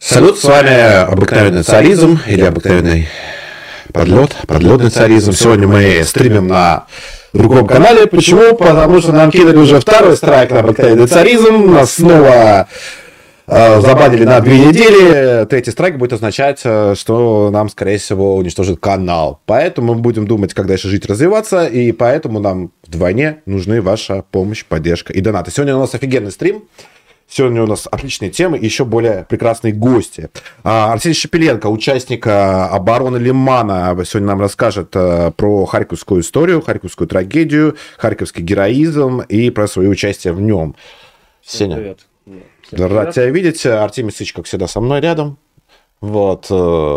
Салют, с вами обыкновенный царизм или обыкновенный подледный царизм. Сегодня мы стримим на другом канале. Почему? Потому что нам кинули уже второй страйк на обыкновенный царизм. Нас снова забанили на 2 недели. Третий страйк будет означать, что нам, скорее всего, уничтожит канал. Поэтому мы будем думать, как дальше жить, развиваться. И поэтому нам вдвойне нужны ваша помощь, поддержка и донаты. Сегодня у нас офигенный стрим. Сегодня у нас отличные темы и еще более прекрасные гости. Арсений Шепеленко, участник обороны Лимана, сегодня нам расскажет про харьковскую историю, харьковскую трагедию, харьковский героизм и про свое участие в нем. Всем Сеня, привет. рад тебя видеть. Артемий Сыч, как всегда, со мной рядом. Вот.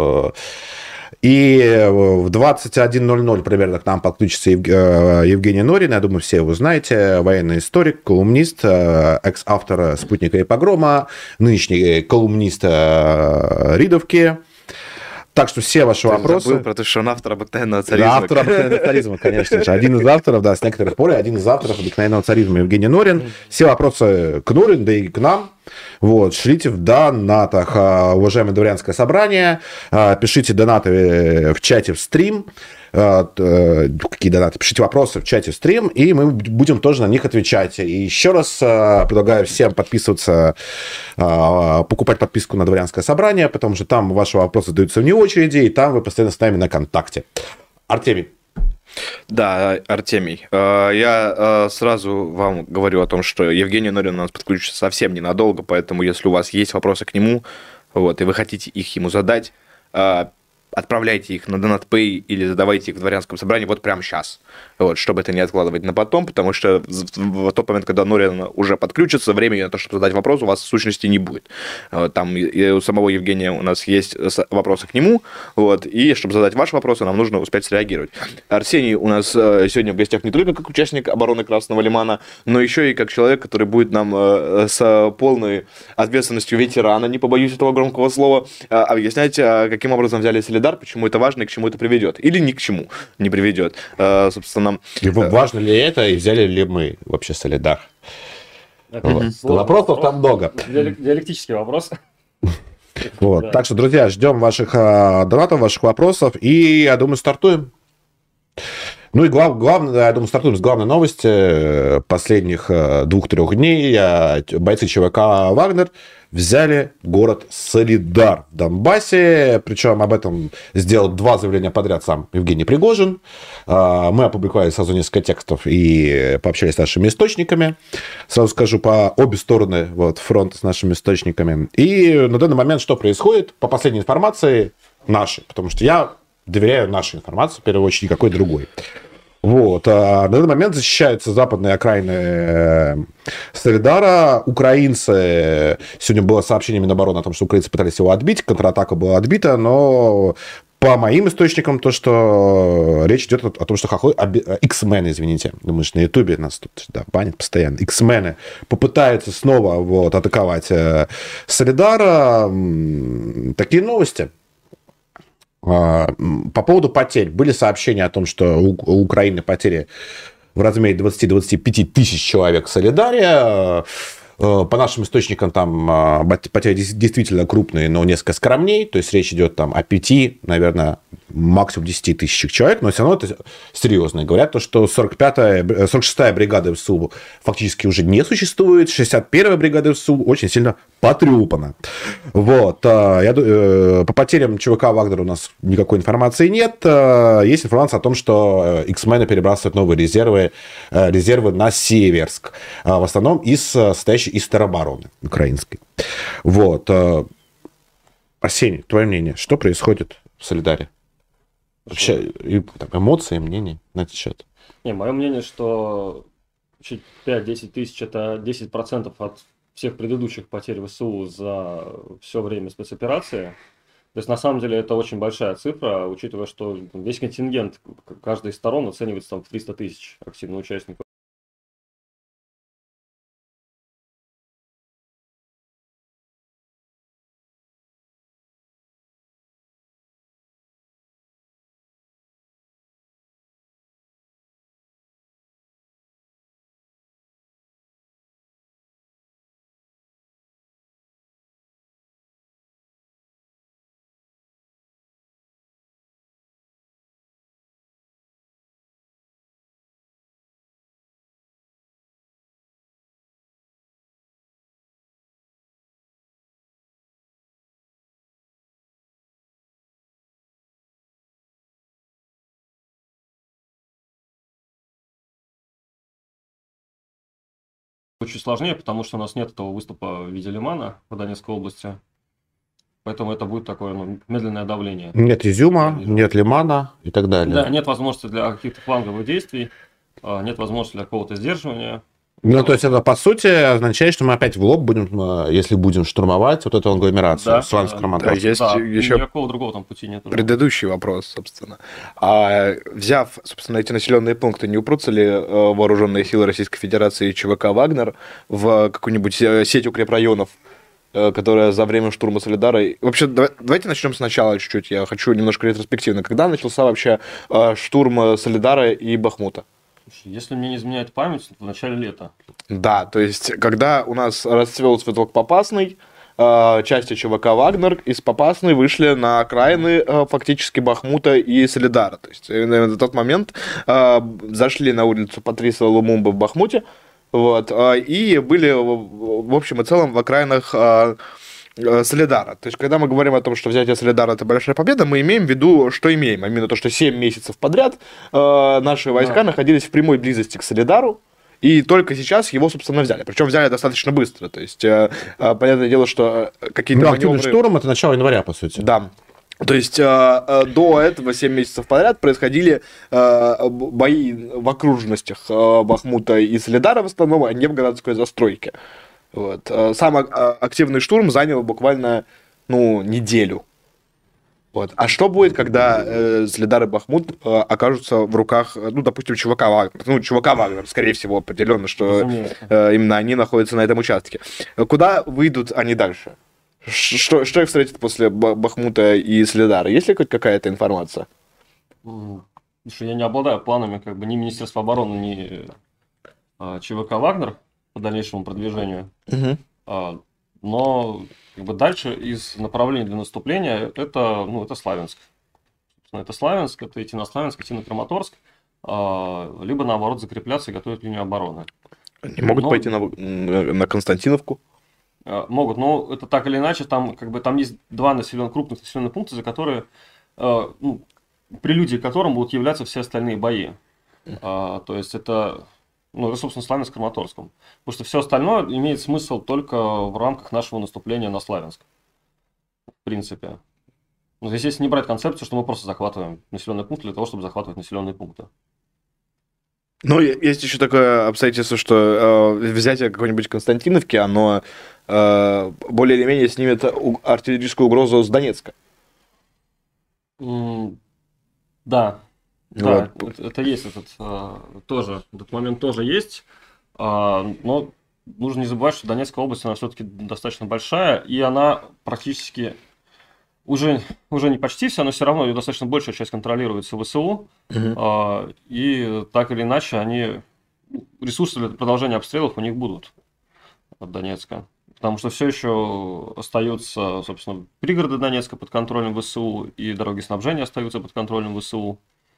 И в 21:00 примерно к нам подключится Евгений Норин. Я думаю, все его знаете. Военный историк, колумнист, экс-автор «Спутника и погрома», нынешний колумнист Ридовки. Так что все ваши вопросы... Забыл про то, что он автор обыкновенного царизма. Да, автор обыкновенного царизма, конечно же. Один из авторов, да, с некоторых пор, один из авторов обыкновенного царизма Евгений Норин. Все вопросы к Норину, да и к нам. Вот, шлите в донатах, уважаемое дворянское собрание, пишите донаты в чате в стрим, какие донаты, пишите вопросы в чате в стрим, и мы будем тоже на них отвечать. И еще раз предлагаю всем подписываться, покупать подписку на дворянское собрание, потому что там ваши вопросы задаются вне очереди, и там вы постоянно с нами на контакте. Артемий. Да, Артемий, я сразу вам говорю о том, что Евгений Норин у нас подключится совсем ненадолго, поэтому если у вас есть вопросы к нему, вот, и вы хотите их ему задать, отправляйте их на DonatPay или задавайте их в дворянском собрании вот прямо сейчас, вот, чтобы это не откладывать на потом, потому что в тот момент, когда Норин уже подключится, времени на то, чтобы задать вопрос, у вас в сущности не будет. Там и у самого Евгения у нас есть вопросы к нему, вот, и чтобы задать ваши вопросы, нам нужно успеть среагировать. Арсений у нас сегодня в гостях не только как участник обороны Красного Лимана, но еще и как человек, который будет нам с полной ответственностью ветерана, не побоюсь этого громкого слова, объяснять, каким образом взяли Солидар, почему это важно и к чему это приведет. Или ни к чему не приведет. Собственно... И важно ли это, и взяли ли мы вообще Солидар? Вот. Вопросов там много. Диалектический вопрос. Вот. Да. Так что, друзья, ждем ваших донатов, ваших вопросов. И, я думаю, стартуем. Ну и главное, я думаю, стартуем с главной новости последних 2-3 дней. Бойцы ЧВК «Вагнер» взяли город Солидар в Донбассе. Причем об этом сделал 2 заявления подряд сам Евгений Пригожин. Мы опубликовали сразу несколько текстов и пообщались с нашими источниками. Сразу скажу, по обе стороны вот, фронта с нашими источниками. И на данный момент что происходит? По последней информации нашей, потому что я доверяю нашей информации, в первую очередь, никакой другой. Вот. На данный момент защищаются западные окраины Солидара. Украинцы... Сегодня было сообщение Минобороны о том, что украинцы пытались его отбить. Контратака была отбита, но по моим источникам то, что речь идет о том, что X-мены, извините, думаю, что на Ютубе нас тут банят постоянно. X-мены попытаются снова вот, атаковать Солидар. Такие новости. По поводу потерь. Были сообщения о том, что у Украины потери в размере 20-25 тысяч человек в Солидаре. По нашим источникам там потери действительно крупные, но несколько скромней. То есть речь идет там о 5, наверное, максимум 10 тысячах человек. Но все равно это серьезно. Говорят, то, что 46-я бригада ВСУ фактически уже не существует. 61-я бригада ВСУ очень сильно потрепана. Вот. По потерям ЧВК «Вагнер» у нас никакой информации нет. Есть информация о том, что X-мены перебрасывают новые резервы на Северск. В основном состоящие из теробороны украинской. Вот. Арсений, твое мнение, что происходит в Солидаре? Вообще, эмоции, мнения на этот счет? Мое мнение, что 5-10 тысяч – это 10% от всех предыдущих потерь ВСУ за все время спецоперации. То есть, на самом деле, это очень большая цифра, учитывая, что весь контингент каждой из сторон оценивается там, в 300 тысяч активных участников. Чуть сложнее, потому что у нас нет этого выступа в виде лимана в Донецкой области. Поэтому это будет такое медленное давление. Нет изюма, нет лимана и так далее. Да, нет возможности для каких-то фланговых действий, нет возможности для какого-то сдерживания. Ну, то есть это, по сути, означает, что мы опять в лоб будем, если будем штурмовать вот эту агломерацию, да, Славянск-Краматорск. Есть еще никакого другого там пути нет. предыдущий вопрос, собственно. Взяв, собственно, эти населенные пункты, не упрутся ли вооруженные силы Российской Федерации и ЧВК «Вагнер» в какую-нибудь сеть укрепрайонов, которая за время штурма Солидара... Вообще, давайте начнем сначала чуть-чуть. Я хочу немножко ретроспективно. Когда начался вообще штурм Солидара и Бахмута? Если мне не изменяет память, в начале лета. Да, то есть, когда у нас расцвел цветок Попасный, части ЧВК «Вагнер» из Попасной вышли на окраины фактически Бахмута и Солидара. То есть, на тот момент зашли на улицу Патриса Лумумбы в Бахмуте, вот, и были, в общем и целом, в окраинах Солидара. То есть, когда мы говорим о том, что взятие Солидара – это большая победа, мы имеем в виду, что имеем. Именно то, что 7 месяцев подряд наши войска находились в прямой близости к Солидару, и только сейчас его, собственно, взяли. Причем взяли достаточно быстро. То есть, понятное дело, что какие-то активный маневры... штурм – это начало января, по сути. Да. То есть, до этого 7 месяцев подряд происходили бои в окружностях Бахмута и Солидара в основном, а не в городской застройке. Вот. Сам активный штурм занял буквально, неделю. Вот. А что будет, когда Солидар и Бахмут окажутся в руках, допустим, ЧВК «Вагнер»? ЧВК «Вагнер», скорее всего, определенно, что именно они находятся на этом участке. Куда выйдут они дальше? Что их встретит после Бахмута и Солидара? Есть ли хоть какая-то информация? Я не обладаю планами ни Министерства обороны, ни ЧВК «Вагнер» по дальнейшему продвижению. Но дальше из направлений для наступления это Славянск. Это Славянск, это идти на Славянск, идти на Краматорск, либо наоборот закрепляться и готовить линию обороны. Они могут пойти на Константиновку? Могут, но это так или иначе, там есть два крупных населенных пункта, за которые, прелюдией к которым будут являться все остальные бои. То есть это, собственно, Славянск с Краматорском. Потому что все остальное имеет смысл только в рамках нашего наступления на Славянск. В принципе. Здесь, если не брать концепцию, что мы просто захватываем населенный пункт для того, чтобы захватывать населенные пункты. Есть еще такое обстоятельство, что взятие какой-нибудь Константиновки, оно более или менее снимет артиллерийскую угрозу с Донецка. Да. Да, это есть этот момент тоже есть, но нужно не забывать, что Донецкая область, она все-таки достаточно большая, и она практически, уже не почти вся, но все равно ее достаточно большая часть контролируется ВСУ, и так или иначе ресурсы для продолжения обстрелов у них будут от Донецка. Потому что все еще остаются, собственно, пригороды Донецка под контролем ВСУ, и дороги снабжения остаются под контролем ВСУ.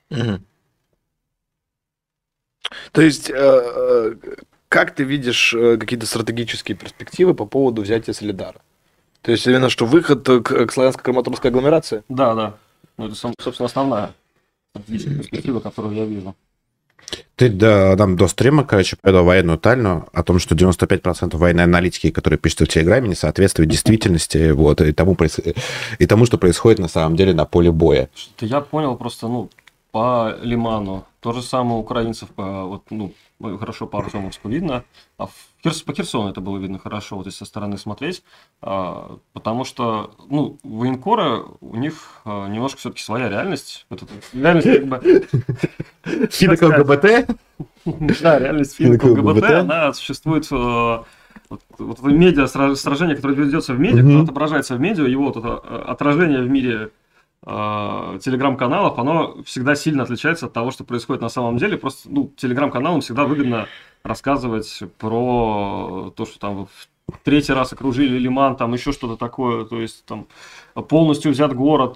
То есть, как ты видишь какие-то стратегические перспективы по поводу взятия Солидара? То есть, именно что выход к славянско-краматорской агломерации? Да. Это, собственно, основная стратегическая перспектива, которую я вижу. Ты нам до стрима, поведал военную тайну о том, что 95% военной аналитики, которые пишут в Телеграме, не соответствуют действительности, и тому, что происходит на самом деле на поле боя. Я понял просто, по Лиману. То же самое у украинцев, хорошо по Артемовску видно. А по Херсону это было видно хорошо, если со стороны смотреть. Потому что, военкоры, у них немножко все-таки своя реальность. Реальность Финок ЛГБТ? Да, реальность финок ЛГБТ, она существует в медиа, сражение, которое ведется в медиа, которое отображается в медиа, его отражение в мире телеграм-каналов, оно всегда сильно отличается от того, что происходит на самом деле. Просто, телеграм-каналам всегда выгодно рассказывать про то, что там в третий раз окружили Лиман, там еще что-то такое, то есть там полностью взят город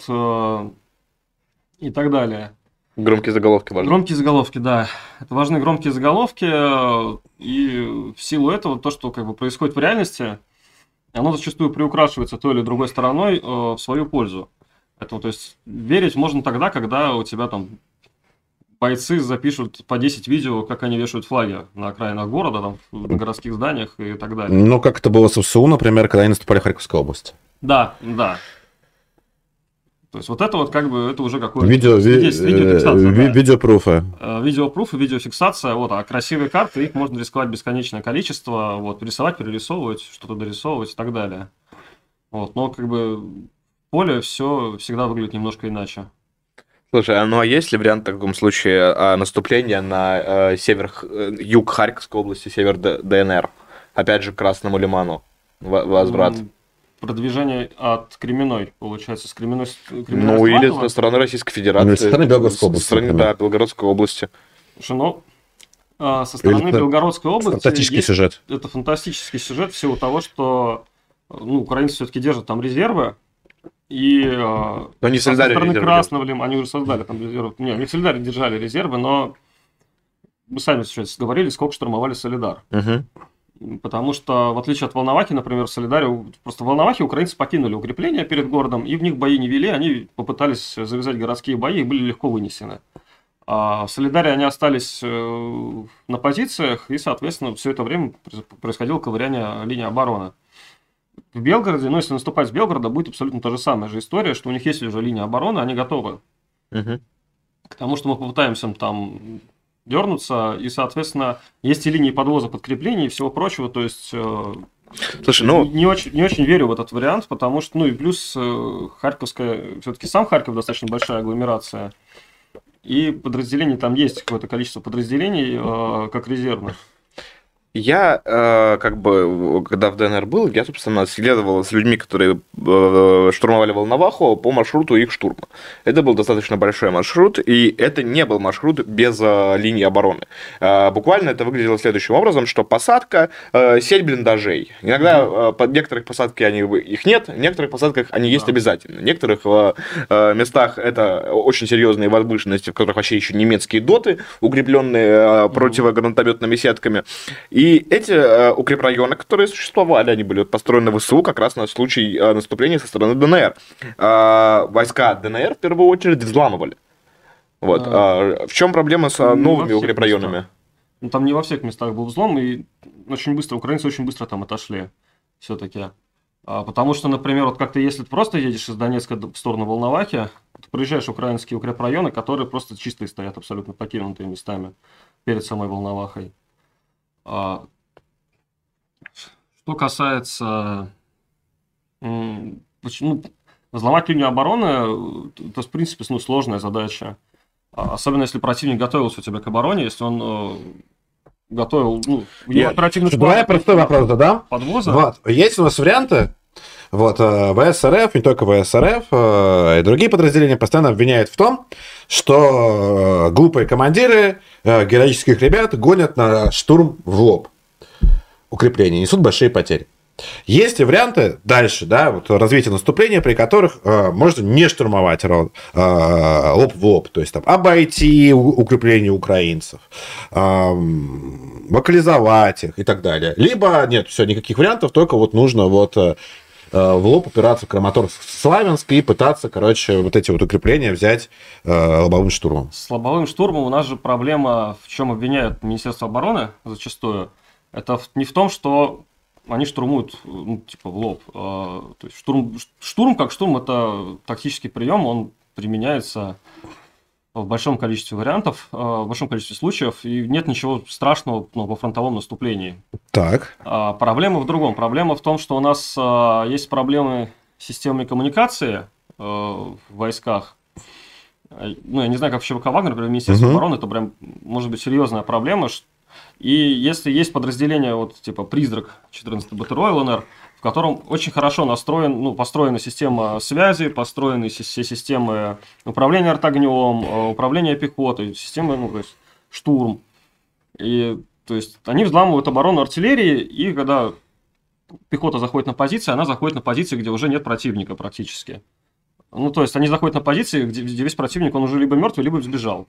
и так далее. Громкие заголовки важны. Громкие заголовки, да. Это важны громкие заголовки, и в силу этого то, что происходит в реальности, оно зачастую приукрашивается той или другой стороной в свою пользу. Поэтому, то есть, верить можно тогда, когда у тебя там бойцы запишут по 10 видео, как они вешают флаги на окраинах города, там, на городских зданиях и так далее. Ну, как это было с ВСУ, например, когда они наступали в Харьковской области. Да, да. То есть вот это вот как бы, это уже какое-то видеофиксация. Видеопруфы. Видеопруфы, видеофиксация, вот, а красивые карты, их можно рисковать бесконечное количество, вот, рисовать, перерисовывать, что-то дорисовывать и так далее. Вот, но как бы поле все всегда выглядит немножко иначе. Слушай, ну а есть ли вариант в таком случае наступления на юг Харьковской области, север ДНР? Опять же, к Красному Лиману. Возврат. Продвижение от Кременной, получается, с Кременной. Ну, или со стороны Российской Федерации. Со стороны Белгородской области. Со стороны, да, Белгородской области. Слушай, ну, со стороны Белгородской области... Фантастический сюжет. Это фантастический сюжет в силу того, что украинцы все-таки держат там резервы. И не со стороны Красного Лимана, они уже создали там резервы. Не, не Солидар держали резервы, но мы сами сейчас говорили, сколько штурмовали Солидар. Потому что, в отличие от Волновахи, например, в Солидаре, просто в Волновахе украинцы покинули укрепления перед городом, и в них бои не вели, они попытались завязать городские бои и были легко вынесены. А в Солидаре они остались на позициях, и, соответственно, все это время происходило ковыряние линии обороны. В Белгороде, ну, если наступать с Белгорода, будет абсолютно та же самая же история, что у них есть уже линия обороны, они готовы к тому, что мы попытаемся там дернуться, и, соответственно, есть и линии подвоза подкреплений и всего прочего, то есть слушай, не очень верю в этот вариант, потому что, ну и плюс Харьковская, все-таки сам Харьков достаточно большая агломерация, и подразделений там есть какое-то количество подразделений, как резервных. Я, когда в ДНР был, я, собственно, следовал с людьми, которые штурмовали Волноваху по маршруту их штурма. Это был достаточно большой маршрут, и это не был маршрут без линии обороны. Буквально это выглядело следующим образом, что посадка, сеть блиндажей. Иногда под некоторых посадках их нет, в некоторых посадках они есть обязательно. В некоторых местах это очень серьезные возвышенности, в которых вообще еще немецкие доты, укрепленные противогранатометными сетками. И эти укрепрайоны, которые существовали, они были построены в ВСУ как раз на случай наступления со стороны ДНР. Войска ДНР в первую очередь взламывали. Вот. В чем проблема с новыми укрепрайонами? Ну, там не во всех местах был взлом, и очень быстро, украинцы очень быстро там отошли все-таки. Потому что, например, вот как-то если ты просто едешь из Донецка в сторону Волновахи, ты проезжаешь украинские укрепрайоны, которые просто чистые стоят, абсолютно покинутые местами перед самой Волновахой. Что касается взломать линию обороны, это, в принципе, сложная задача. Особенно, если противник готовился у тебя к обороне, если он готовил оперативный план. Давай я простой вопрос задам. Подвоза. Вот. Есть у нас варианты. Вот, ВСРФ, не только ВСРФ, и другие подразделения постоянно обвиняют в том, что глупые командиры героических ребят гонят на штурм в лоб укрепления, несут большие потери. Есть и варианты дальше, да, вот развития наступления, при которых можно не штурмовать лоб в лоб, то есть там обойти укрепления украинцев, локализовать их и так далее. Либо нет, все, никаких вариантов, только вот нужно вот в лоб упираться в Краматорск-Славянск и пытаться, короче, вот эти вот укрепления взять лобовым штурмом. С лобовым штурмом у нас же проблема, в чем обвиняют Министерство обороны зачастую, это не в том, что они штурмуют, в лоб. То есть штурм как штурм, это тактический прием, он применяется в большом количестве вариантов, в большом количестве случаев, и нет ничего страшного во фронтовом наступлении. Так. Проблема в другом. Проблема в том, что у нас есть проблемы с системой коммуникации в войсках. Ну, я не знаю, как в ЧВК «Вагнер», например, Министерство обороны, это прям может быть серьезная проблема. И если есть подразделение, вот типа «Призрак», 14-й БТРО ЛНР, в котором очень хорошо построена система связи, построены все системы управления артогнем, управления пехотой, системы, то есть штурм. И, то есть, они взламывают оборону артиллерии, и когда пехота заходит на позиции, она заходит на позиции, где уже нет противника практически. Ну, то есть, они заходят на позиции, где весь противник, он уже либо мертвый, либо сбежал.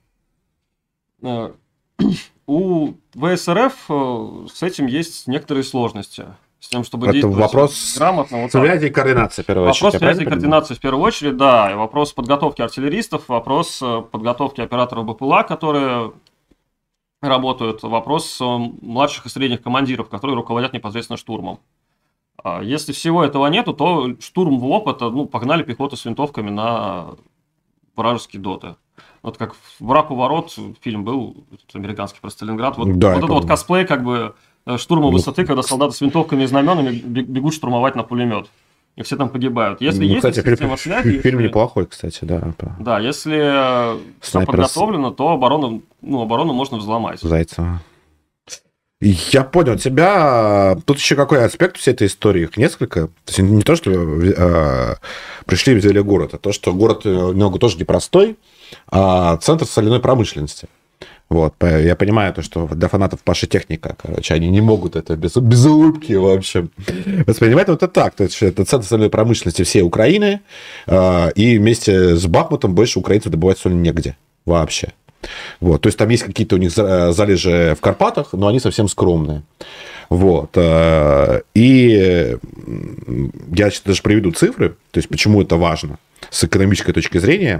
У ВСРФ с этим есть некоторые сложности. с тем, чтобы Это действовать вопрос грамотно. Вот так. связи и координации, в первую очередь. Вопрос я связи и правильно понимаю? координации в первую очередь, да, и вопрос подготовки артиллеристов, вопрос подготовки операторов БПЛА, которые работают, вопрос младших и средних командиров, которые руководят непосредственно штурмом. Если всего этого нету, то штурм в лоб — это, погнали пехоту с винтовками на вражеские доты. Вот как «Враг у ворот» фильм был, американский, про Сталинград. Вот, Да, вот я это вот помню. косплей как бы штурма высоты, когда солдаты с винтовками и знаменами бегут штурмовать на пулемет. И все там погибают. Если есть Кстати, система связи... фильм неплохой, кстати, да. Да, если все Снайпер подготовлено, то оборону можно взломать. Зайцева. Я понял тебя. Тут еще какой аспект всей этой истории? Их несколько. То есть не то, что пришли и взяли город, а то, что город немного тоже непростой, а центр соляной промышленности. Вот. Я понимаю то, что для фанатов Паши Техника, короче, они не могут это без улыбки, в общем, воспринимать вот это так. То есть это центр соляной промышленности всей Украины, и вместе с Бахмутом больше украинцев добывать соль негде вообще. Вот. То есть там есть какие-то у них залежи в Карпатах, но они совсем скромные. Вот. И я сейчас даже приведу цифры, то есть почему это важно с экономической точки зрения.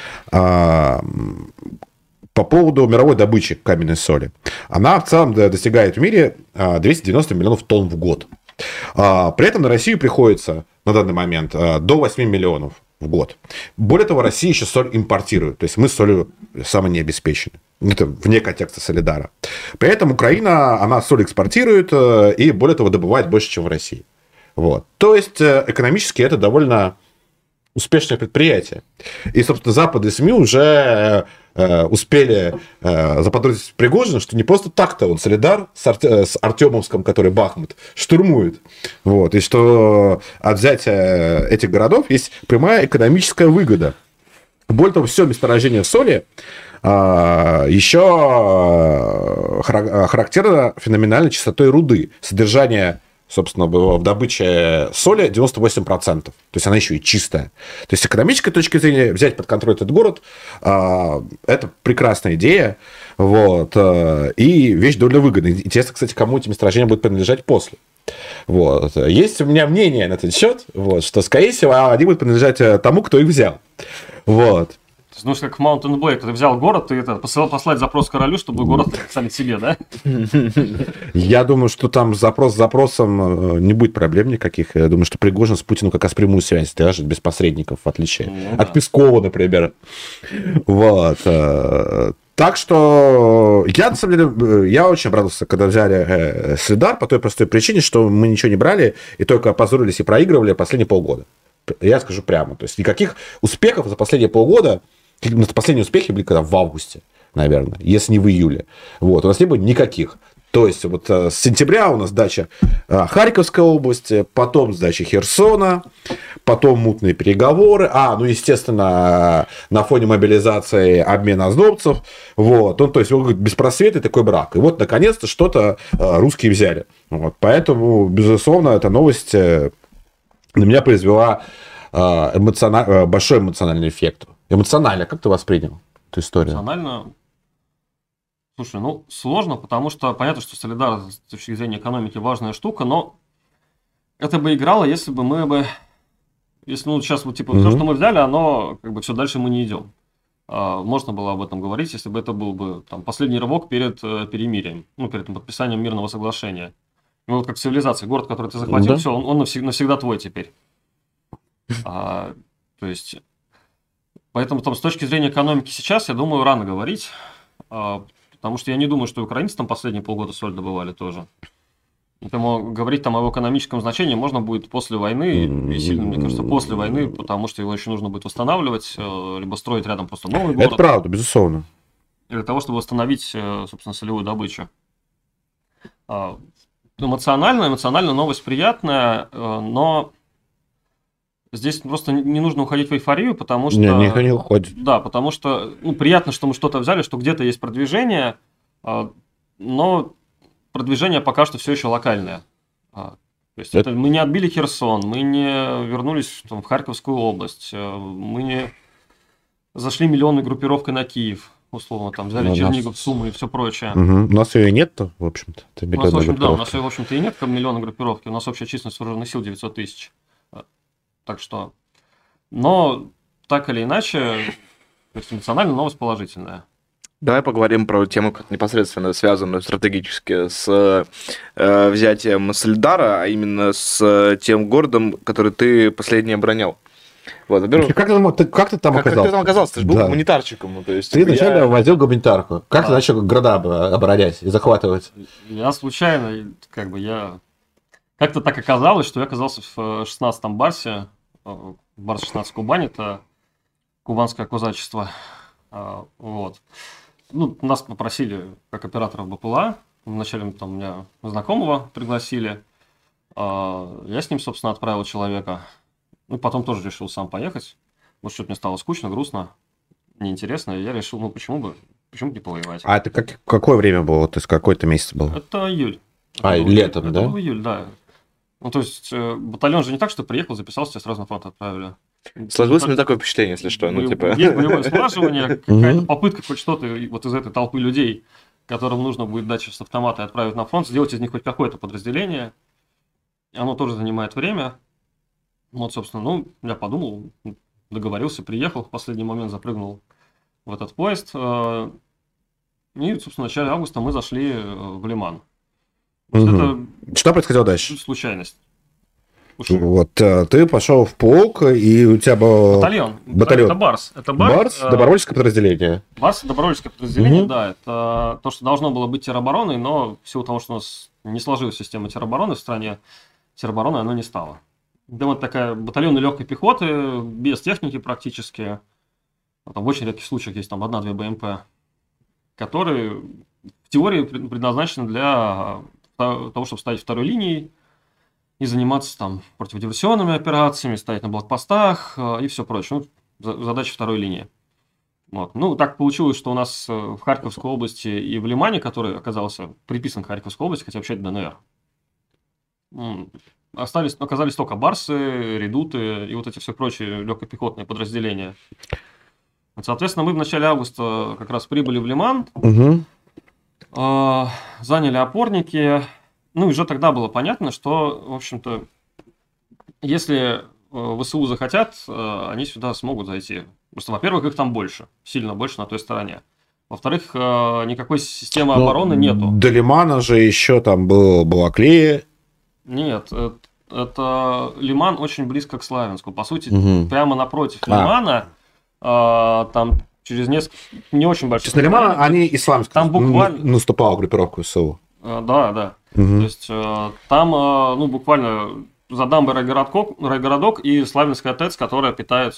По поводу мировой добычи каменной соли. Она в целом достигает в мире 290 миллионов тонн в год. При этом на Россию приходится на данный момент до 8 миллионов в год. Более того, Россия еще соль импортирует. То есть мы солью самые необеспечены. Это вне контекста Солидара. При этом Украина, она соль экспортирует и, более того, добывает больше, чем в России. Вот. То есть экономически это довольно успешное предприятие. И, собственно, западные СМИ уже успели заподозрить Пригожина, что не просто так-то он Солидар с Артемовском, который Бахмут, штурмует. Вот. И что от взятия этих городов есть прямая экономическая выгода. Более того, все месторождение соли еще характерно феноменальной чистотой руды. Содержание, собственно, в добыче соли 98%. То есть она еще и чистая. То есть с экономической точки зрения взять под контроль этот город это прекрасная идея. Вот, и вещь довольно выгодная. Интересно, кстати, кому эти месторождения будут принадлежать после. Вот. Есть у меня мнение на этот счет, вот, что, скорее всего, они будут принадлежать тому, кто их взял. Вот. Ну, как Mountain Blade, ты взял город, ты послать запрос королю, чтобы город оставить себе, да? Я думаю, что там запрос с запросом не будет проблем никаких. Я думаю, что Пригожин с Путиным как раз прямую связь держит без посредников, в отличие от Пескова, например. Вот. Так что я, на самом деле, я очень обрадовался, когда взяли Солидар, по той простой причине, что мы ничего не брали и только опозорились и проигрывали последние полгода. Я скажу прямо. То есть никаких успехов за последние полгода. Последние успехи были когда в августе, наверное, если не в июле. Вот, у нас не было никаких. То есть вот с сентября у нас сдача Харьковской области, потом сдача Херсона, потом мутные переговоры. Ну, естественно, на фоне мобилизации обмен ознобцев. Вот, ну, то есть беспросветный такой брак. И вот, наконец-то, что-то русские взяли. Вот, поэтому, безусловно, эта новость на меня произвела большой эмоциональный эффект. Эмоционально, как ты воспринял эту историю? Эмоционально, слушай, сложно, потому что понятно, что Солидар с точки зрения экономики важная штука, но это бы играло, если бы мы бы, сейчас вот типа то, что мы взяли, оно как бы все дальше мы не идем. Можно было об этом говорить, если бы это был бы там последний рывок перед перемирием, перед подписанием мирного соглашения. Вот как цивилизация, город, который ты захватил, все, он навсегда твой теперь. То есть, поэтому там с точки зрения экономики сейчас, я думаю, рано говорить, потому что я не думаю, что украинцы там последние полгода соль добывали тоже. Поэтому говорить там об экономическом значении можно будет после войны, и сильно, мне кажется, после войны, потому что его еще нужно будет восстанавливать, либо строить рядом просто новый город. Это правда, безусловно. Для того, чтобы восстановить, собственно, солевую добычу. Эмоционально новость приятная, но здесь просто не нужно уходить в эйфорию, потому что... Никто не уходит. Да, потому что приятно, что мы что-то взяли, что где-то есть продвижение, но продвижение пока что все еще локальное. То есть мы не отбили Херсон, мы не вернулись в Харьковскую область, мы не зашли миллионной группировкой на Киев. условно, там взяли Ну, Чернигов, Сумы и все прочее. У нас ее нет-то, в общем-то. Это У нас, в миллионная общем, да, у нас группировка. ее, в общем-то, и нет, как миллионной группировки. У нас общая численность вооруженных сил 900 тысяч. Так что... Но, так или иначе, то есть эмоционально новость положительная. Давай поговорим про тему, непосредственно связанную стратегически с взятием Солидара, а именно с тем городом, который ты последний оборонял. Вот, во-первых, Как ты там как оказался? ты там оказался? Ты же был Да. гуманитарчиком. Ну, то есть, Ты типа, изначально возил гуманитарку. Как ты Да. начал города оборонять и захватывать? Я случайно, Как-то так оказалось, что я оказался в 16-м Барсе. Барс-16 Кубань, это кубанское казачество. Вот. Ну, нас попросили как операторов БПЛА. Вначале там меня знакомого пригласили. Я с ним, собственно, отправил человека. Ну, потом тоже решил сам поехать. Вот что-то мне стало скучно, грустно, неинтересно. И я решил, почему бы не повоевать. А это какое время было? То есть какой-то месяц был? Это июль. Летом, это да? был июль, да. Ну, то есть, батальон же не так, что приехал, записался, тебя сразу на фронт отправили. Сложилось мне такое впечатление, если что. Ну, типа... Есть боевое слаживание, какая-то попытка хоть что-то вот из этой толпы людей, которым нужно будет дать сейчас автоматы и отправить на фронт, сделать из них хоть какое-то подразделение. Оно тоже занимает время. Вот, собственно, я подумал, договорился, приехал, в последний момент запрыгнул в этот поезд. И, собственно, в начале августа мы зашли в Лиман. Это Что происходило дальше? случайность. Вот ты пошел в полк, и у тебя был... Батальон. Батальон. Это Барс. Барс, добровольческое подразделение. Барс, добровольческое подразделение, да. Это то, что должно было быть теробороной, но в силу того, что у нас не сложилась система теробороны в стране, теробороной оно не стало. Да, вот такая батальон легкой пехоты, без техники практически. Там в очень редких случаях есть там 1-2 БМП, которые в теории предназначены для того, чтобы стать второй линией и заниматься там противодиверсионными операциями, стоять на блокпостах и все прочее. Задача второй линии. Вот. Так получилось, что у нас в Харьковской области и в Лимане, который оказался приписан к Харьковской области, хотя вообще это ДНР, оказались только барсы, редуты и вот эти все прочие легкопехотные подразделения. Соответственно, мы в начале августа как раз прибыли в Лиман, заняли опорники. Уже тогда было понятно, что, в общем-то, если ВСУ захотят, они сюда смогут зайти. Просто, во-первых, их там больше, сильно больше на той стороне. Во-вторых, никакой системы обороны нету. До Лимана же еще там был Балаклея. Нет, это Лиман очень близко к Славянску. По сути, прямо напротив Лимана, там через несколько... Не очень большое... На Лимана они исламские. Там буквально... Наступала группировка ВСУ. Да. То есть, там, буквально за дамбой райгородок и Славянская ТЭЦ, которая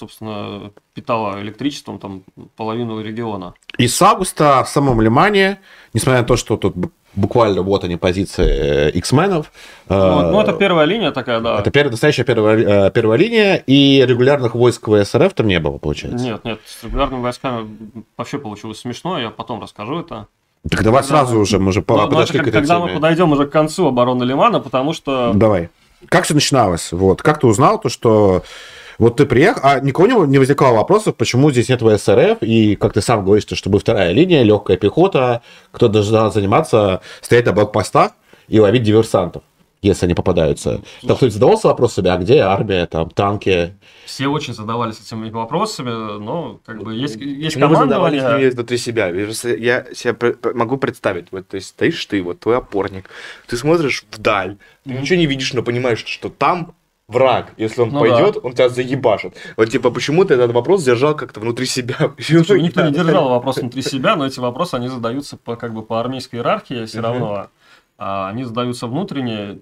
питала электричеством там половину региона. И с августа в самом Лимане, несмотря на то, что тут буквально вот они позиции X-менов. Это первая линия такая, да. Это настоящая первая линия, и регулярных войск ВСРФ там не было, получается? Нет, с регулярными войсками вообще получилось смешно, я потом расскажу это. Так давай сразу уже, мы уже подошли к этой Когда теме. мы подойдем уже к концу обороны Лимана, потому что... Давай. Как все начиналось? Вот. Как ты узнал то, что вот ты приехал, а никого не возникало вопросов, почему здесь нет ВСРФ, и как ты сам говоришь, что чтобы вторая линия, легкая пехота, кто должен заниматься, стоять на блокпостах и ловить диверсантов, если они попадаются. Там кто-то задавался вопросами, а где армия, там, танки? Все очень задавались этими вопросами, но есть Почему командование. вы задавались внутри себя? Я себе могу представить, вот, то есть стоишь ты, вот твой опорник, ты смотришь вдаль, ты ничего не видишь, но понимаешь, что там враг. Если он пойдет, он тебя заебашит. Вот типа, почему ты этот вопрос держал как-то внутри себя? Никто не держал вопрос внутри себя, но эти вопросы, они задаются по армейской иерархии все равно. Они задаются внутренне,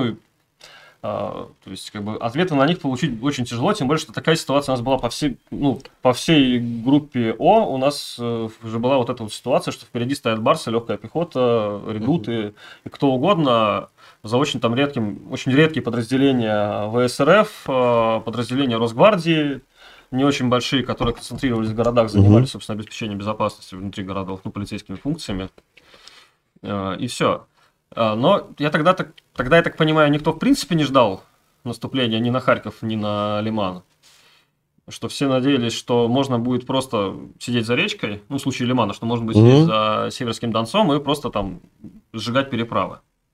то есть, ответы на них получить очень тяжело, тем более, что такая ситуация у нас была по всей группе О, у нас уже была вот эта вот ситуация, что впереди стоят барсы, легкая пехота, редуты и кто угодно, за очень редкие подразделения ВСРФ, подразделения Росгвардии, не очень большие, которые концентрировались в городах, занимались, собственно, обеспечением безопасности внутри городов, полицейскими функциями, и все. Но тогда, я так понимаю, никто в принципе не ждал наступления ни на Харьков, ни на Лиман. что все надеялись, что можно будет просто сидеть за речкой, ну, в случае Лимана, что можно будет сидеть за Северским Донцом и просто там сжигать переправы.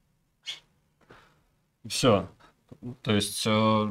Все. То есть...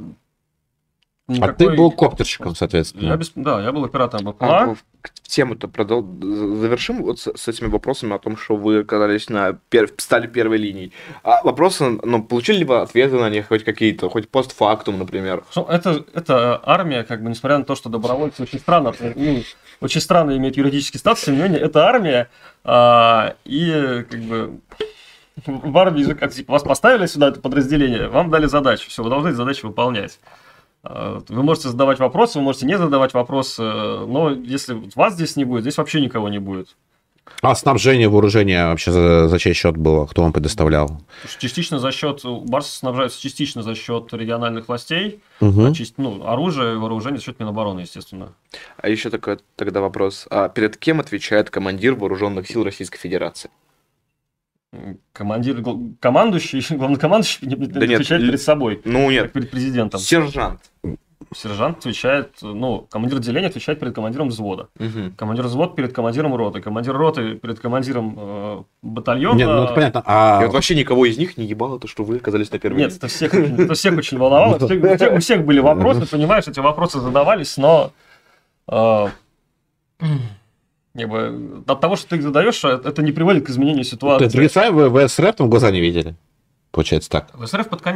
А ты был коптерщиком, соответственно. Я был оператором БПЛА. Тему-то завершим вот с этими вопросами о том, что вы оказались стали первой линией. А вопросы, получили ли вы ответы на них хоть какие-то, хоть постфактум, например? Это армия, как бы, несмотря на то, что добровольцы очень странно имеют юридический статус, тем не менее, это армия, и как бы в армии же как типа вас поставили сюда, это подразделение, вам дали задачу, все, вы должны эти задачи выполнять. Вы можете задавать вопросы, вы можете не задавать вопросы, но если вас здесь не будет, здесь вообще никого не будет. А снабжение, вооружение вообще за чей счет было? Кто вам предоставлял? Частично за счет, барсы снабжаются частично за счет региональных властей, оружие, вооружение за счет Минобороны, естественно. А еще такой тогда вопрос. А перед кем отвечает командир вооруженных сил Российской Федерации? Командующий, главнокомандующий отвечает перед собой, нет, перед президентом. Сержант отвечает, командир отделения отвечает перед командиром взвода. Командир взвода перед командиром роты. Командир роты перед командиром батальона. Нет, это понятно. И вот вообще никого из них не ебало то, что вы оказались на первой линии. Нет, это всех очень волновало. У всех были вопросы, понимаешь, эти вопросы задавались, но... от того, что ты их задаешь, это не приводит к изменению ситуации. Другие сами в СРФ там глаза не видели? Получается так. В СРФ под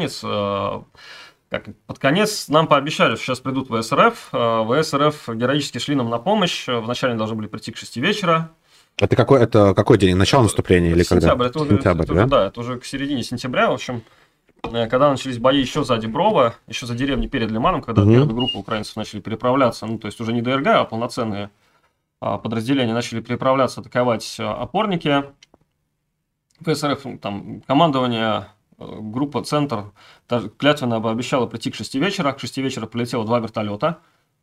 конец нам пообещали, что сейчас придут в СРФ. В СРФ героически шли нам на помощь. Вначале они должны были прийти к 6 вечера. Это какой день? Начало наступления или когда? Сентябрь. Это уже к середине сентября. В общем, когда начались бои еще за Деброво, еще за деревней перед Лиманом, когда первая группа украинцев начали переправляться, то есть уже не ДРГ, а полноценные подразделения начали переправляться, атаковать опорники. В СРФ там командование, группа «Центр» клятвенно обещала прийти к 6 вечера. К 6 вечера полетело 2 вертолета.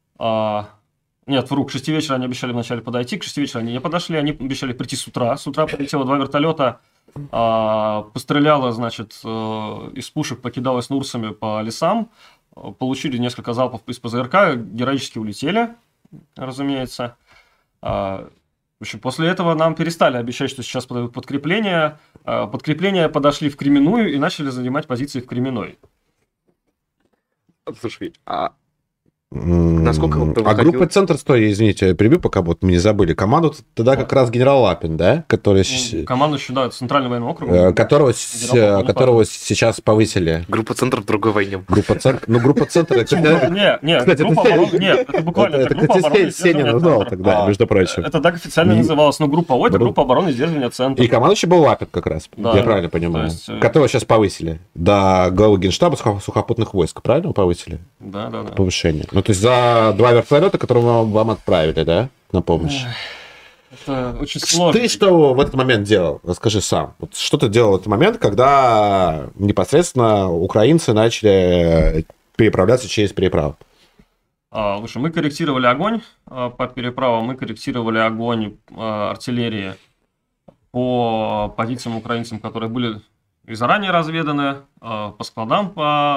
К 6 вечера они обещали вначале подойти, к 6 вечера они не подошли, они обещали прийти с утра. С утра полетело 2 вертолета, постреляло, из пушек, покидалось нурсами по лесам, получили несколько залпов из ПЗРК, героически улетели, разумеется. В общем, после этого нам перестали обещать, что сейчас подойдут подкрепления. Подкрепления подошли в Кременную и начали занимать позиции в Кременной. Слушай, насколько группа «Центр», извините, перебью, пока мы не забыли. Команду тогда как раз генерал Лапин, да? Командующий, Центрального военного округа. Которого сейчас повысили. Группа «Центр» в другой войне. Группа «Центр». Нет, группа обороны. Нет, это буквально группа обороны. Сенин назвал тогда, между прочим. Это так официально называлось, но группа О, это группа обороны и сдерживания «Центра». И командующий был Лапин как раз, я правильно понимаю. Которого сейчас повысили до главы Генштаба сухопутных войск, правильно повысили? Да. Повышение. То есть за 2 вертолета, которые вам отправили, да, на помощь? Это очень сложно. Ты что в этот момент делал? Расскажи сам. Что ты делал в этот момент, когда непосредственно украинцы начали переправляться через переправу? Слушай, мы корректировали огонь по переправам, мы корректировали огонь артиллерии по позициям украинцам, которые были и заранее разведаны, по складам,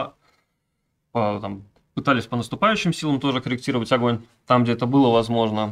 пытались по наступающим силам тоже корректировать огонь там, где это было возможно.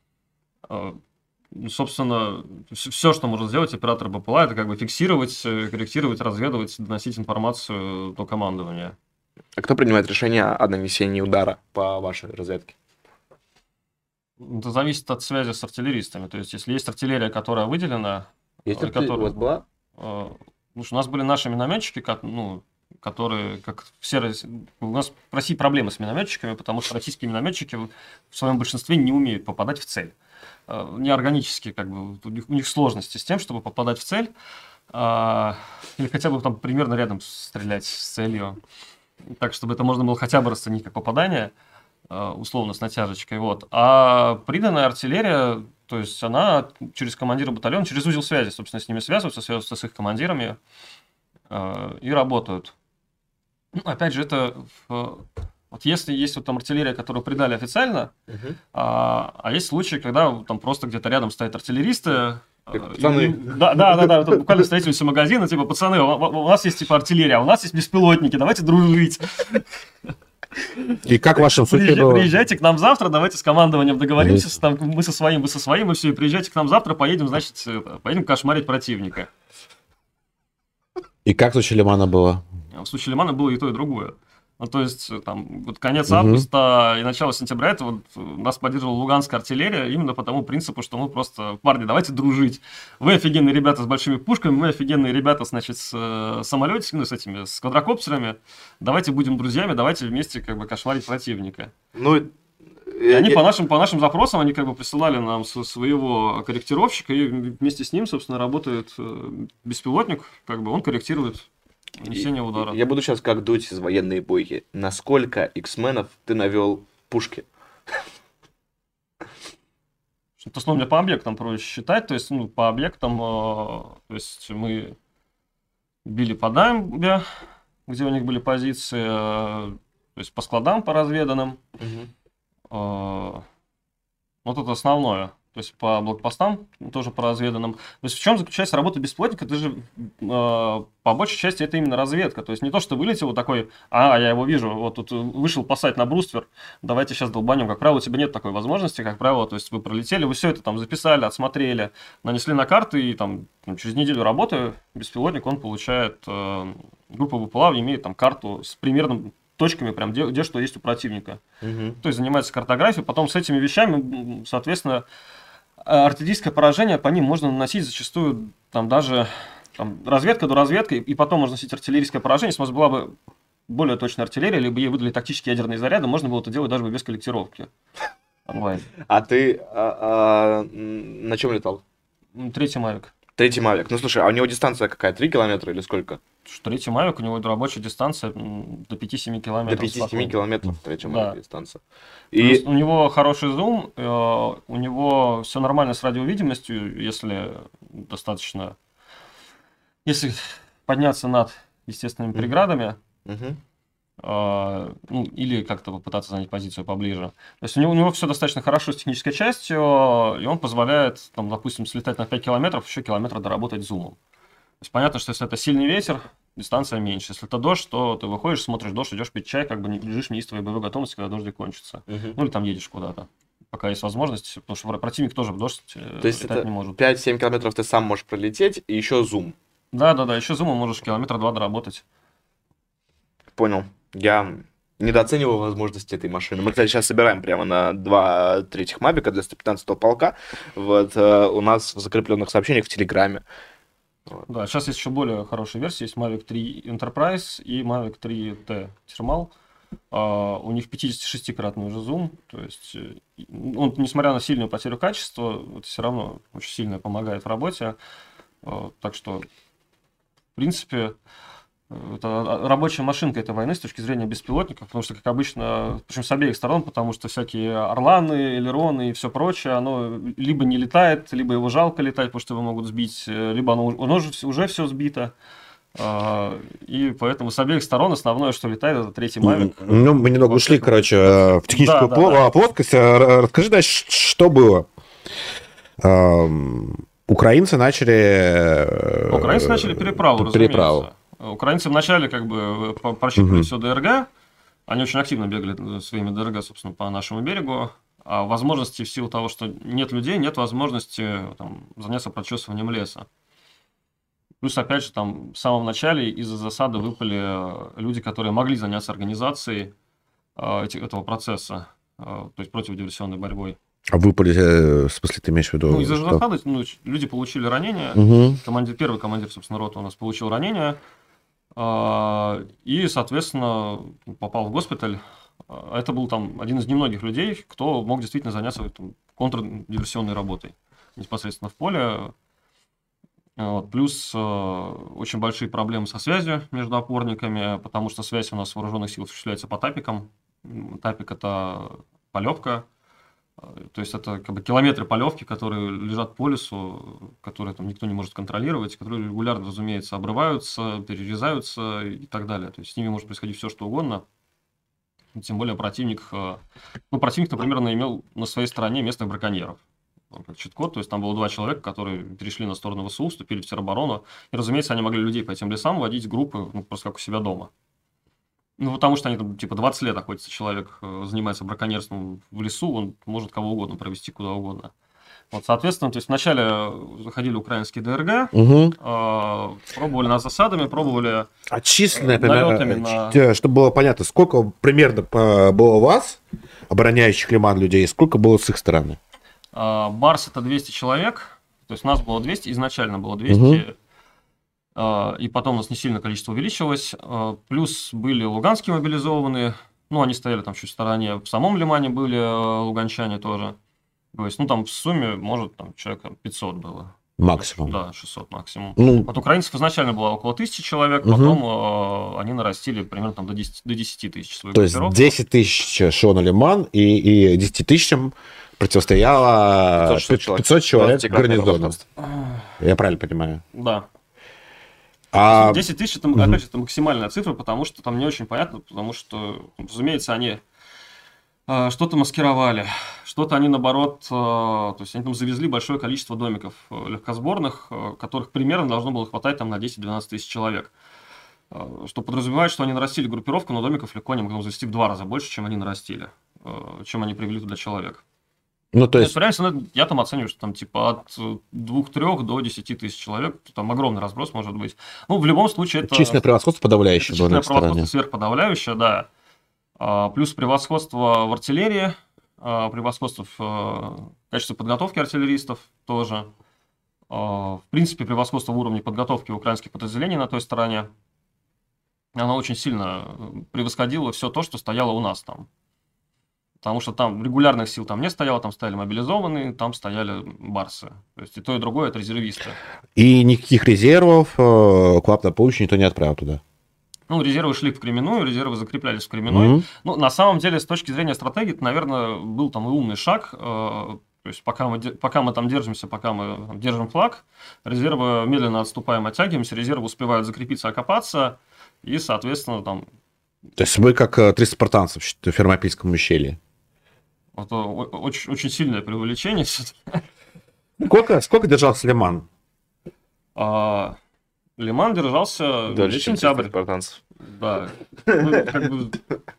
Собственно, все, что может сделать оператор БПЛА, это как бы фиксировать, корректировать, разведывать, доносить информацию до командования. А кто принимает решение о нанесении удара по вашей разведке? Это зависит от связи с артиллеристами. То есть, если есть артиллерия, которая выделена... Есть артиллерия у вас была? У нас были наши минометчики, которые, как все... У нас в России проблемы с минометчиками, потому что российские минометчики в своем большинстве не умеют попадать в цель. Неорганически, у них сложности с тем, чтобы попадать в цель, или хотя бы там примерно рядом стрелять с целью, так, чтобы это можно было хотя бы расценить как попадание, условно, с натяжечкой. А приданная артиллерия, то есть она через командира батальона, через узел связи, собственно, с ними связываются с их командирами и работают. Опять же, это... если есть там артиллерия, которую придали официально, а есть случаи, когда там просто где-то рядом стоят артиллеристы. Пацаны. Да, буквально встретились у магазина, пацаны, у нас есть артиллерия, а у нас есть беспилотники, давайте дружить. И как в вашем случае было? Приезжайте к нам завтра, давайте с командованием договоримся, там, мы со своим, вы со своим, и все, и приезжайте к нам завтра, поедем, значит, поедем кошмарить противника. И как в случае Лимана было? В случае Лимана было и то, и другое. Ну, то есть, там, вот конец августа и начало сентября, это вот нас поддерживала Луганская артиллерия именно по тому принципу, что мы просто, парни, давайте дружить. Вы офигенные ребята с большими пушками, мы офигенные ребята, значит, с самолетиками, с этими, с квадрокоптерами. Давайте будем друзьями, давайте вместе, как бы, кошмарить противника. Ну, и они по нашим запросам, они, как бы, присылали нам своего корректировщика, и вместе с ним, собственно, работает беспилотник, как бы, он корректирует нанесение удара. Я буду сейчас как дуть из военной бойки. Насколько X-менов ты навел пушки? То есть, ну, мне по объектам проще считать, то есть, ну, по объектам, то есть, мы били по дамбе, где у них были позиции, то есть, по складам, по разведанным. Вот это основное. То есть, по блокпостам, тоже по разведанным. То есть, в чем заключается работа беспилотника? Это же, по большей части, это именно разведка. То есть, не то, что вылетел вот такой, я его вижу, вот тут вышел посадить на бруствер, давайте сейчас долбанем. Как правило, у тебя нет такой возможности, как правило, то есть, вы пролетели, вы все это там записали, отсмотрели, нанесли на карты, и там через неделю работы беспилотник, он получает, группа БПЛА имеет там карту с примерным точками, прям где что есть у противника. То есть, занимается картографией, потом с этими вещами, соответственно, артиллерийское поражение, по ним можно наносить зачастую там даже там, разведка до разведки, и потом можно наносить артиллерийское поражение. Если у нас была бы более точная артиллерия, либо ей выдали тактические ядерные заряды, можно было это делать даже без корректировки. Онлайн. А ты на чем летал? Третий Мавик. Третий Мавик. Ну слушай, а у него дистанция какая? 3 километра или сколько? Третий Мавик, у него рабочая дистанция до 5-7 километров. До 5-7 километров третий Мавик дистанция. И у него хороший зум, у него все нормально с радиовидимостью, если достаточно... Если подняться над естественными преградами, ну, или как-то попытаться занять позицию поближе. То есть у него все достаточно хорошо с технической частью, и он позволяет, там, допустим, слетать на 5 километров, еще километр доработать зумом. То есть понятно, что если это сильный ветер, дистанция меньше. Если это дождь, то ты выходишь, смотришь дождь, идешь пить чай, как бы не лежишь в неистовой боевой готовности, когда дождь кончится. Ну или там едешь куда-то, пока есть возможность, потому что противник тоже в дождь летать не может. То есть 5-7 километров ты сам можешь пролететь, и еще зум. Да, еще зумом можешь километра 2 доработать. Понял. Я недооценивал возможности этой машины. Мы, кстати, сейчас собираем прямо на 2 третьих Мавика для 115-го полка. Вот у нас в закрепленных сообщениях в Телеграме. Да, сейчас есть еще более хорошая версия. Есть Mavic 3 Enterprise и Mavic 3T Thermal. У них 56-кратный уже зум. То есть он, несмотря на сильную потерю качества, это все равно очень сильно помогает в работе. Так что, в принципе, это рабочая машинка этой войны с точки зрения беспилотников, потому что, как обычно, причем с обеих сторон, потому что всякие орланы, элероны и все прочее, оно либо не летает, либо его жалко летать, потому что его могут сбить, либо оно уже все сбито. И поэтому с обеих сторон основное, что летает, это третий Мавик. Ну, мы немного ушли, короче, в техническую плоскость. Расскажи дальше, что было. Украинцы начали переправу, разумеется. Украинцы вначале как бы прощупали все ДРГ, они очень активно бегали своими ДРГ, собственно, по нашему берегу, а возможности в силу того, что нет людей, нет возможности там, заняться прочесыванием леса. Плюс, опять же, там в самом начале из-за засады выпали люди, которые могли заняться организацией этого процесса, то есть противодиверсионной борьбой. А выпали, в смысле, ты имеешь в виду? Ну, из-за засады люди получили ранения, первый командир, собственно, роты у нас получил ранение, и, соответственно, попал в госпиталь. Это был там один из немногих людей, кто мог действительно заняться там, контрдиверсионной работой непосредственно в поле. Плюс очень большие проблемы со связью между опорниками, потому что связь у нас в вооруженных силах осуществляется по тапикам. Тапик – это полевка. То есть это как бы километры полевки, которые лежат по лесу, которые там никто не может контролировать, которые регулярно, разумеется, обрываются, перерезаются и так далее. То есть с ними может происходить все, что угодно. Тем более противник, например, имел на своей стороне местных браконьеров. Как чит-код, то есть там было 2 человека, которые перешли на сторону ВСУ, вступили в тероборону. И, разумеется, они могли людей по этим лесам водить группы, просто как у себя дома. Ну, потому что они там, типа, 20 лет охотится человек, занимается браконьерством в лесу, он может кого угодно провести куда угодно. Вот, соответственно, то есть вначале заходили украинские ДРГ, пробовали нас засадами, пробовали налетами на... Чтобы было понятно, сколько примерно было у вас, обороняющих Лиман людей, сколько было с их стороны? Барс это 200 человек, то есть нас было 200, изначально было 200, и потом у нас не сильно количество увеличилось, плюс были луганские мобилизованные, ну, они стояли там чуть в стороне, в самом Лимане были луганчане тоже. То есть, ну, там в сумме, может, там человек 500 было. Максимум. Да, 600 максимум. Ну, вот украинцев изначально было около 1000 человек, потом они нарастили примерно там, до 10 тысяч своих то есть 10 тысяч шло на Лиман, и 10 тысячам противостояло 500 человек гарнизоном. Я правильно понимаю? Да. 10 тысяч, это, опять же, это максимальная цифра, потому что там не очень понятно, потому что, разумеется, они... что-то маскировали, что-то они, наоборот, то есть они там завезли большое количество домиков легкосборных, которых примерно должно было хватать там на 10-12 тысяч человек. Что подразумевает, что они нарастили группировку, но домиков легко они могли завести в 2 раза больше, чем они нарастили, чем они привели туда человек. Ну, то есть... Я там оцениваю, что там типа от 2-3 до 10 тысяч человек, там огромный разброс может быть. Ну, в любом случае это... Численное превосходство подавляющее было на их стороне. Численное превосходство сверхподавляющее, да. Плюс превосходство в артиллерии, превосходство в качестве подготовки артиллеристов тоже. В принципе, превосходство в уровне подготовки украинских подразделений на той стороне. Оно очень сильно превосходило все то, что стояло у нас там. Потому что там регулярных сил там не стояло, там стояли мобилизованные, там стояли барсы. То есть и то, и другое – это резервисты. И никаких резервов к вам на помощь никто не отправил туда? Ну, резервы шли в Кременную, резервы закреплялись в Кременной. Ну, на самом деле, с точки зрения стратегии, это, наверное, был там и умный шаг. То есть, пока мы там держимся, пока мы держим флаг, резервы медленно отступаем, оттягиваемся, резервы успевают закрепиться, окопаться, и, соответственно, там... То есть вы как 300 спартанцев в Фермопильском ущелье? Это очень, очень сильное преувеличение. Сколько держался Лиман? Лиман держался дольше, чем сентябрь. Спартанцев. Да. Ну, как бы...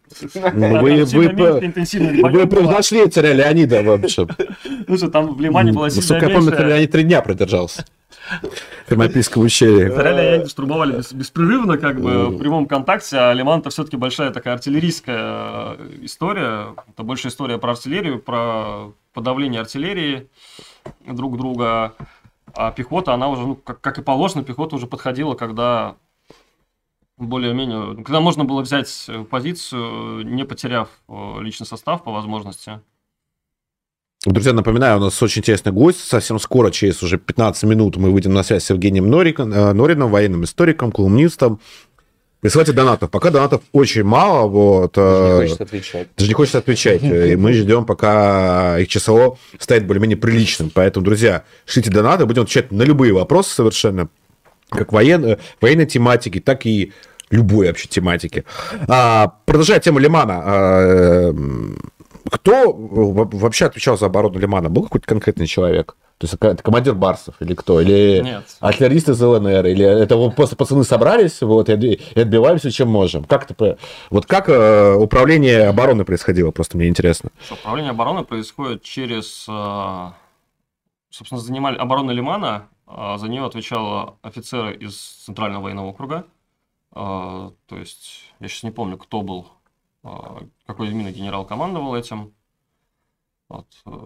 Вы превзошли царя Леонида вообще. Слушай, там в Лимане была сильная Насколько я помню, царь Леонид 3 дня продержался. В Фермопильском ущелье. Царя Леонида штурмовали беспрерывно, как бы в прямом контакте, а Лиман-то все-таки большая такая артиллерийская история. Это больше история про артиллерию, про подавление артиллерии друг друга. А пехота, она уже, ну, как и положено, пехота уже подходила, когда более-менее... Когда можно было взять позицию, не потеряв личный состав по возможности. Друзья, напоминаю, у нас очень интересный гость. Совсем скоро, через уже 15 минут, мы выйдем на связь с Евгением Нориным, военным историком, колумнистом. Присылайте донатов. Пока донатов очень мало. Вот, Даже не хочется отвечать. И мы ждем, пока их число станет более-менее приличным. Поэтому, друзья, шлите донаты. Будем отвечать на любые вопросы совершенно. Как военной тематики, так и любой вообще тематики. Продолжая тему Лимана. Кто вообще отвечал за оборону Лимана? Был какой-то конкретный человек? То есть это командир барсов или кто? Или нет, артиллеристы из ЛНР? Или это вот просто пацаны собрались вот, и отбивались, чем можем? Как управление обороной происходило? Просто мне интересно. Управление обороной происходит через... Собственно, занимали оборону Лимана. За нее отвечал офицер из Центрального военного округа. То есть, я сейчас не помню, кто был, какой именно генерал командовал этим. Вот.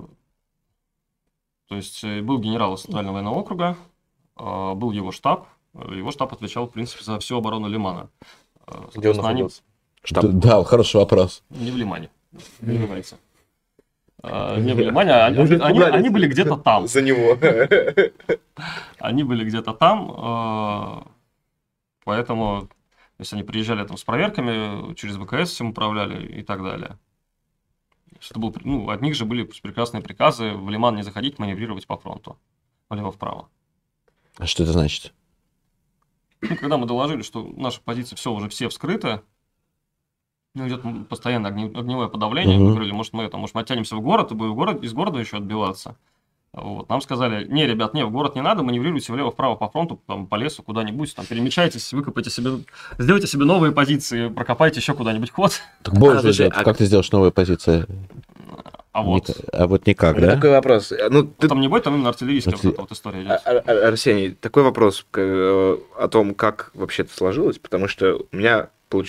То есть, был генерал из Центрального военного округа, был его штаб. Его штаб отвечал, в принципе, за всю оборону Лимана. Где он находился? Да, хороший вопрос. Не в Лимане. Не говорится. Не в Лимане, они были где-то там. За него. Они были где-то там, поэтому, если они приезжали там с проверками, через ВКС всем управляли и так далее. Это был, ну, от них же были прекрасные приказы в Лиман не заходить, маневрировать по фронту, влево-вправо. А что это значит? Ну, когда мы доложили, что наши позиции все вскрыты, ну, идет постоянно огневое подавление, мы говорили, может мы оттянемся в город и будем из города еще отбиваться. Вот. Нам сказали, не, ребят, не, в город не надо, маневрируйте влево-вправо по фронту, там, по лесу, куда-нибудь, там, перемещайтесь, выкопайте себе, сделайте себе новые позиции, прокопайте еще куда-нибудь ход. Так бой же идет. Как ты сделаешь новые позиции? А вот. А вот никак, да? Такой вопрос. Там не бой, там именно артиллерийская вот эта вот история идет. Арсений, такой вопрос о том, как вообще это сложилось, потому что у меня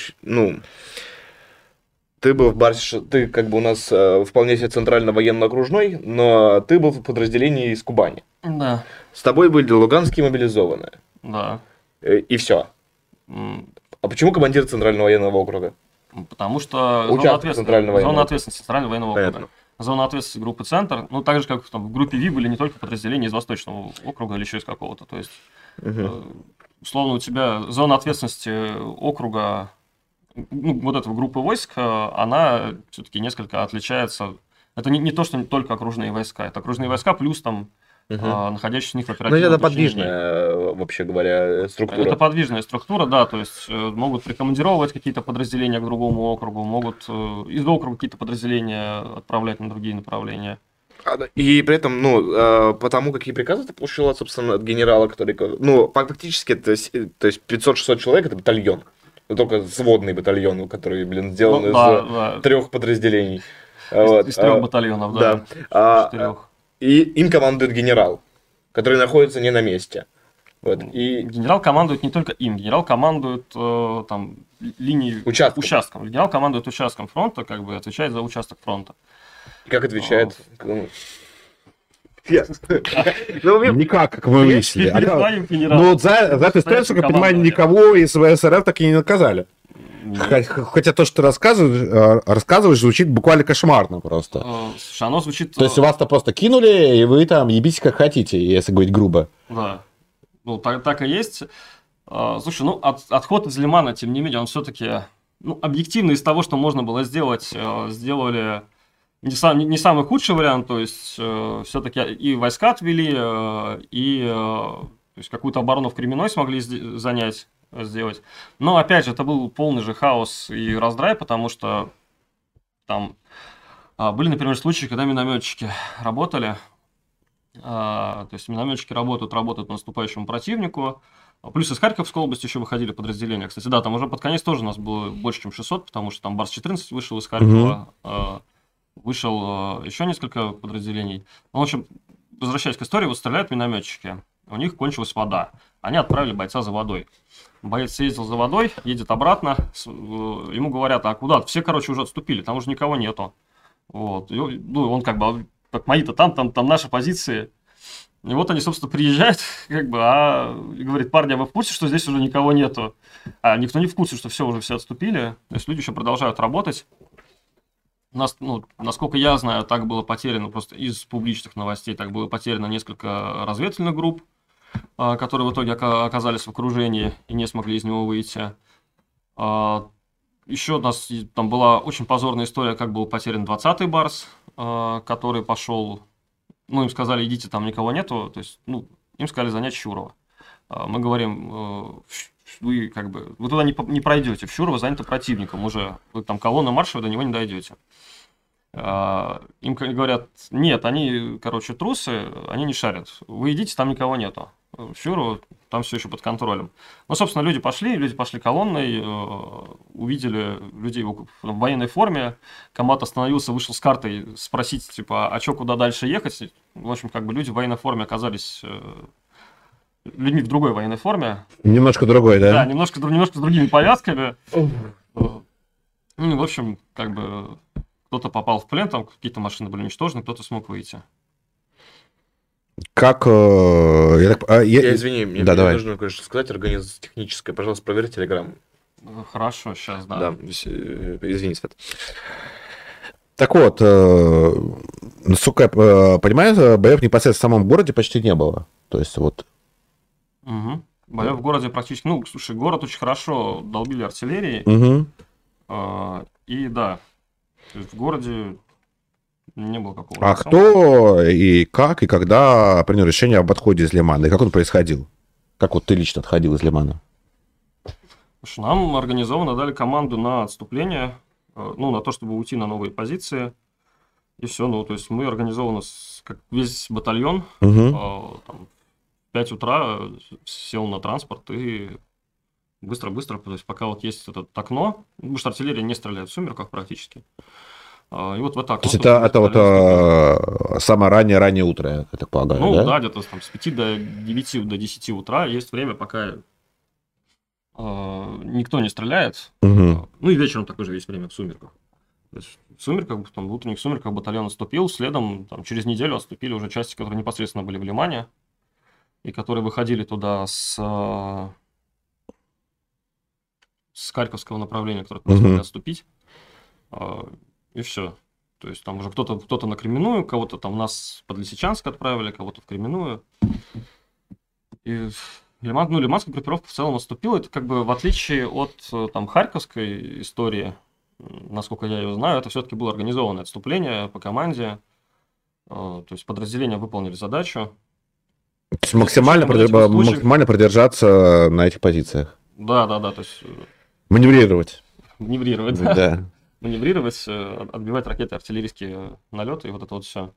ты был в Барсе, ты как бы у нас вполне себе центрально военно-окружной, но ты был в подразделении из Кубани. Да. С тобой были луганские мобилизованные. Да. И все. А почему командир Центрального военного округа? Потому что зона ответственности Центрального военного округа. Зона ответственности группы «Центр», ну, так же, как в группе ВИ были не только подразделения из Восточного округа или еще из какого-то. То есть, условно, у тебя зона ответственности округа, ну, вот эта группа войск, она все-таки несколько отличается. Это не то, что только окружные войска. Это окружные войска плюс там находящиеся в них в оперативном это подвижная, вообще говоря, структура. Это подвижная структура, да, то есть могут прикомандировать какие-то подразделения к другому округу, могут из округа какие-то подразделения отправлять на другие направления. И при этом, потому какие приказы ты получила, собственно, от генерала, который... фактически, то есть 500-600 человек — это батальон. Только сводный батальон, который, сделан из 3 подразделений. Из 3 батальонов, да. 4. И им командует генерал, который находится не на месте. Вот. И... Генерал командует не только им, генерал командует там линией участком. Генерал командует участком фронта, как бы отвечает за участок фронта. И как отвечает? Никак, как мы выяснили. Ну, за эту историю, как я понимаю, никого из ВСРФ так и не наказали. Хотя то, что ты рассказываешь, звучит буквально кошмарно просто. Слушай, оно звучит... То есть вас-то просто кинули, и вы там ебитесь как хотите, если говорить грубо. Да. Ну, так и есть. Слушай, ну, отход из Лимана, тем не менее, он все-таки... Ну, объективно из того, что можно было сделать, сделали не самый худший вариант. То есть, все-таки и войска отвели, и то есть, какую-то оборону в Кременной смогли сделать. Но, опять же, это был полный же хаос и раздрай, потому что там были, например, случаи, когда минометчики работали. То есть, минометчики работают по наступающему противнику. Плюс из Харьковской области еще выходили подразделения. Кстати, да, там уже под конец тоже у нас было больше, чем 600, потому что там Барс-14 вышел из Харькова, вышел еще несколько подразделений. Ну, в общем, возвращаясь к истории, вот стреляют минометчики. У них кончилась вода. Они отправили бойца за водой. Боец съездил за водой, едет обратно. Ему говорят, а куда? Все, короче, уже отступили, там уже никого нету. Вот. И, ну, он как бы, как мои-то там наши позиции. И вот они, собственно, приезжают, как бы, и говорит, парни, а вы в курсе, что здесь уже никого нету? А никто не в курсе, что уже все отступили. То есть люди еще продолжают работать. У нас, ну, насколько я знаю, так было потеряно, просто из публичных новостей, так было потеряно несколько разведывательных групп, которые в итоге оказались в окружении и не смогли из него выйти. Еще у нас там была очень позорная история, как был потерян 20-й Барс, который пошел, ну, им сказали, идите, там никого нету, то есть, ну, им сказали занять Щурово. Мы говорим, вы как бы, вы туда не пройдете, в Щурово занято противником уже, вы там колонна марша, вы до него не дойдете. Им говорят, нет, они, короче, трусы, они не шарят, вы идите, там никого нету. В Щурово там все еще под контролем. Ну, собственно, люди пошли колонной, увидели людей в военной форме, комбат остановился, вышел с картой спросить, типа, а что, куда дальше ехать? В общем, как бы люди в военной форме оказались людьми в другой военной форме. Немножко другой, да? Да, немножко с другими повязками. Ну, в общем, как бы кто-то попал в плен, там какие-то машины были уничтожены, кто-то смог выйти. Как... Извини, мне давай. нужно, конечно, сказать, организация техническая. Пожалуйста, проверь Телеграм. Хорошо, сейчас, да. Да, извини, Свет. Так вот, насколько я понимаю, боев непосредственно в самом городе почти не было. То есть вот... Угу. Боев в городе практически... Ну, слушай, город очень хорошо долбили артиллерией. Угу. И да, в городе... Не было какого-то. А кто и как, и когда принял решение об отходе из Лимана? И как он происходил? Как вот ты лично отходил из Лимана? Слушай, нам организованно дали команду на отступление, ну, на то, чтобы уйти на новые позиции. И все, ну, то есть мы организованы, как весь батальон, Угу. там, в 5 утра сел на транспорт и быстро-быстро, то есть пока вот есть это окно, потому что артиллерия не стреляет в сумерках практически. И вот в это То окно, есть собственно, весь это вот батальон вступил. самое раннее утро, я так полагаю, Ну да? да, где-то там с 5 до 9, до 10 утра есть время, пока никто не стреляет. Угу. Ну и вечером такое же есть время в сумерках. То есть в сумерках, там, в утренних сумерках батальон отступил, следом там, через неделю отступили уже части, которые непосредственно были в Лимане, и которые выходили туда с Харьковского направления, которые не смогли отступить. И все. То есть там уже кто-то на Кременную, кого-то там нас под Лисичанск отправили, кого-то в Кременную. И лиманская группировка в целом отступила. Это как бы в отличие от там Харьковской истории, насколько я ее знаю, это все-таки было организованное отступление по команде. То есть подразделения выполнили задачу. То есть максимально продержаться на этих позициях. Да. То есть маневрировать. Да. Маневрировать, отбивать ракеты, артиллерийские налеты и вот это вот все.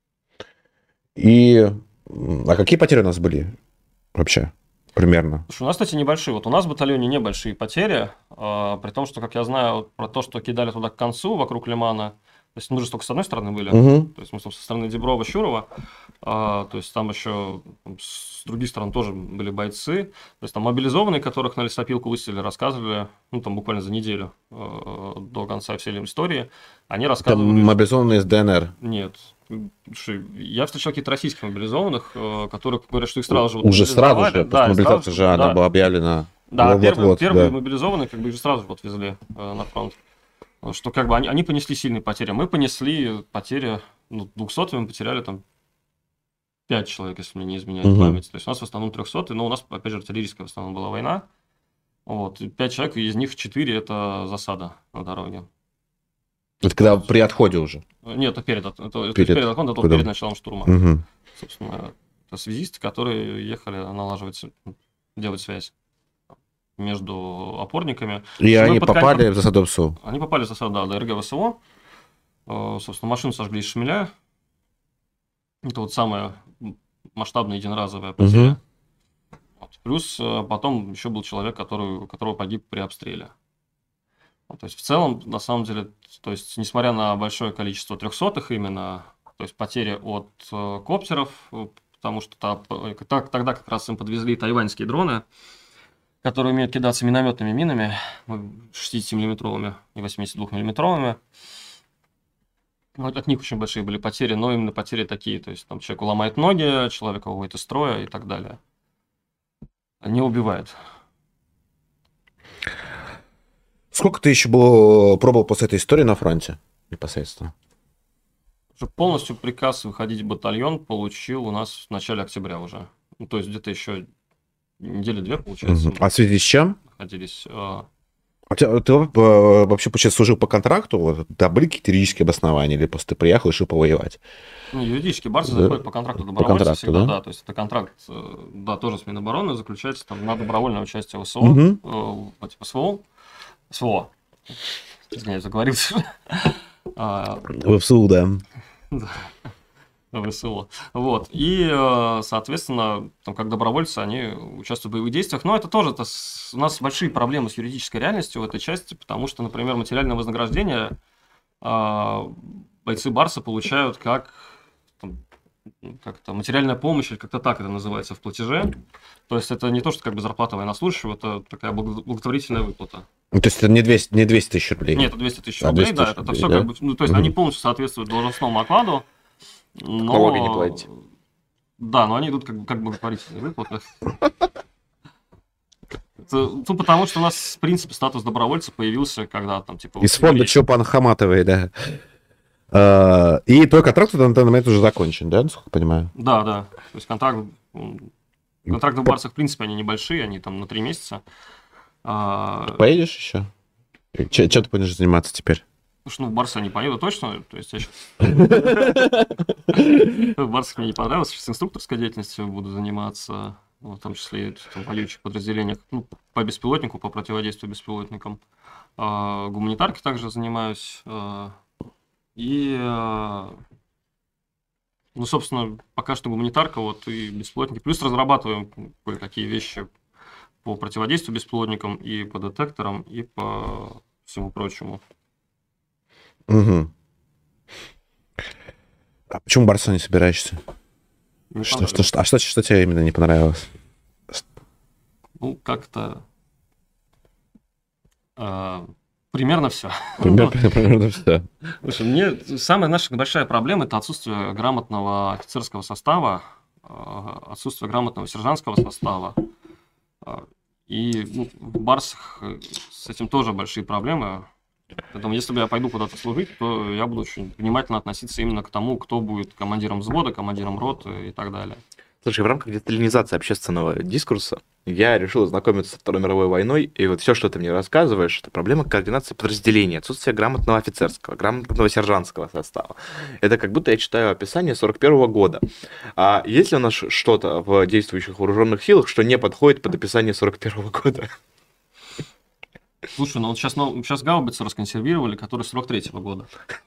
А какие потери у нас были вообще? Примерно. Слушай, у нас, кстати, небольшие. Вот у нас в батальоне небольшие потери, при том, что, как я знаю, про то, что кидали туда к концу, вокруг Лимана, то есть мы же только с одной стороны были, то есть мы, собственно, со стороны Деброва, Щурова, то есть там еще с других сторон тоже были бойцы, то есть там мобилизованные, которых на лесопилку выставили, рассказывали, ну, там буквально за неделю до конца всей истории, они рассказывали... Там мобилизованные из ДНР? Нет. Слушай, я встречал каких-то российских мобилизованных, которые говорят, что их сразу же... Уже сразу же, потому что мобилизация же она была объявлена. Да, первые мобилизованные как бы их сразу же отвезли на фронт. Что как бы они понесли сильные потери. Мы понесли потери, 200 мы потеряли там 5 человек, если мне не изменяет память. То есть у нас в основном 300, но у нас, опять же, артиллерийская в основном была война. Вот, 5 человек, из них 4 это засада на дороге. Это когда при отходе уже? Нет, это перед отходом, это только перед началом штурма. Собственно, это связисты, которые ехали делать связь между опорниками. И они попали в засаду ВСУ? Они попали в засаду, да, ДРГ ВСУ. Собственно, машину сожгли из Шмеля. Это вот самая масштабная единоразовая потеря. Плюс потом еще был человек, у которого погиб при обстреле. То есть в целом, на самом деле, то есть несмотря на большое количество 300-х именно, то есть потери от коптеров, потому что тогда как раз им подвезли тайваньские дроны, которые умеют кидаться минометными минами 60-миллиметровыми и 82-миллиметровыми. Вот от них очень большие были потери, но именно потери такие, то есть там человеку ломает ноги, человека выводит из строя и так далее. Не убивает. Сколько ты еще пробовал после этой истории на фронте непосредственно? Полностью приказ выходить в батальон получил у нас в начале октября уже. Ну, то есть где-то еще недели 2, получается. А в связи с чем? Находились. Ты вообще, получается, служил по контракту? Да, были какие-то юридические обоснования? Или просто ты приехал и решил повоевать? Ну, юридически барсы заходят по контракту добровольца всегда, да? То есть это контракт, да, тоже с Минобороны, заключается там на добровольное участие в СВО. СВО. Извиняюсь, заговорился. В ФСУ, да. ВСУ. Вот. И, соответственно, там, как добровольцы, они участвуют в боевых действиях. Но это тоже у нас большие проблемы с юридической реальностью в этой части, потому что, например, материальное вознаграждение бойцы Барса получают как-то материальная помощь, или как-то так это называется в платеже. То есть это не то, что как бы зарплата военнослужащего, это такая благотворительная выплата. То есть это не 200 тысяч рублей? Нет, это 200 тысяч рублей, да. Это все как бы, то есть они полностью соответствуют должностному окладу. Но... Налоги не платите. Да, но они идут как благотворительные выплаты. Потому что у нас, в принципе, статус добровольца появился, когда там, типа... Из фонда Чопан Хаматовой, да. И твой контракт на данный момент уже закончен, да, насколько я понимаю? Да. То есть контракты в Барсах, в принципе, они небольшие, они там на 3 месяца. Поедешь еще? Чем ты будешь заниматься теперь? Слушай, в Барсы я не поеду точно, то есть я сейчас... В Барсах мне не понравилось, сейчас инструкторской деятельностью буду заниматься, в том числе и в воюющих подразделениях, по беспилотнику, по противодействию беспилотникам. Гуманитаркой также занимаюсь, И, ну, собственно, пока что гуманитарка, вот, и беспилотники. Плюс разрабатываем кое-какие вещи по противодействию беспилотникам, и по детекторам, и по всему прочему. Угу. А почему Барса не собираешься? Не Что понравилось. что тебе именно не понравилось? Ну, как-то примерно все. Примерно все. Слушай, мне самая наша большая проблема – это отсутствие грамотного офицерского состава, отсутствие грамотного сержантского состава. И ну, в Барсах с этим тоже большие проблемы. Поэтому, если бы я пойду куда-то служить, то я буду очень внимательно относиться именно к тому, кто будет командиром взвода, командиром роты и так далее. Слушай, в рамках детализации общественного дискурса я решил ознакомиться со Второй мировой войной, и вот все, что ты мне рассказываешь, это проблема координации подразделений, отсутствие грамотного офицерского, грамотного сержантского состава. Это как будто я читаю описание 41 года. А есть ли у нас что-то в действующих вооруженных силах, что не подходит под описание 41 года? Слушай, ну сейчас гаубицы расконсервировали, которые 43-го года.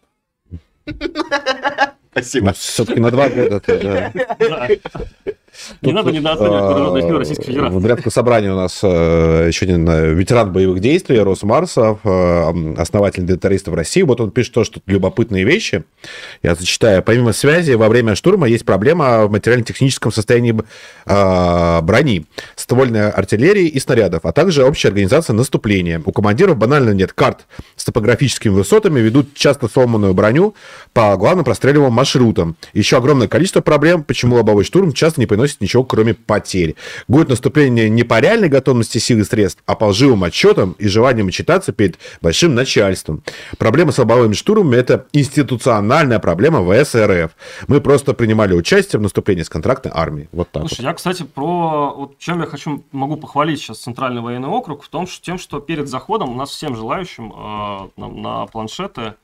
Спасибо. Все-таки на 2 года. Да. Не надо недооценивать вооруженные силы Российской Федерации. В порядке собрания у нас еще один ветеран боевых действий, Росмарсов, основатель деталистов России. Вот он пишет тоже тут любопытные вещи. Я зачитаю. Помимо связи, во время штурма есть проблема в материально-техническом состоянии брони, ствольной артиллерии и снарядов, а также общая организация наступления. У командиров банально нет карт с топографическими высотами, ведут часто сломанную броню по главным простреливаемым маршрутам. Еще огромное количество проблем, почему лобовой штурм часто не приносит ничего, кроме потерь. Будет наступление не по реальной готовности сил и средств, а по лживым отчетам и желанием отчитаться перед большим начальством. Проблема с лобовыми штурмами – это институциональная проблема ВС РФ. Мы просто принимали участие в наступлении с контрактной армией. Вот так. Слушай, я, кстати, вот чем я могу похвалить сейчас Центральный военный округ, в том, что перед заходом у нас всем желающим на планшеты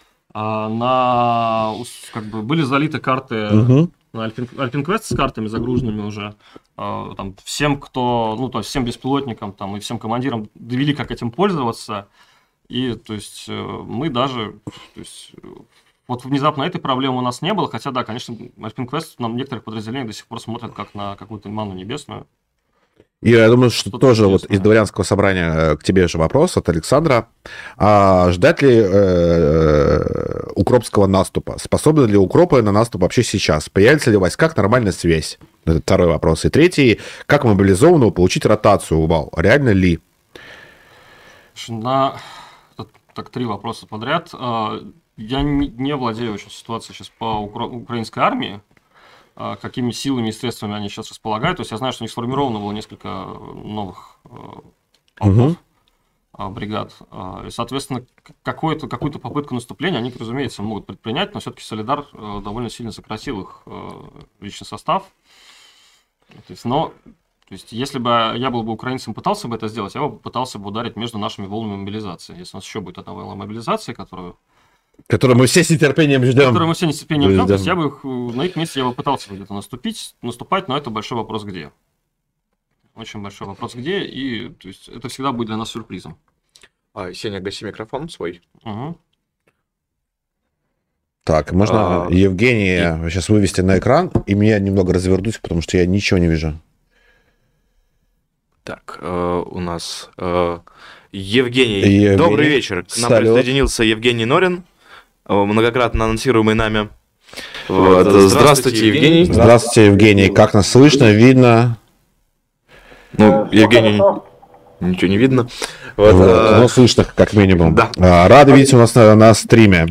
были залиты карты на Альпинквест с картами загруженными уже. Там, всем, то есть всем беспилотникам там, и всем командирам довели, как этим пользоваться. И то есть мы даже... Вот внезапно этой проблемы у нас не было, хотя, да, конечно, Альпинквест нам некоторых подразделений до сих пор смотрят как на какую-то манну небесную. И я думаю, что тоже интересное. вот из дворянского собрания к тебе же вопрос от Александра. Ждать ли укропского наступа? Способны ли укропы на наступ вообще сейчас? Появится ли в войсках нормальная связь? Это второй вопрос. И третий. Как мобилизованному получить ротацию, Увал? Реально ли? Так, 3 вопроса подряд. Я не владею очень ситуацией сейчас по украинской армии. Какими силами и средствами они сейчас располагают. То есть я знаю, что у них сформировано было несколько новых полков, бригад. И, соответственно, какую-то попытку наступления они, разумеется, могут предпринять, но все-таки Солидар довольно сильно сократил их личный состав. То есть, если бы я был бы украинцем, пытался бы это сделать, я бы пытался бы ударить между нашими волнами мобилизации. Если у нас еще будет одна волна мобилизации, которую мы все с нетерпением ждем. Которую мы все с нетерпением ждем. То есть на их месте я бы пытался где-то наступать, но это большой вопрос где. Очень большой вопрос где, и то есть, это всегда будет для нас сюрпризом. Сеня, гаси микрофон свой. Угу. Так, можно Евгения сейчас вывести на экран, и меня немного развернуть, потому что я ничего не вижу. Так, у нас Евгений. Добрый вечер. К нам присоединился Евгений Норин, многократно анонсируемый нами. Вот. Здравствуйте, Евгений. Здравствуйте, Евгений. Как нас слышно, видно? Ну, Евгений, ничего не видно. Вот, но слышно, как минимум. Да. Рады видеть у нас на стриме.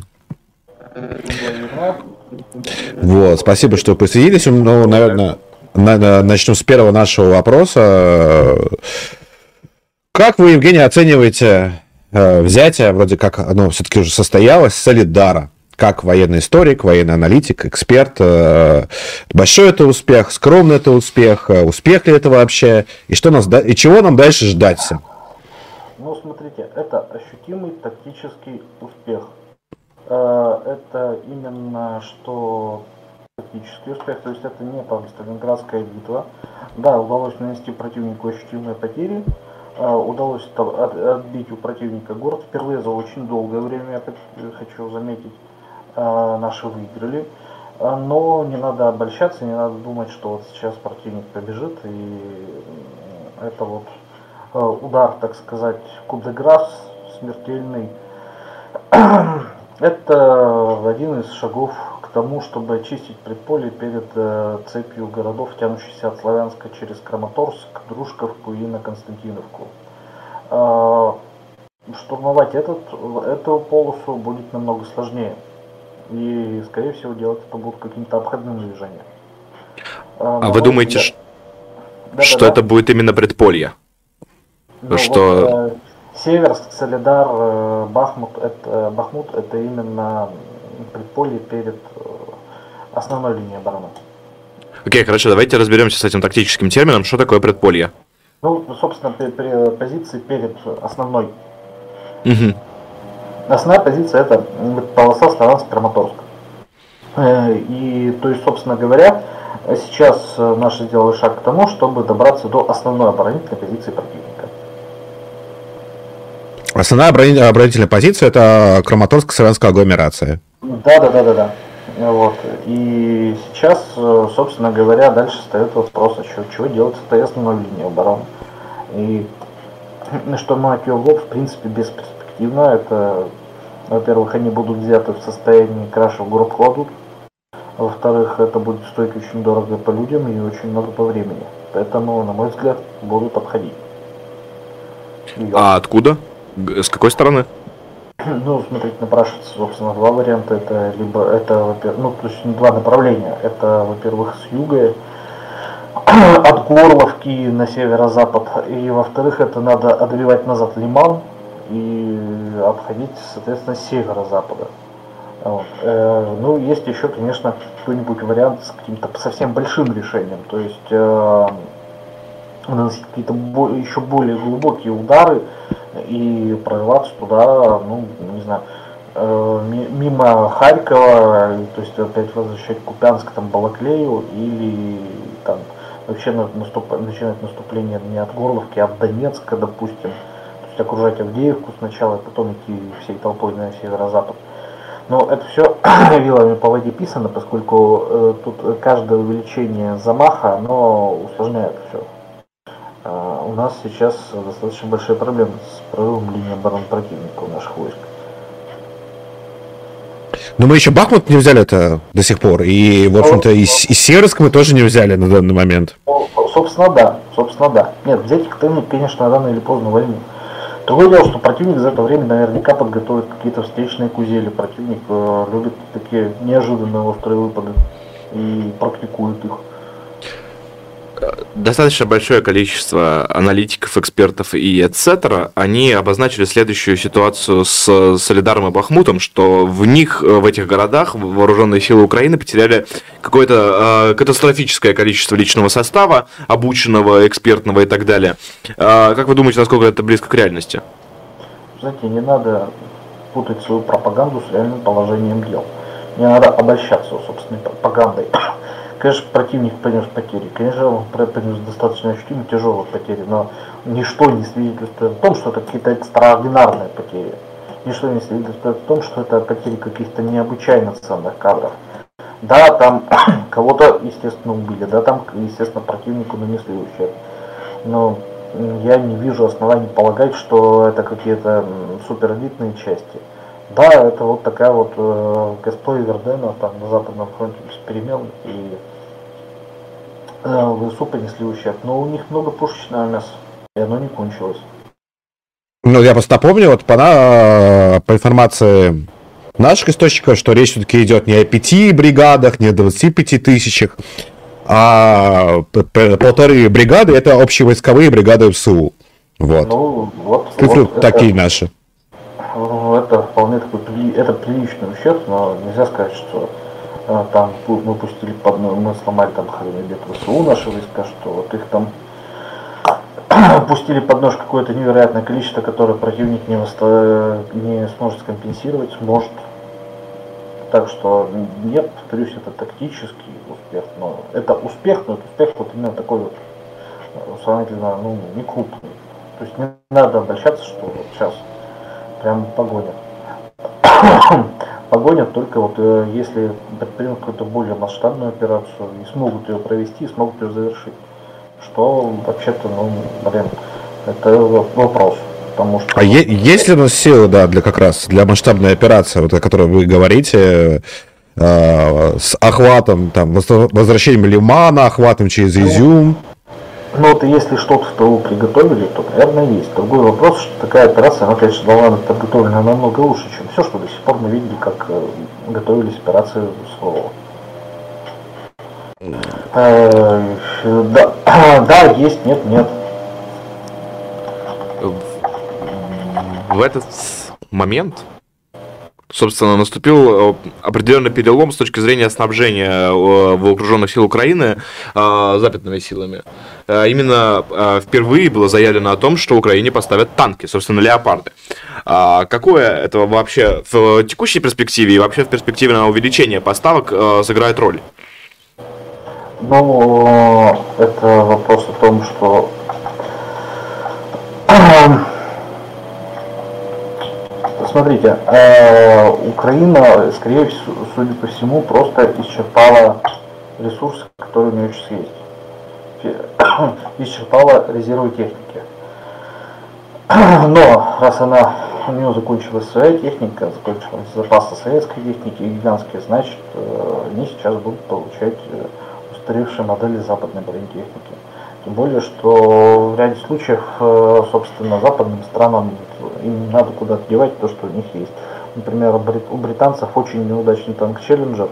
Вот, спасибо, что присоединились. Ну, наверное, начнем с первого нашего вопроса. Как вы, Евгений, оцениваете взятие, вроде как оно все-таки уже состоялось, Солидара? Как военный историк, военный аналитик, эксперт. Большой это успех, скромный это успех, успех ли это вообще? И чего нам дальше ждать? Ну, смотрите, это ощутимый тактический успех. Это именно что тактический успех, то есть это не Сталинградская битва. Да, удалось нанести противнику ощутимые потери, удалось отбить у противника город впервые за очень долгое время, я хочу заметить. наши выиграли. Но не надо обольщаться, не надо думать, что вот сейчас противник побежит, и это вот удар, так сказать, coup de grâce смертельный. Это один из шагов к тому, чтобы очистить предполье перед цепью городов, тянущейся от Славянска через Краматорск, Дружковку и на Константиновку. Штурмовать эту полосу будет намного сложнее. И, скорее всего, делать это будут каким-то обходным движением. А вы думаете, что это будет именно предполье? Ну, что... вот, Северск, Солидар, Бахмут это именно предполье перед основной линией обороны. Окей, хорошо, давайте разберемся с этим тактическим термином. Что такое предполье? Ну, собственно, позиции перед основной. Угу. Основная позиция это полоса Славянск-Краматорск. И, то есть, собственно говоря, сейчас наши сделали шаг к тому, чтобы добраться до основной оборонительной позиции противника. Основная оборонительная позиция это Краматорск-Славянская агломерация. Да. Вот. И сейчас, собственно говоря, дальше стоит вопрос, чего делать с этой основной линией обороны. И штурмовать ее в лоб, в принципе, бесперспективно. Это, во-первых, они будут взяты в состоянии краши в город кладут. Во-вторых, это будет стоить очень дорого по людям и очень много по времени. Поэтому, на мой взгляд, будут обходить. А откуда? С какой стороны? Ну, смотрите, напрашивается, собственно, два варианта. Это либо то есть два направления. Это, во-первых, с юга, от Горловки на северо-запад. И, во-вторых, это надо отбивать назад Лиман и обходить, соответственно, с северо-запада. Вот. Ну, есть еще, конечно, какой-нибудь вариант с каким-то совсем большим решением. То есть наносить какие-то еще более глубокие удары и прорываться туда, ну, не знаю, мимо Харькова, то есть опять возвращать Купянск, там, Балаклею, или там вообще начинать наступление не от Горловки, а от Донецка, допустим. То есть окружать Авдеевку сначала, а потом идти всей толпой на северо-запад. Но это все вилами по воде писано, поскольку тут каждое увеличение замаха, оно усложняет все. У нас сейчас достаточно большие проблемы с прорывом линии обороны противника у наших войск. Но мы еще Бахмут не взяли это до сих пор, и, в общем-то, и Северск мы тоже не взяли на данный момент. Собственно, да. Нет, взять их, конечно, рано или поздно войну. Другое дело, что противник за это время наверняка подготовит какие-то встречные кузели. Противник любит такие неожиданные острые выпады и практикует их. Достаточно большое количество аналитиков, экспертов и etc. Они обозначили следующую ситуацию с Солидаром и Бахмутом, что в этих городах вооруженные силы Украины потеряли какое-то катастрофическое количество личного состава, обученного, экспертного и так далее. Как вы думаете, насколько это близко к реальности? Знаете, не надо путать свою пропаганду с реальным положением дел. Не надо обольщаться собственной пропагандой. Конечно, противник понес потери, конечно, он понес достаточно ощутимо тяжелые потери, но ничто не свидетельствует о том, что это какие-то экстраординарные потери. Ничто не свидетельствует о том, что это потери каких-то необычайно ценных кадров. Да, там кого-то, естественно, убили, да, там, естественно, противнику нанесли ущерб. Но я не вижу оснований полагать, что это какие-то суперэлитные части. Да, это вот такая вот Гаспо и Вердена там на Западном фронте без перемен, и ВСУ понесли ущерб, но у них много пушечного мяса, и оно не кончилось. Ну, я просто напомню, вот по информации наших источников, что речь все-таки идет не о 5 бригадах, не о 25 тысячах, а 1,5 бригады — это общевойсковые бригады ВСУ. Вот. Ну, цифры вот такие это... наши. Это вполне такой приличный ущерб, но нельзя сказать, что там мы пустили мы сломали там хренобед ВСУ наши войска, что вот их там пустили под нож какое-то невероятное количество, которое противник не сможет скомпенсировать, сможет. Так что нет, повторюсь, это тактический успех, но это успех вот именно такой вот сравнительно, не крупный. То есть не надо обольщаться, что вот сейчас прям погоня. погонят только вот если предпримут какую-то более масштабную операцию и смогут ее провести, и смогут ее завершить. Что вообще-то, это вопрос. Потому что... А есть ли у нас силы, да, для как раз для масштабной операции, вот о которой вы говорите, с охватом, там, возвращением Лимана, охватом через Изюм? Ну вот если что-то в ТУ приготовили, то, наверное, есть. Другой вопрос, что такая операция, она, конечно, должна быть подготовлена намного лучше, чем все, что до сих пор мы видели, как готовились операции СВО. Да, есть, нет. В этот момент, собственно, наступил определенный перелом с точки зрения снабжения вооруженных сил Украины западными силами. Именно впервые было заявлено о том, что Украине поставят танки, собственно, леопарды. Какое это вообще в текущей перспективе и вообще в перспективе на увеличение поставок сыграет роль? Ну, это вопрос о том, что смотрите, Украина, скорее всего, судя по всему, просто исчерпала ресурсы, которые у нее сейчас есть. Исчерпала резервы техники. Но раз у нее закончилась своя техника, закончились запасы советской техники гигантские, значит, они сейчас будут получать устаревшие модели западной бронетехники. Тем более, что в ряде случаев, собственно, западным странам им надо куда-то девать то, что у них есть. Например, у британцев очень неудачный танк Челленджер.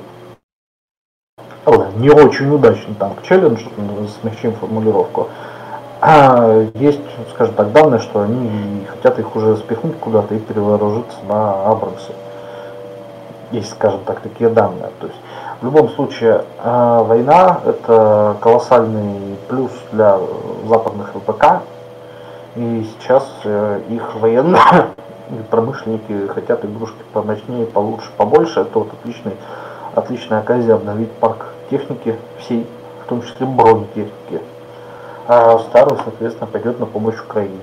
Не очень удачный танк Челленджер, смягчим формулировку. Есть, скажем так, данные, что они хотят их уже спихнуть куда-то и перевооружиться на Абрамсы. Есть, скажем так, такие данные. То есть, в любом случае, война – это колоссальный плюс для западных ВПК. И сейчас их военные промышленники хотят игрушки помощнее, получше, побольше. Это вот отличная оказия обновить парк техники всей, в том числе бронетехники. А старый, соответственно, пойдет на помощь Украине.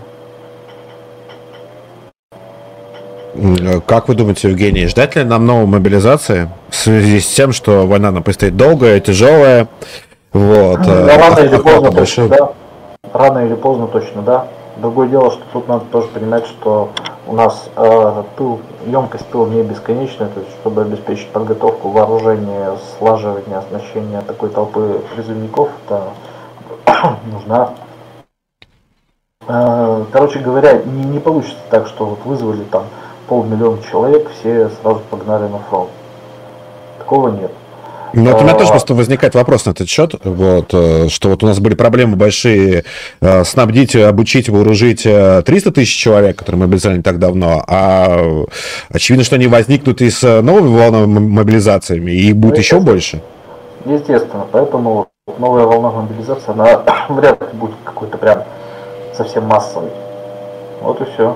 Как вы думаете, Евгений, ждать ли нам новой мобилизации в связи с тем, что война нам предстоит долгая, тяжелая? Вот, рано или поздно точно, да. Рано или поздно точно, да. Другое дело, что тут надо тоже понимать, что у нас емкость тыла не бесконечная, то есть чтобы обеспечить подготовку, вооружение, слаживание, оснащение такой толпы призывников, это нужна. Короче говоря, не получится так, что вот вызвали там 500 000 человек, все сразу погнали на фронт. Такого нет. Ну, вот у меня тоже просто возникает вопрос на этот счет, вот, что вот у нас были проблемы большие снабдить, обучить, вооружить 300 000 человек, которые мобилизовали не так давно, а очевидно, что они возникнут и с новыми волнами мобилизациями, и их будет еще больше. Естественно, поэтому новая волна мобилизации, она вряд ли будет какой-то прям совсем массовой. Вот и все.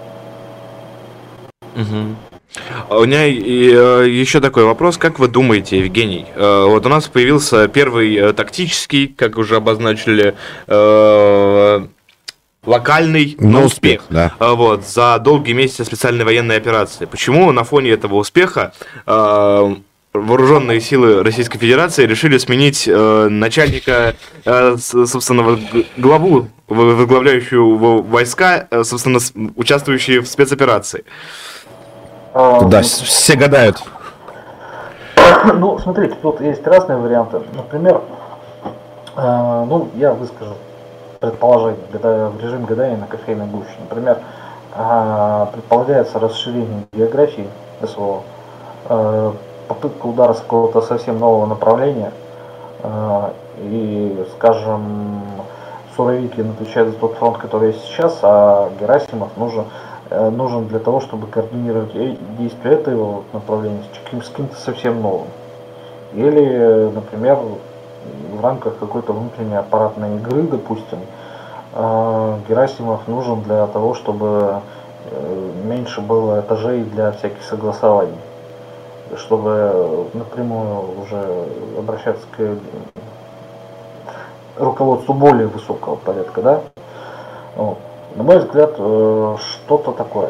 У меня еще такой вопрос. Как вы думаете, Евгений, вот у нас появился первый тактический, как уже обозначили, локальный, но успех. Да. Вот, за долгие месяцы специальной военной операции. Почему на фоне этого успеха вооруженные силы Российской Федерации решили сменить начальника, собственно, главу, возглавляющую войска, собственно, участвующие в спецоперации? Да, все гадают. Ну, смотрите, тут есть разные варианты. Например, я выскажу предположение в режиме гадания на кофейной гуще. Например, предполагается расширение географии СВО, попытка удара с какого-то совсем нового направления, и, скажем, Суровикин отвечает за тот фронт, который есть сейчас, а Герасимов нужен для того, чтобы координировать действия этого направления с каким-то совсем новым. Или, например, в рамках какой-то внутренней аппаратной игры, допустим, Герасимов нужен для того, чтобы меньше было этажей для всяких согласований, чтобы напрямую уже обращаться к руководству более высокого порядка, да? Вот. На мой взгляд, что-то такое.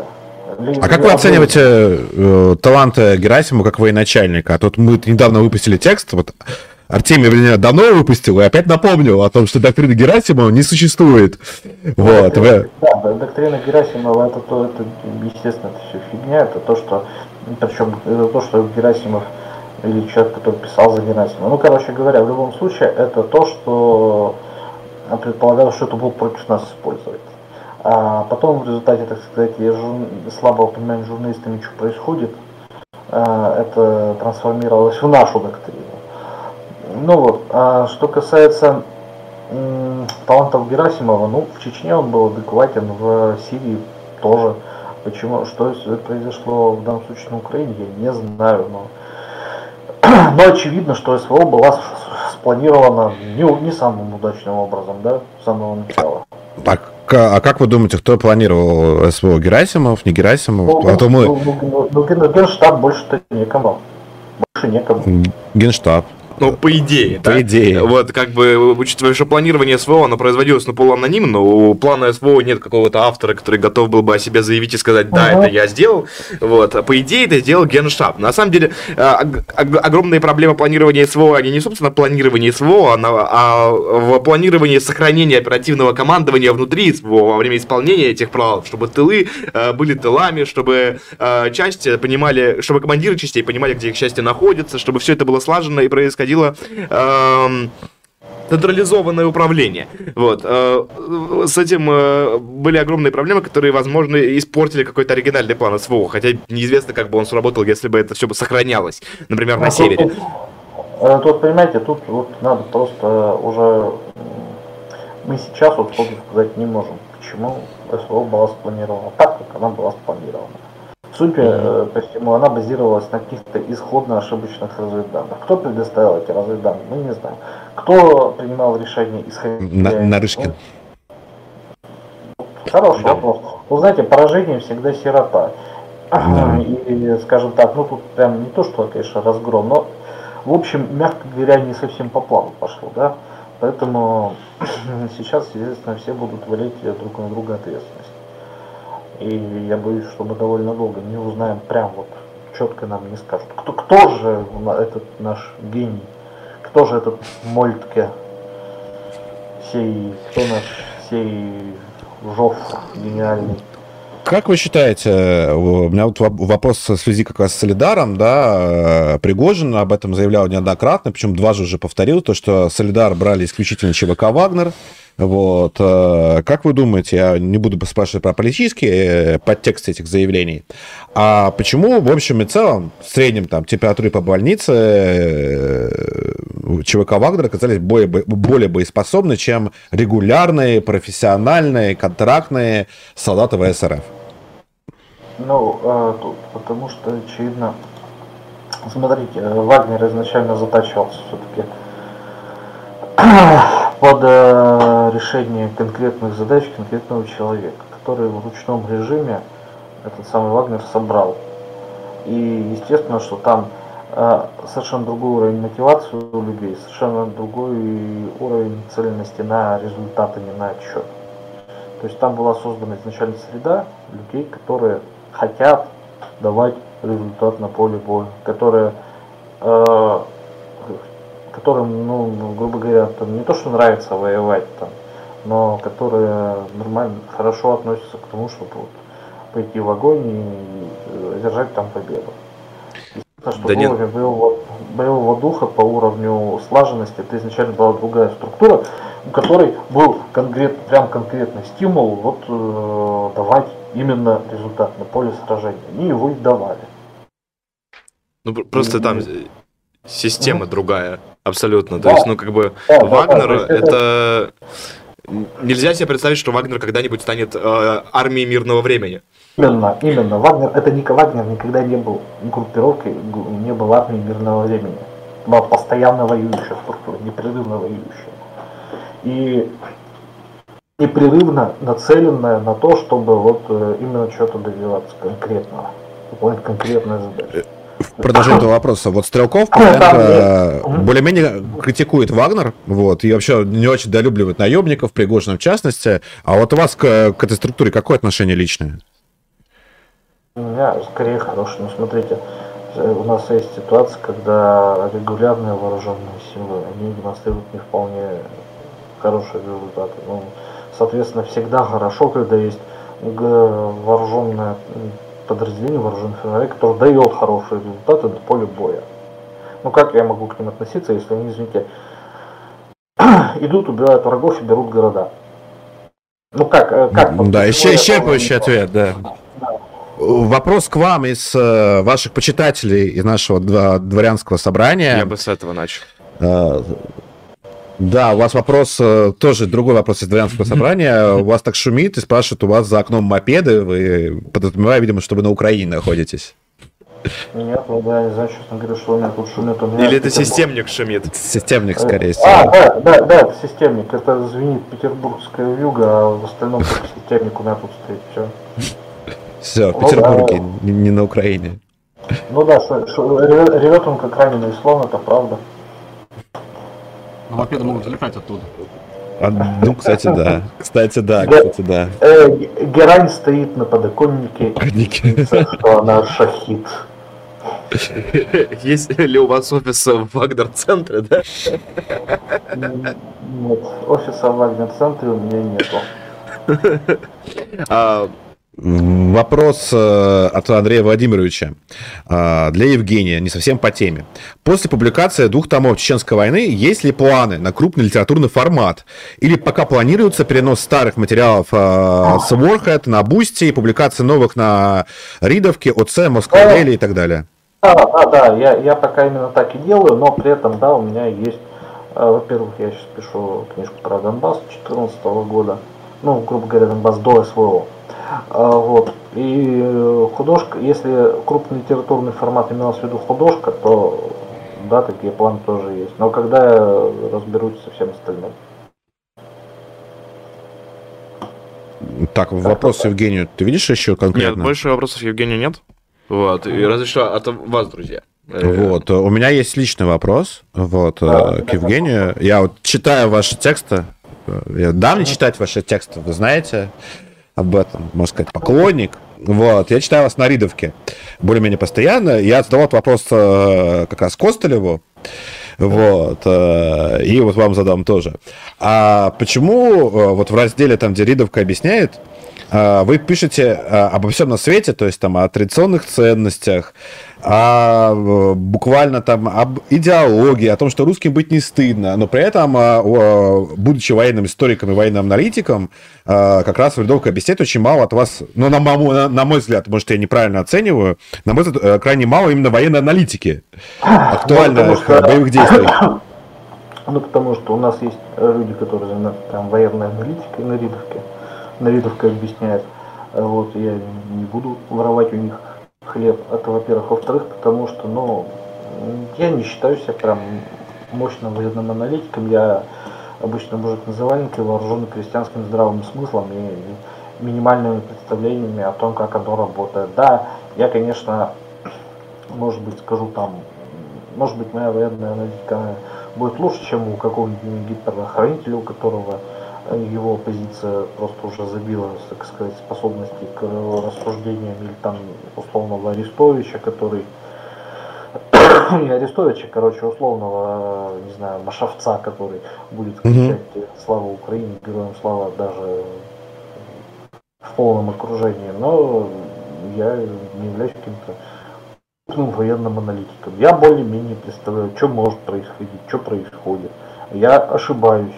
А как вы оцениваете таланты Герасимова как военачальника? А тут мы недавно выпустили текст, вот Артемий, вернее, давно выпустил и опять напомнил о том, что доктрина Герасимова не существует. Вот. Да, доктрина Герасимова, это, естественно, это все фигня, это то, что, причем то, что Герасимов или человек, который писал за Герасимова. Ну, короче говоря, в любом случае, это то, что предполагалось, что это будут против нас использовать. А потом в результате, так сказать, слабого понимания журналистами, что происходит, это трансформировалось в нашу доктрину. Ну вот, а что касается талантов Герасимова, ну, в Чечне он был адекватен, в Сирии тоже. Почему, что произошло в данном случае на Украине, я не знаю, но очевидно, что СВО была спланирована не самым удачным образом, да, с самого начала. А как вы думаете, кто планировал СВО? Герасимов, не Герасимов? Генштаб больше-то некому. Больше некому. Генштаб. Ну, по идее, по идее. Вот, как бы, учитывая, что планирование СВО, оно производилось, полуанонимно, у плана СВО нет какого-то автора, который готов был бы о себе заявить и сказать, да, это я сделал. Вот, а по идее, это сделал Генштаб. На самом деле, огромные проблемы планирования СВО, они не, собственно, планирование СВО, а в планировании сохранения оперативного командования внутри СВО во время исполнения этих планов, чтобы тылы были тылами, чтобы части понимали, чтобы командиры частей понимали, где их части находятся, чтобы все это было слажено и происходило централизованное управление. Вот. С этим были огромные проблемы, которые, возможно, испортили какой-то оригинальный план СВО, хотя неизвестно, как бы он сработал, если бы это все сохранялось, например, на севере. Тут, понимаете, тут вот надо просто уже... Мы сейчас вот сказать не можем, почему СВО была спланирована так, как она была спланирована. Судя по всему, она базировалась на каких-то исходно ошибочных разведданных. Кто предоставил эти разведданные, мы не знаем. Кто принимал решение исходя... Нарышкин. Хороший вопрос. Вы знаете, поражение всегда сирота. И, скажем так, ну тут прям не то, что, конечно, разгром, но, в общем, мягко говоря, не совсем по плану пошло, да. Поэтому сейчас, естественно, все будут валить друг на друга ответственность. И я боюсь, что мы довольно долго не узнаем, прям вот четко нам не скажут, кто же этот наш гений, кто же этот Мольтке, кто наш сей Жоф гениальный. Как вы считаете, у меня вот вопрос в связи как раз с Солидаром, да, Пригожин об этом заявлял неоднократно, причем дважды уже повторил, то, что Солидар брали исключительно ЧВК «Вагнер». Вот. Как вы думаете, я не буду спрашивать про политические подтексты этих заявлений, а почему, в общем и целом, в среднем там температуры по больнице ЧВК «Вагнер» оказались более боеспособны, чем регулярные, профессиональные, контрактные солдаты ВСРФ? Ну, тут, потому что, очевидно, смотрите, Вагнер изначально затачивался все-таки под решение конкретных задач конкретного человека, который в ручном режиме этот самый Вагнер собрал. И естественно, что там совершенно другой уровень мотивации у людей, совершенно другой уровень нацеленности на результаты, не на отчет. То есть там была создана изначально среда людей, которые хотят давать результат на поле боя, которым, ну, грубо говоря, там не то, что нравится воевать там, но которые нормально, хорошо относятся к тому, чтобы вот пойти в огонь и одержать там победу. Что в уровне боевого духа, по уровню слаженности, это изначально была другая структура, у которой был прям конкретный стимул вот давать именно результат на поле сражения. Они его и давали. Ну просто там система другая, абсолютно. То есть, ну как бы Вагнер это... Нельзя себе представить, что Вагнер когда-нибудь станет армией мирного времени. Именно. Вагнер никогда не был группировкой, не был армией мирного времени. Была постоянно воюющая структура, непрерывно воюющая. И непрерывно нацеленная на то, чтобы вот именно что-то добиваться конкретного, выполнять конкретные задачи. В продолжение этого вопроса. Вот Стрелков более-менее критикует Вагнер, вот, и вообще не очень долюбливает наемников, Пригожина в частности. А вот у вас к этой структуре какое отношение личное? У меня скорее хороший. Ну, смотрите, у нас есть ситуация, когда регулярные вооруженные силы, они демонстрируют не вполне хорошие результаты. Ну, соответственно, всегда хорошо, когда есть вооруженное подразделение, вооруженный февраль, который дает хорошие результаты на поле боя. Ну, как я могу к ним относиться, если они, извините, идут, убивают врагов и берут города? Ну, как Да, исчерпывающий ответ, да. Вопрос к вам из ваших почитателей, из нашего дворянского собрания. Я бы с этого начал. Да, у вас вопрос, тоже другой вопрос из дворянского собрания. У вас так шумит и спрашивают, у вас за окном мопеды, вы подразумевая, видимо, что вы на Украине находитесь. Нет, ну да, я не знаю, честно говоря, что у меня тут шумит. Или это системник шумит? Системник, скорее всего. Да, это системник. Это звенит петербургская вьюга, а в остальном только системник у меня тут стоит. Все. Все, в Петербурге, не на Украине. Ну да, ревет он как раненый слон, это правда. Но мопеды могут залетать оттуда. Ну, кстати, да. Герань стоит на подоконнике, что она шахид. Есть ли у вас офис в Вагнер-центре, да? Нет, офиса в Вагнер-центре у меня нету. Вопрос от Андрея Владимировича для Евгения, не совсем по теме. После публикации 2 томов Чеченской войны есть ли планы на крупный литературный формат? Или пока планируется перенос старых материалов с Warhead на Boosty и публикация новых на Ридовке, ОЦ, Москва-Дели и так далее? Да, я пока именно так и делаю, но при этом, да, у меня есть, во-первых, я сейчас пишу книжку про Донбасс 2014 года, ну, грубо говоря, Донбасс до СВО. Вот. И художка, если крупный литературный формат имелся в виду художка, то да, такие планы тоже есть. Но когда я разберусь со всем остальным. Так, вопрос Евгению. Ты видишь еще конкретно? Нет, больше вопросов Евгению нет. Вот. И разве что от вас, друзья. Вот. У меня есть личный вопрос вот, к Евгению. Я вот читаю ваши тексты. Я давно читать ваши тексты, вы знаете об этом, можно сказать, поклонник. Вот, я читаю вас на Ридовке более-менее постоянно. Я задавал этот вопрос как раз Костылеву. Вот, и вот вам задам тоже. А почему вот в разделе, там, где Ридовка объясняет, вы пишете обо всем на свете, то есть там о традиционных ценностях, буквально там об идеологии, о том, что русским быть не стыдно, но при этом, будучи военным историком и военным аналитиком, как раз Ридовка объясняет очень мало от вас, ну, на мой взгляд, может, я неправильно оцениваю, на мой взгляд, крайне мало именно военной аналитики, актуальных боевых действий. Ну, потому что у нас есть люди, которые занимаются там военной аналитикой на Ридовке. Ридовка объясняет, вот, я не буду воровать у них хлеб, это во-первых. Во-вторых, потому что, ну, я не считаю себя прям мощным военным аналитиком, я обычно мужик называльник, вооруженный крестьянским здравым смыслом и минимальными представлениями о том, как оно работает. Да, я, конечно, может быть, скажу там, может быть, моя военная аналитика будет лучше, чем у какого-нибудь гиперохранителя, у которого его позиция просто уже забила, так сказать, способности к рассуждениям, или там условного Арестовича, который не Арестовича, короче, условного, не знаю, Машавца, который будет кричать «Слава Украине», «Героям слава» даже в полном окружении, но я не являюсь каким-то военным аналитиком. Я более-менее представляю, что может происходить, что происходит. Я ошибаюсь,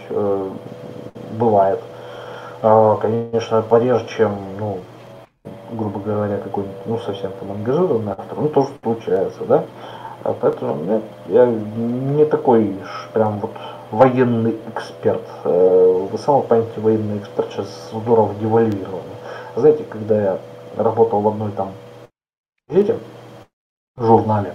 бывает. Конечно, пореже, чем, ну, грубо говоря, какой-нибудь, ну, совсем там ангажированный автор, ну, тоже случается, да. Поэтому нет, я не такой прям вот военный эксперт. Вы сами понимаете, военный эксперт сейчас здорово девальвирован. Знаете, когда я работал в одной там газете, журнале,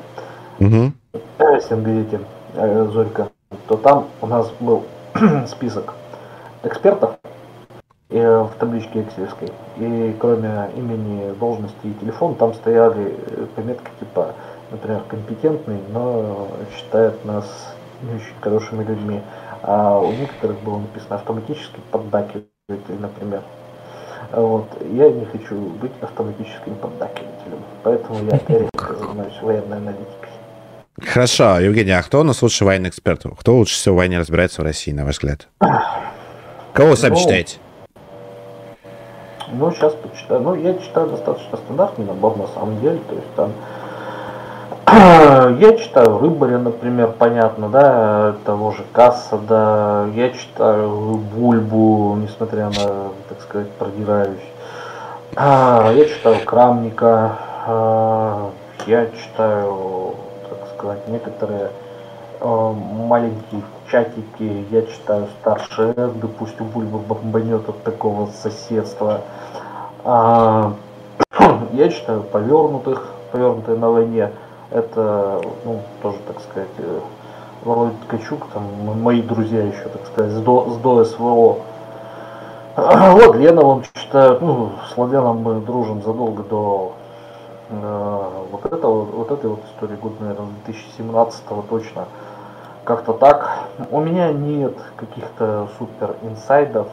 газете «Зорька», то там у нас был список экспертов в табличке экселевской, и кроме имени, должности и телефона там стояли пометки типа, например, компетентный, но считает нас не очень хорошими людьми, а у некоторых было написано автоматически поддакиватель, например. Вот. Я не хочу быть автоматическим поддакивателем, поэтому я редко занимаюсь военной аналитикой. Хорошо, Евгений, а кто у нас лучший военный эксперт? Кто лучше всего в войне разбирается в России, на ваш взгляд? Кого вы сами читаете? Ну, сейчас почитаю. Ну, я читаю достаточно стандартный набор, на самом деле. То есть там я читаю Рыбаря, например, понятно, да, того же Кассада. Я читаю Бульбу, несмотря на, так сказать, продираюсь. Я читаю Крамника. Я читаю, так сказать, некоторые маленькие чатики. Я читаю Старший Эд, пусть у Бульбы бомбанет от такого соседства. Я читаю Повернутые на войне. Это, ну, тоже, так сказать, Володя Ткачук, там, мои друзья еще, так сказать, с до СВО. Вот Лена, он читает, ну, с Ладеном мы дружим задолго до вот этой вот истории, год, наверное, 2017-го точно. Как-то так. У меня нет каких-то супер инсайдов.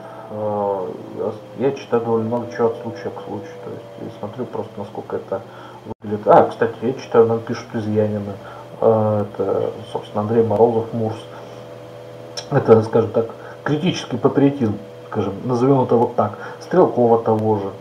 Я читаю довольно много чего от случая к случаю. То есть я смотрю просто, насколько это выглядит. Кстати, я читаю, нам пишут изъянины. Это, собственно, Андрей Морозов, Мурс. Это, скажем так, критический патриотизм, скажем, назовем это вот так. Стрелкова того же.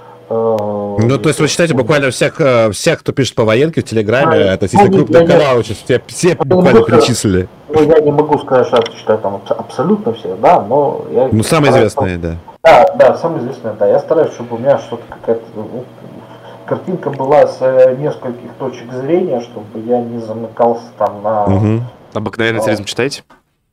Ну, то есть вы читаете буквально всех, кто пишет по военке в Телеграме, это если крупный канал, все буквально перечислили. Ну, я не могу сказать, что я читаю там абсолютно все, да, но я... Ну, самые известные, да. Да, самые известные, да. Я стараюсь, чтобы у меня что-то какая-то... картинка была с нескольких точек зрения, чтобы я не замыкался там на... Обыкновенный терроризм читаете?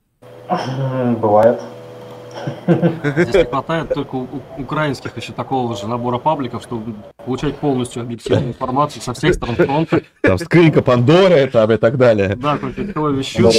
Бывает. Здесь не хватает только украинских еще такого же набора пабликов, чтобы получать полностью объективную информацию со всех сторон фронта. Там скринька Пандоры там и так далее. Да, только такое вещу.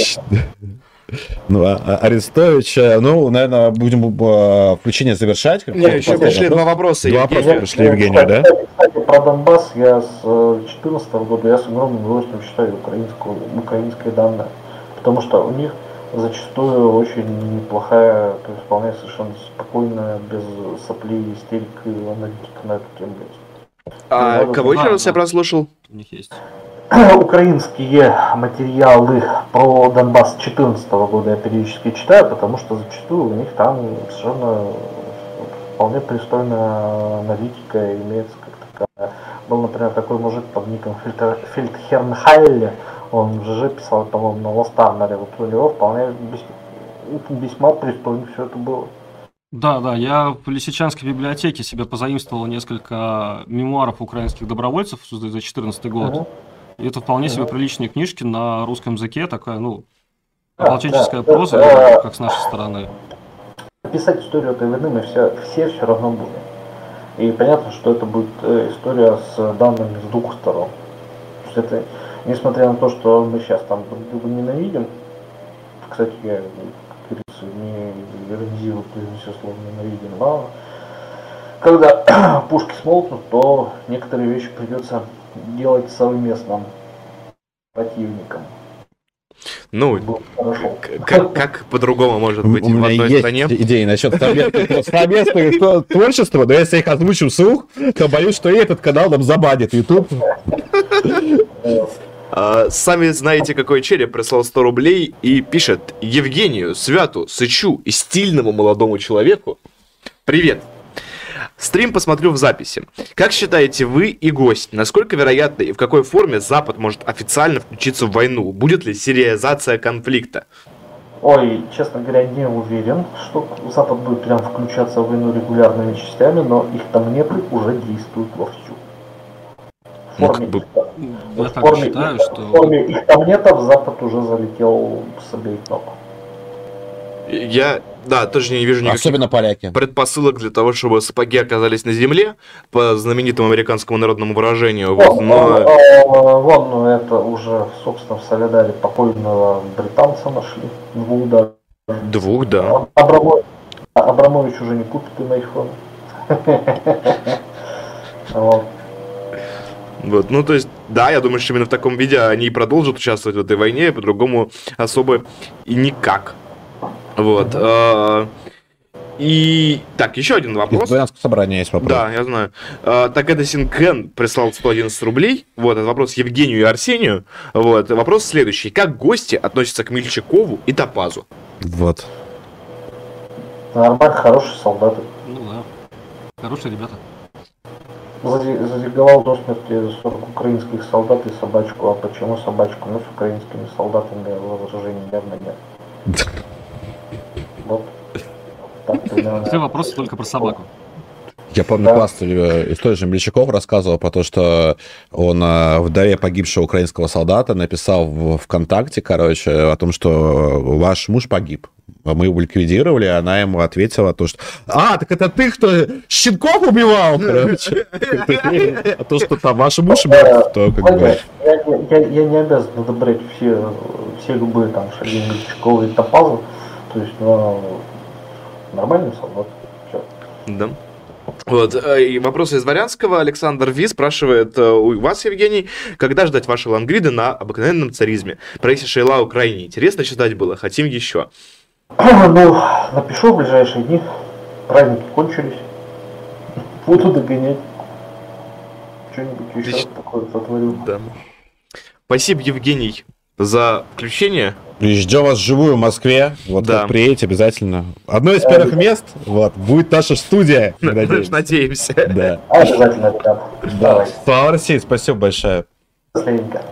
Ну, Арестович, ну, наверное, будем включение завершать. Еще пришли два вопроса. Два вопроса пришли Евгению, да? Кстати, про Донбасс я с 2014 года я с огромным удовольствием читаю украинские данные, потому что у них зачастую очень неплохая, то есть вполне совершенно спокойная, без соплей, истерик и аналитика на эту тему есть. Кого еще раз я прослушал? У них есть. Украинские материалы про Донбасс 2014 года я периодически читаю, потому что зачастую у них там совершенно вполне пристойная аналитика имеется как такая. Был, например, такой мужик под ником Фельдхернхайле, он в ЖЖ писал, по-моему, на Лостанере, вот у него вполне весьма пристойно все это было. Да, я в Лисичанской библиотеке себе позаимствовал несколько мемуаров украинских добровольцев за 2014 год. И это вполне себе приличные книжки на русском языке, такая, ну, ополченческая проза, как с нашей стороны. Писать историю этой войны мы все равно будем. И понятно, что это будет история с данными с двух сторон. То есть это, несмотря на то, что мы сейчас там друг друга ненавидим, кстати, я, как говорится, не иронизирую, все слово ненавидим, но когда пушки смолкнут, то некоторые вещи придется делать совместным противником. Ну, как по-другому может быть у меня в одной есть стране? Идеи насчет совместного творчества, но если я их озвучу вслух, то боюсь, что и этот канал нам забанит YouTube. Сами знаете, какой череп прислал 100 рублей и пишет: Евгению, Святу, Сычу и стильному молодому человеку привет. Стрим посмотрю в записи. Как считаете вы и гость, насколько вероятно и в какой форме Запад может официально включиться в войну? Будет ли сериализация конфликта? Ой, честно говоря, не уверен, что Запад будет прям включаться в войну регулярными частями, но их там нет и уже действуют вовсю. Я так считаю, что... В форме их там нет, а в Запад уже залетел с обеих ног. Я, тоже не вижу никаких Особенно поляки. предпосылок для того, чтобы сапоги оказались на земле, по знаменитому американскому народному выражению. Вон, это уже, собственно, в Солидаре покойного британца нашли. Двух, да. Абрамович уже не купит и на iPhone. Вот, ну, то есть, да, я думаю, что именно в таком виде они и продолжат участвовать в этой войне, по-другому особо и никак. Вот. И так, еще один вопрос. Из Дворянского собрания есть вопрос. Да, я знаю. Так это Синкен прислал 111 рублей. Вот, это вопрос Евгению и Арсению. Вот, вопрос следующий. Как гости относятся к Мельчакову и Топазу? Вот. Нормально, хорошие солдаты. Ну да. Хорошие ребята. Задерговал до смерти 40 украинских солдат и собачку. А почему собачку? Ну, с украинскими солдатами возражений явно нет. Вот. Так, примерно. Все вопросы только про собаку. Я помню, Да. классную историю же Мельчаков рассказывал про то, что он вдове погибшего украинского солдата написал в ВКонтакте, короче, о том, что ваш муж погиб. Мы его ликвидировали, она ему ответила то, что так это ты, кто щенков убивал, короче. А то, что там ваш муж мертв, то как бы... Я не обязан одобрять все любые там шаги Мельчакова и Топаза. То есть, нормальный солдат. Всё. Да. Вот, и вопрос из Дворянского. Александр Ви спрашивает у вас, Евгений, когда ждать ваши лангриды на обыкновенном царизме? Про Иси Шейлау крайне интересно читать было, хотим еще. Ну, напишу в ближайшие дни. Праздники кончились. Буду догонять. Что-нибудь еще такое сотворю. Да. Спасибо, Евгений, за включение. И ждем вас вживую в Москве. Вот Да. как приедете, обязательно. Одно из первых мест вот, будет наша студия. Надеемся. Да. Обязательно, ребят. Давайте. Слава России, спасибо большое. Последненько.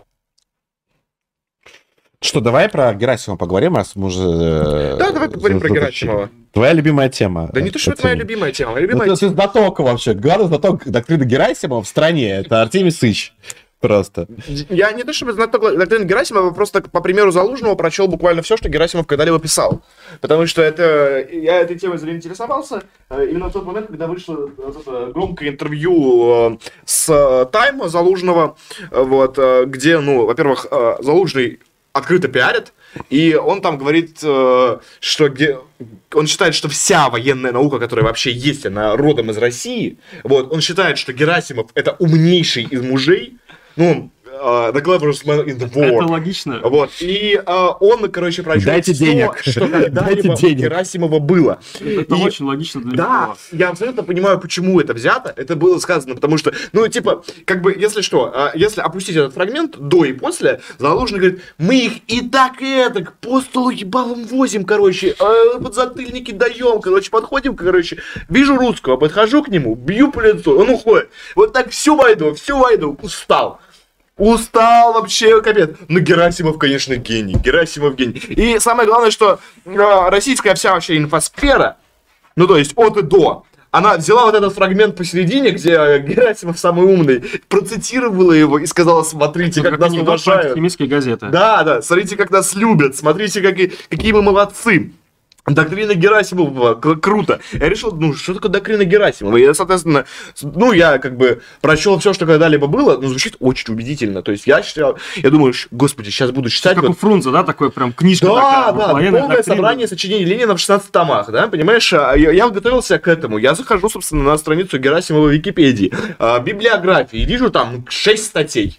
Что, давай про Герасимова поговорим, раз мы уже... Да, давай поговорим про Герасимова. Твоя любимая тема. Да не то, что это моя любимая тема, моя любимая Ну, ты знаток вообще. Главный знаток доктрины Герасимова в стране. Это Артемий Сыч. Просто. Я не то чтобы знаток доктрины Герасимова, просто по примеру Залужного прочел буквально все, что Герасимов когда-либо писал. Потому что я этой темой заинтересовался именно в тот момент, когда вышло громкое интервью с Тайм Залужного, вот, где, ну, во-первых, Залужный открыто пиарит, и он там говорит, что он считает, что вся военная наука, которая вообще есть, она родом из России. Вот, он считает, что Герасимов это умнейший из мужей. Ну, the cleverest man in the war. Это логично. Вот, и он, короче, прочел Дайте все, денег. что Дайте когда-либо у денег. Герасимова было. Это И- очень логично для Да, него. я абсолютно понимаю, почему это взято. Это было сказано, потому что, ну, типа, как бы, если что, если опустить этот фрагмент до и после, Залужный говорит, мы их и так по столу ебалом возим, короче, подзатыльники даем, короче, подходим, короче, вижу русского, подхожу к нему, бью по лицу, он уходит. Вот так всю войну, устал вообще, капец. Ну, Герасимов, конечно, гений. Герасимов гений. И самое главное, что российская вся вообще инфосфера, ну, то есть от и до, она взяла вот этот фрагмент посередине, где Герасимов самый умный, процитировала его и сказала, смотрите, как нас анекдот про уважают. антисемитские газеты. Да, смотрите, как нас любят, смотрите, какие мы молодцы. Доктрина Герасимова, круто. Я решил, ну, что такое доктрина Герасимова? И, соответственно, ну, я как бы прочел все, что когда-либо было, но звучит очень убедительно. То есть я думаю, господи, сейчас буду читать. Как у Фрунзе, да, такой прям книжка Да, такая, да, военная полное доктрина. собрание сочинений Ленина в 16 томах, да, понимаешь? Я готовился к этому. Я захожу, собственно, на страницу Герасимова в Википедии, библиографии, и вижу там 6 статей.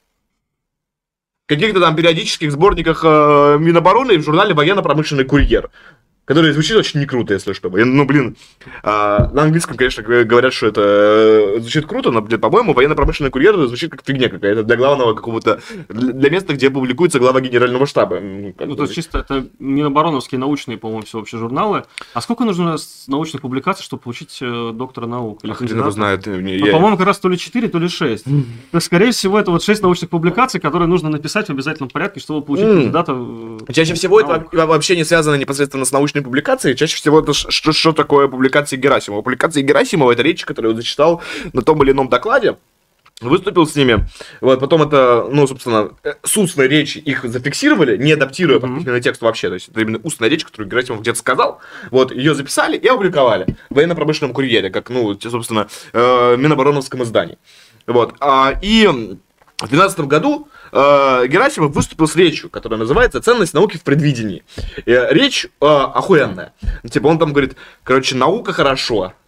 В каких-то там периодических сборниках Минобороны и в журнале «Военно-промышленный курьер». Который звучит очень не круто, если что. Ну, блин, на английском, конечно, говорят, что это звучит круто, но, блин, по-моему, военно-промышленный курьер звучит как фигня какая-то для главного какого-то, для места, где публикуется глава генерального штаба. Ну, то есть чисто это минобороновские научные, по-моему, все вообще журналы. А сколько нужно научных публикаций, чтобы получить доктора наук? Или Хрен его кандидата? знает. Ну, по-моему, как раз то ли 4, то ли 6. То есть, скорее всего, это вот 6 научных публикаций, которые нужно написать в обязательном порядке, чтобы получить кандидата. Чаще всего это вообще не связано непосредственно с научной публикацией. Чаще всего это что такое публикации Герасимова. Публикации Герасимова — это речи, которые он зачитал на том или ином докладе, выступил с ними. Вот, потом это, ну, собственно, с устной речи их зафиксировали, не адаптируя под письменный текст вообще. То есть это именно устная речь, которую Герасимов где-то сказал. Вот, ее записали и опубликовали в военно-промышленном курьере, как, ну, собственно, Минобороновском издании. Вот. И в 2012 году Герасимов выступил с речью, которая называется «Ценность науки в предвидении». Речь охуенная. Типа он там говорит, короче, наука хорошо,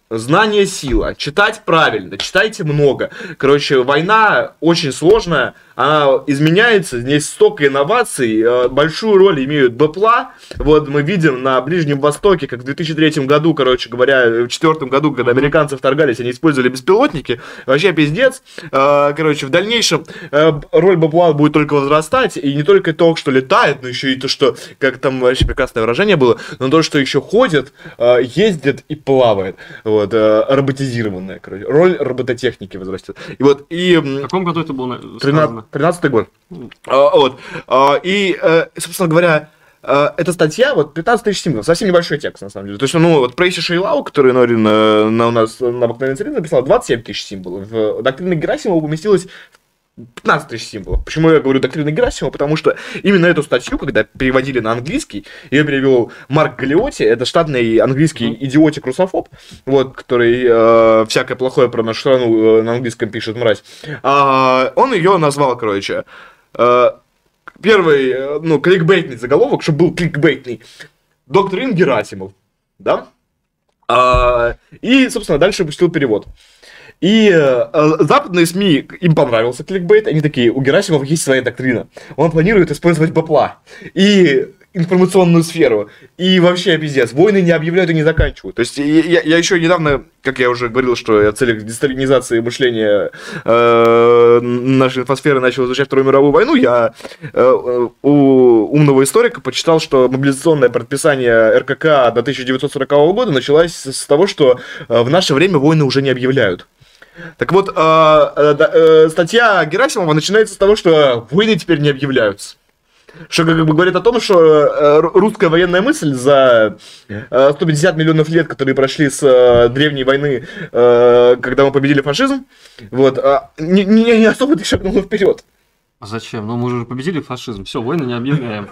Знание сила. Читать правильно, читайте много. Короче, война очень сложная, она изменяется, здесь столько инноваций, большую роль имеют БПЛА. Вот мы видим на Ближнем Востоке, как в 2003 году, короче говоря, в 2004 году, когда американцы вторгались, они использовали беспилотники. Вообще пиздец. Короче, в дальнейшем роль БПЛА будет только возрастать, и не только то, что летает, но еще и то, что, как там вообще прекрасное выражение было, но то, что еще ходит, ездит и плавает. Вот, роботизированная, короче. Роль робототехники возрастет. И вот, и... В каком году это было сказано? 13-й год. Вот. И, собственно говоря, эта статья, вот 15 тысяч символов, совсем небольшой текст, на самом деле. То есть, ну, вот Прейси Шейлау, который Норин у нас на обыкновенной царине написал, 27 тысяч символов. В доктрине Герасимова поместилось 15 тысяч символов. Почему я говорю доктрина Герасимова? Потому что именно эту статью, когда переводили на английский, ее перевел Марк Галиотти, это штатный английский идиотик-русофоб, вот, который всякое плохое про нашу страну на английском пишет, мразь. Он ее назвал, короче, первый, ну, кликбейтный заголовок, чтобы был кликбейтный. Доктрин Герасимов, да? И, собственно, дальше пустил перевод. И западные СМИ, им понравился кликбейт, они такие, у Герасимова есть своя доктрина, он планирует использовать БПЛА и информационную сферу, и вообще пиздец, войны не объявляют и не заканчивают. То есть я еще недавно, как я уже говорил, что я в целях десталинизации мышления нашей инфосферы начал изучать Вторую мировую войну, я у умного историка почитал, что мобилизационное предписание РКК до 1940 года началось с того, что в наше время войны уже не объявляют. Так вот, статья Герасимова начинается с того, что войны теперь не объявляются. Что как бы говорит о том, что русская военная мысль за 150 миллионов лет, которые прошли с древней войны, когда мы победили фашизм, вот, не особо-то шагнула вперед. А зачем? Ну мы же победили фашизм, все, войны не объявляем.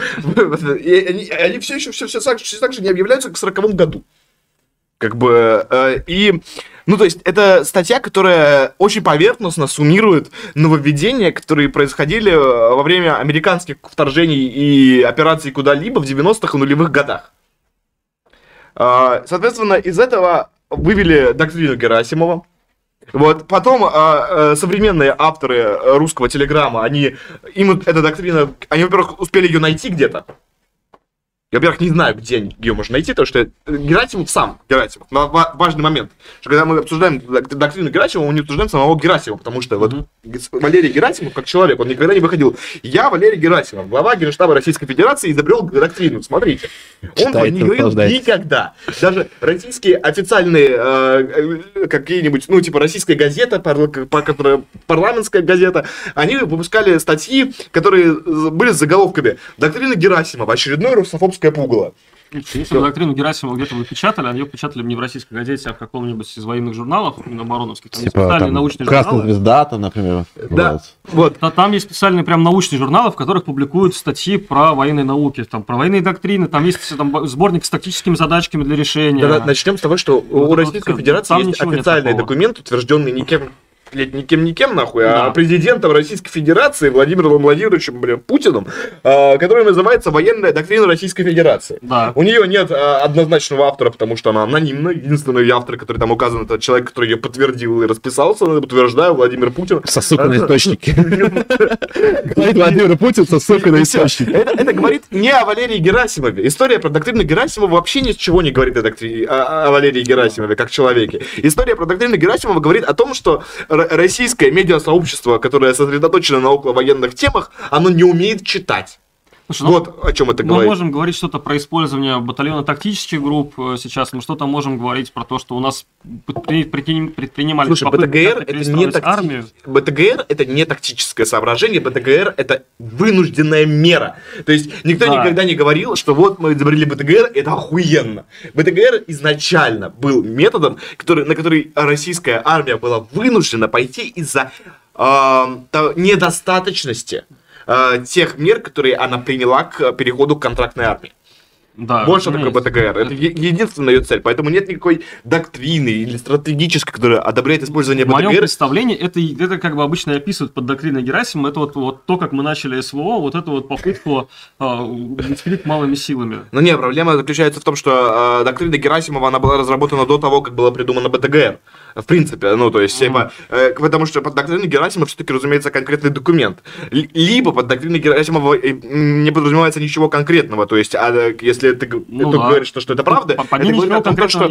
Они все еще все так же не объявляются, как в 1940 году. Как бы, и, ну, то есть, это статья, которая очень поверхностно суммирует нововведения, которые происходили во время американских вторжений и операций куда-либо в 90-х и нулевых годах. Соответственно, из этого вывели доктрину Герасимова. Вот, потом современные авторы русского телеграмма, им эта доктрина, они, во-первых, успели ее найти где-то. Я, во-первых, не знаю, где ее можно найти, потому что Герасимов, важный момент, что когда мы обсуждаем доктрину Герасимова, мы не обсуждаем самого Герасимова, потому что вот Валерий Герасимов, как человек, он никогда не выходил. Я, Валерий Герасимов, глава Генштаба Российской Федерации, изобрел доктрину. Смотрите, он не говорил никогда. Даже российские официальные какие-нибудь, ну, типа российская газета, парламентская газета, они выпускали статьи, которые были с заголовками «Доктрина Герасимова. Очередной русофобский пугало». Если бы доктрину Герасимова где-то вы печатали, они ее печатали не в российской газете, а в каком-нибудь из военных журналов, именно обороновских. Там типа там научные «Красная журналы. звезда», например. Да, вот. Там есть специальные прям научные журналы, в которых публикуют статьи про военные науки, там, про военные доктрины, там есть там, сборник с тактическими задачками для решения. Да, начнем с того, что у Российской Федерации есть официальный документ, утвержденный никем, нахуй, а президентом Российской Федерации Владимиром Владимировичем, Путиным, который называется «Военная доктрина Российской Федерации». Да. У нее нет однозначного автора, потому что она анонимна. Единственный автор, который там указан, это человек, который ее подтвердил и расписался, утверждаю, Владимир Путин. Со ссылкой на источники. Говорит Владимир Путин со ссылкой на источники. Это говорит не о Валерии Герасимове. История про доктрину Герасимова вообще ничего не говорит о Валерии Герасимове как человеке. История про доктрину Герасимова говорит о том, что российское медиасообщество, которое сосредоточено на околовоенных темах, оно не умеет читать. Слушай, вот о чем это говорит. Мы можем говорить что-то про использование батальона тактических групп сейчас, мы что-то можем говорить про то, что у нас предпринимали БТГР это не тактическое соображение, БТГР это вынужденная мера. То есть никто никогда не говорил, что вот мы изобрели БТГР, это охуенно. БТГР изначально был методом, на который российская армия была вынуждена пойти из-за недостаточности тех мер, которые она приняла к переходу к контрактной армии. Да, Больше такой БТГР. Это единственная ее цель. Поэтому нет никакой доктрины или стратегической, которая одобряет использование В моем БТГР. представлении это как бы обычно описывают под доктриной Герасима. Это вот то, как мы начали СВО, вот эту вот попытку блицкриг малыми силами. Но не, проблема заключается в том, что доктрина Герасимова, она была разработана до того, как была придумана БТГР. В принципе, ну, то есть, типа, потому что под доктриной Герасимова все-таки, разумеется, конкретный документ. Либо под доктриной Герасимова не подразумевается ничего конкретного, то есть, если ты говоришь, что это правда, это говорит о том, что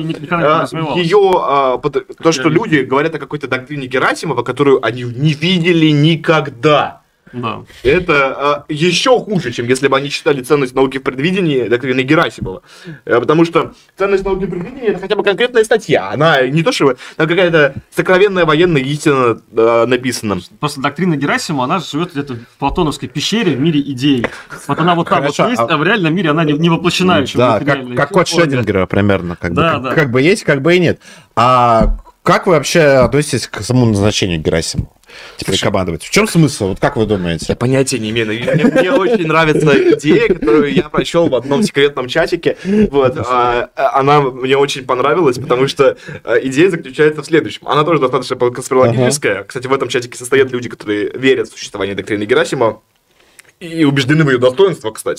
то, что люди говорят о какой-то доктрине Герасимова, которую они не видели никогда. Да. Это еще хуже, чем если бы они читали ценность науки в предвидении доктрины Герасимова. Потому что ценность науки в предвидении — это хотя бы конкретная статья. Она не то, что какая-то сокровенная военная истина написана. Просто доктрина Герасимова, она живет где-то в платоновской пещере в мире идей. Вот она вот там вот есть, а в реальном мире она не воплощена еще. Да, как код Шрёдингера примерно. Как бы есть, как бы и нет. А как вы вообще относитесь к самому назначению Герасимова? Теперь командовать. В чем смысл? Вот как вы думаете? Я понятия не имею. Мне очень нравится идея, которую я прочел в одном секретном чатике. Вот. Она мне очень понравилась, потому что идея заключается в следующем. Она тоже достаточно конспирологическая. Кстати, в этом чатике состоят люди, которые верят в существование доктрины Герасимова. И убеждены в ее достоинстве, кстати.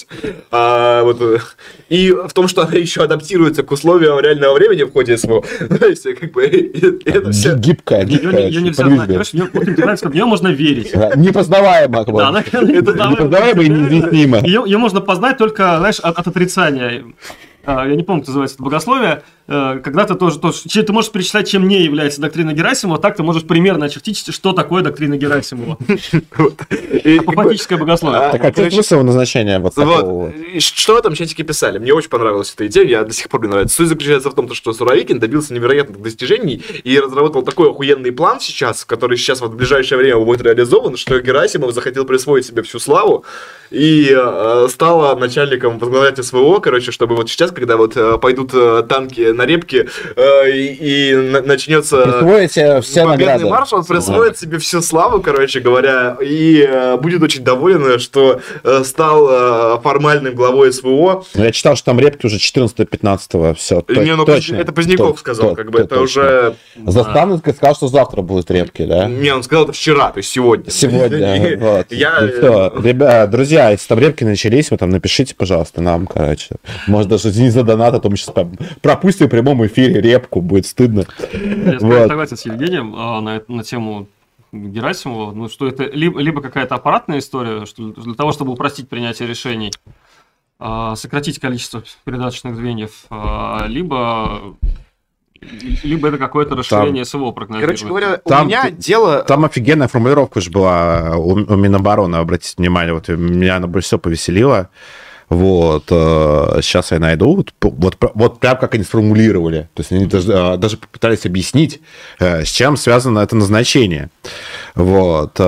И в том, что она еще адаптируется к условиям реального времени в ходе СВО. То есть, как бы, это все... Гибкая. Ее нельзя знать. В нее можно верить. Непознаваемо. Непознаваемо и неизъяснимо. Ее можно познать только, знаешь, от отрицания. Я не помню, как называется это богословие, когда ты тоже ты можешь перечислять, чем не является доктрина Герасимова, так ты можешь примерно очертить, что такое доктрина Герасимова. Апофатическое богословие. Так, какой смысл назначения вот такого? Что в этом чатике писали? Мне очень понравилась эта идея, я до сих пор мне нравится. Суть заключается в том, что Суровикин добился невероятных достижений и разработал такой охуенный план сейчас, который сейчас вот в ближайшее время будет реализован, что Герасимов захотел присвоить себе всю славу и стал начальником возглавлять СВО, короче, чтобы вот сейчас, когда вот пойдут танки на репки и начнется победный марш, он присвоит себе всю славу, короче говоря, и будет очень доволен, что стал формальным главой СВО. Я читал, что там репки уже 14-15 все. Это Поздняков сказал, как бы это уже... Заставный сказал, что завтра будут репки, да? Не, он сказал это вчера, то есть сегодня. Сегодня, вот. Ребят, друзья, если там репки начались, вы там напишите, пожалуйста, нам, короче. Может, даже не за донат, а то мы сейчас пропустим в прямом эфире репку, будет стыдно. Я согласен с Евгением на тему Герасимова, ну, что это либо какая-то аппаратная история, что для того, чтобы упростить принятие решений, сократить количество передаточных звеньев, либо это какое-то расширение СВО прогнозирует. Короче говоря, у меня дело... Там офигенная формулировка же была у Минобороны, обратите внимание, вот меня она больше всего повеселила. Вот, сейчас я найду, вот прям как они сформулировали, то есть они даже попытались объяснить, с чем связано это назначение. Вот,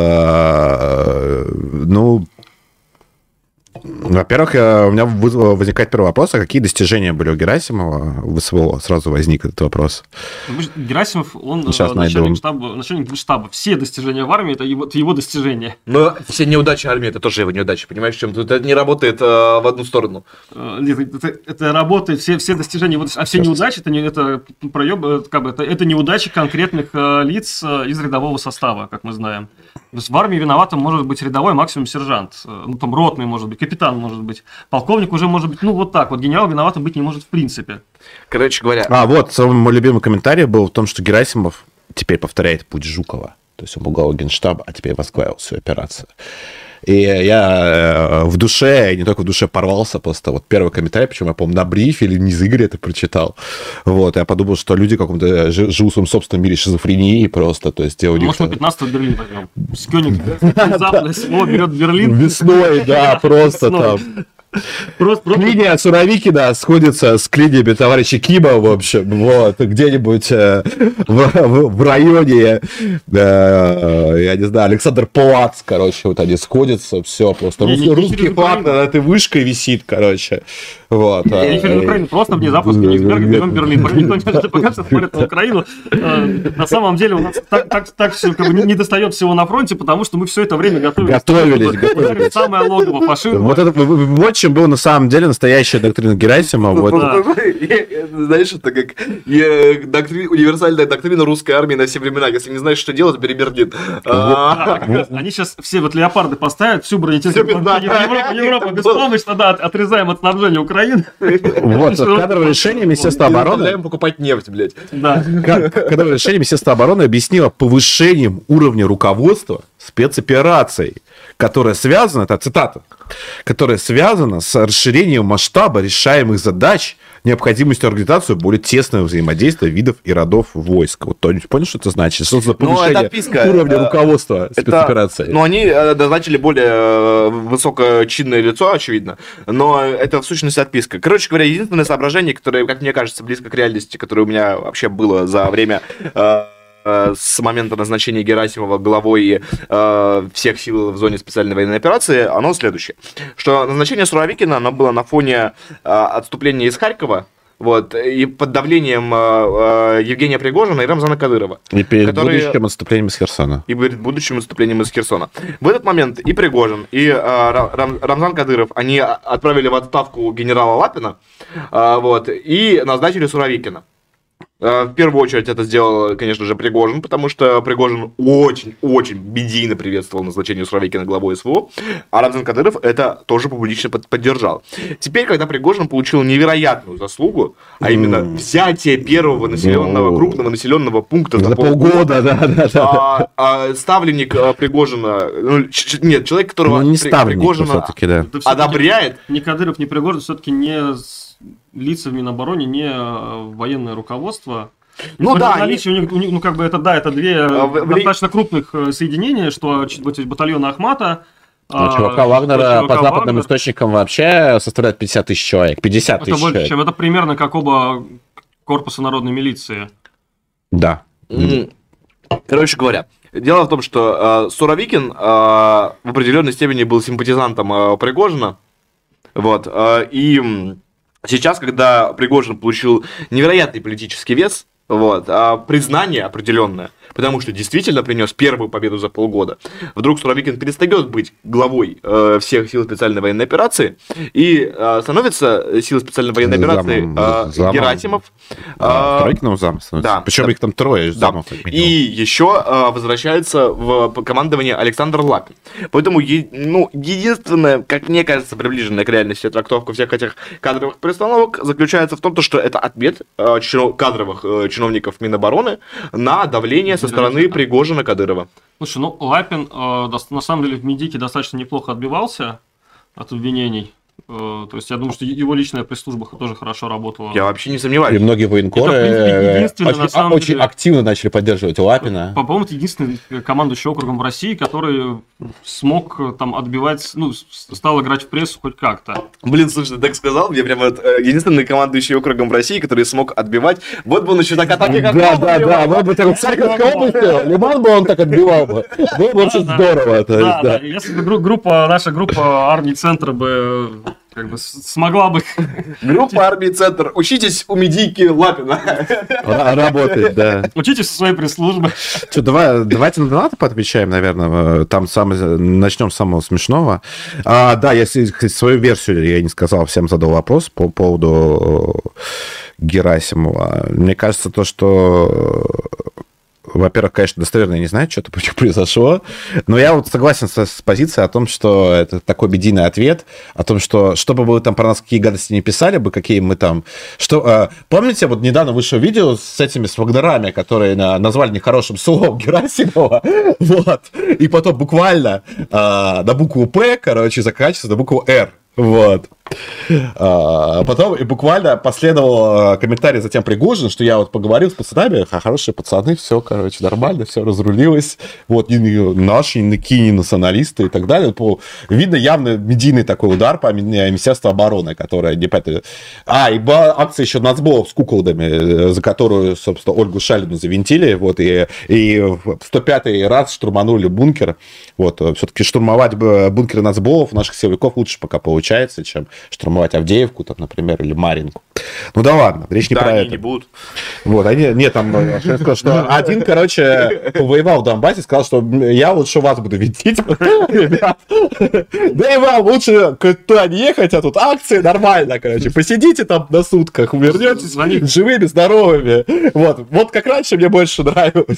ну... Во-первых, у меня возникает первый вопрос, а какие достижения были у Герасимова в СВО? Сразу возник этот вопрос. Герасимов, он начальник штаба. Все достижения в армии – это его достижения. Но все неудачи армии – это тоже его неудачи. Понимаешь, в чем тут? Это не работает в одну сторону. Это работает, все достижения, а все неудачи – это неудачи конкретных лиц из рядового состава, как мы знаем. То есть в армии виноватым может быть рядовой, максимум сержант. Ну, там ротный может быть, капитан может быть. Полковник уже может быть, ну, вот так вот. Генерал виноватым быть не может в принципе. Короче говоря... вот, самый мой любимый комментарий был в том, что Герасимов теперь повторяет путь Жукова. То есть он был главой Генштаба, а теперь возглавил всю операцию. И я в душе, и не только в душе, порвался просто. Вот первый комментарий, причем я, по-моему, на брифе или не из Игоря это прочитал. Вот, я подумал, что люди в каком-то живут в своем собственном мире шизофрении просто. То есть, может, мы 15-го Берлин возьмем. С Кёниг внезапно СВО берет Берлин. Весной, да, просто там. Клиния Суровикина сходится с клиниями товарища Кима, в общем, вот, где-нибудь в районе, я не знаю, Александр Плац, короче, вот они сходятся, все, просто русский флаг над этой вышкой висит, короче, вот. Просто внезапно с Кёнигсберга берем Берлин, пока все смотрят на Украину, на самом деле у нас так все не достает всего на фронте, потому что мы все это время готовились. Самое логово фашизма. Вот это, чем была на самом деле настоящая доктрина Герасимова. Вот. Знаешь, это как универсальная доктрина русской армии на все времена. Если не знаешь, что делать, бери Берлин. Они сейчас все вот леопарды поставят, всю бронетехнику Европа беспомощно, да, отрезаем от снабжения Украины. Вот, кадровое решение Министерства обороны... Заставляем покупать нефть, блядь. Да. Кадровое решение Министерства обороны объяснило повышением уровня руководства спецопераций, которая связана, это цитата, которая связана с расширением масштаба решаемых задач, необходимостью организации более тесного взаимодействия видов и родов войск. Вот кто-нибудь понял, что это значит? Что за повышение уровня руководства спецоперации? Ну, они назначили более высокочинное лицо, очевидно, но это в сущности отписка. Короче говоря, единственное соображение, которое, как мне кажется, близко к реальности, которое у меня вообще было за время... с момента назначения Герасимова главой всех сил в зоне специальной военной операции, оно следующее. Что назначение Суровикина, оно было на фоне отступления из Харькова, вот, и под давлением Евгения Пригожина и Рамзана Кадырова. И перед будущим отступлением из Херсона. И перед будущим отступлением из Херсона. В этот момент и Пригожин, и Рамзан Кадыров, они отправили в отставку генерала Лапина, вот, и назначили Суровикина. В первую очередь это сделал, конечно же, Пригожин, потому что Пригожин очень-очень медийно приветствовал назначение Суровикина главой СВО, а Рамзан Кадыров это тоже публично поддержал. Теперь, когда Пригожин получил невероятную заслугу, а именно взятие первого населенного, крупного населенного пункта за полгода, да. Ставленник Пригожина, нет, человек, которого Пригожина одобряет. Ни Кадыров, ни Пригожин все-таки не... лица в Минобороне, не военное руководство. Ну да, наличие у них, ну как бы это две достаточно крупных соединения, что эти батальоны Ахмата. Чувака Вагнера по западным источникам вообще составляет 50 тысяч человек. 50 тысяч человек. Чем это примерно как оба корпуса народной милиции. Да. Короче говоря, дело в том, что Суровикин в определенной степени был симпатизантом Пригожина. Вот. И сейчас, когда Пригожин получил невероятный политический вес, вот, признание определенное, потому что действительно принес первую победу за полгода, вдруг Суровикин перестает быть главой всех сил специальной военной операции и становится силой специальной военной операции Герасимов. Тройкиным замом становится. Да. Причем их там трое замов. Да. И еще возвращается в командование Александр Лапин. Поэтому единственное, как мне кажется, приближенная к реальности трактовка всех этих кадровых перестановок заключается в том, что это ответ кадровых чиновников Минобороны на давление со стороны Пригожина Кадырова. Слушай, Лапин на самом деле в Медике достаточно неплохо отбивался от обвинений. То есть я думаю, что его личная пресс-служба тоже хорошо работала. Я вообще не сомневаюсь. И многие военкоры очень активно начали поддерживать Лапина. По-моему, это единственный командующий округом в России, который смог там отбивать, стал играть в прессу хоть как-то. Блин, слушай, ты так сказал, мне прям единственный командующий округом в России, который смог отбивать. Вот бы он еще так атаки как Да, вот бы так в Харьковской области, Лиман бы он так отбивал бы. Было бы очень здорово. Да, если бы наша группа армий центра бы как бы смогла бы... Группа армии «Центр». Учитесь у медийки Лапина. Работает, да. Учитесь у своей пресс-службы. Что, давайте на донаты поотвечаем, наверное. Там начнем с самого смешного. Да, я свою версию, я не сказал, всем задал вопрос по поводу Герасимова. Мне кажется, то, что... Во-первых, конечно, достоверно я не знаю, что-то произошло, но я вот согласен с позицией о том, что это такой медийный ответ, о том, что бы вы там про нас какие гадости не писали бы, какие мы там... Помните, вот недавно вышло видео с Вагнерами, которые назвали нехорошим словом Герасимова, вот, и потом буквально на букву «П», заканчивается на букву «Р». Вот. Потом и буквально последовал комментарий затем Пригожин, что я вот поговорил с пацанами, хорошие пацаны, все, нормально, все разрулилось. Вот, наши, не националисты и так далее. Видно явно медийный такой удар по Министерству обороны, которое не... и была акция еще нацболов с куколдами, за которую, собственно, Ольгу Шалину завинтили, вот, и в 105-й раз штурманули бункер. Вот, все-таки штурмовать бункеры нацболов наших силовиков лучше пока получается, чем штурмовать Авдеевку, там, например, или Маринку. Ну да ладно, речь не Да, про они это. не будут. Вот, они, нет, там, я сказал, что один, короче, повоевал в Донбассе, сказал, что я лучше вас буду видеть, ребят. Да и вам лучше туда не ехать, а тут акции нормально, короче. Посидите там на сутках, вернетесь живыми, здоровыми. Вот как раньше мне больше нравилось.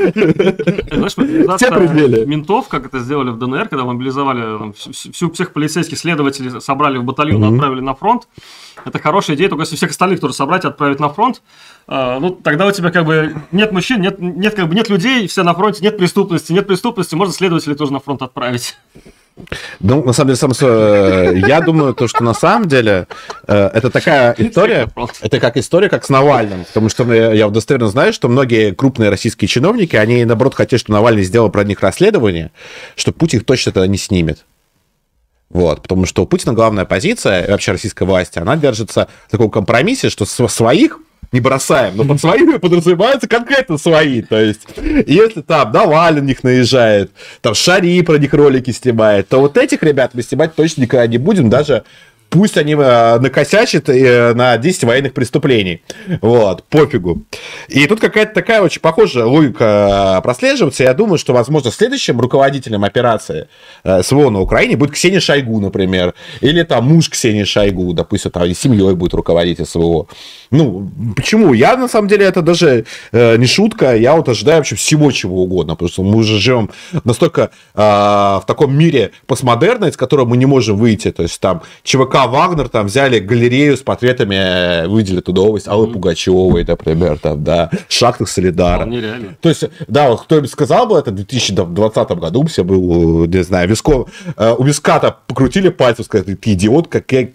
Знаешь, Все пределы. ментов, как это сделали в ДНР, когда мобилизовали всех полицейских следователей, собрали в батальон, отправили на фронт. Это хорошая идея, только если всех остальных тоже собрать и отправить на фронт, ну, тогда у тебя как бы нет мужчин, нет людей, все на фронте, нет преступности, можно следователей тоже на фронт отправить. Ну, на самом деле, я думаю, то, что на самом деле это такая история, это как история, как с Навальным, потому что я достоверно знаю, что многие крупные российские чиновники, они, наоборот, хотят, чтобы Навальный сделал про них расследование, что Путин их точно тогда не снимет. Вот, потому что у Путина главная позиция, вообще российской власти, она держится в таком компромиссе, что своих не бросаем, но под своими подразумеваются конкретно свои. То есть, если там Навальный на них наезжает, там Шари про них ролики снимает, то вот этих ребят мы снимать точно никогда не будем, даже пусть они накосячат на 10 военных преступлений. Вот, пофигу. И тут какая-то такая очень похожая логика прослеживается. Я думаю, что, возможно, следующим руководителем операции СВО на Украине будет Ксения Шойгу, например. Или там муж Ксении Шойгу, допустим, там и семьей будет руководить СВО. Ну, почему? Я, на самом деле, это даже не шутка. Я вот ожидаю вообще всего чего угодно. Потому что мы уже живем настолько в таком мире постмодерна, из которого мы не можем выйти. То есть там ЧВК Вагнер там взяли галерею с портретами, выделили туда область Аллы Пугачевой, например, там, да, Шахтах Солидара. Нереально. То есть, да, вот кто-нибудь сказал бы это в 2020 году, все был, не знаю, у виска-то покрутили пальцы, сказали, ты идиот,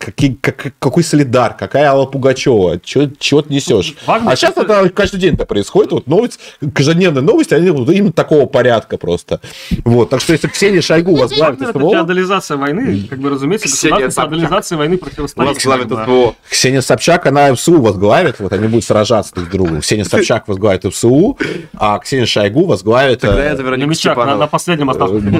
какой Солидар, какая Алла Пугачева, чего ты несешь? А сейчас это каждый день это происходит, вот новость, каждодневные новости, они вот именно такого порядка просто. Вот, так что если Ксения Шойгу возглавит СВО... Это феодализация войны, как бы, разумеется, феодализация войны противостоит. Ксения Собчак, она ФСУ возглавит, вот они будут сражаться друг с другом. Ксения Собчак возглавит ФСУ, а Ксения Шойгу возглавит... Тогда это Вероника Степанова. На последнем оставшемся.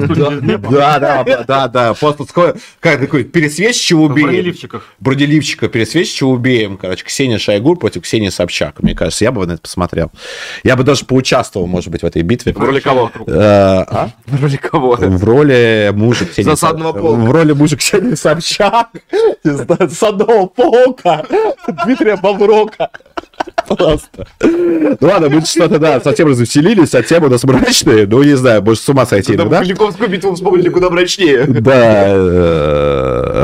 Да. Просто как такой пересвет, чего убеем. Бронеливчика. Пересвет, чего убеем. Короче, Ксения Шойгу против Ксении Собчак. Мне кажется, я бы на это посмотрел. Я бы даже поучаствовал, может быть, в этой битве. В роли кого? В роли кого? В роли мужа Ксении Собчак. Засадного полка. В роли мужа Ксении Собчак. Засадного полка. Дмитрия Баврока. Просто. Ну ладно, мы что-то, да, совсем развеселились, а темы у нас мрачные, ну, не знаю, может, с ума сойти иногда. Куликовскую битву вспомнили куда мрачнее. Да,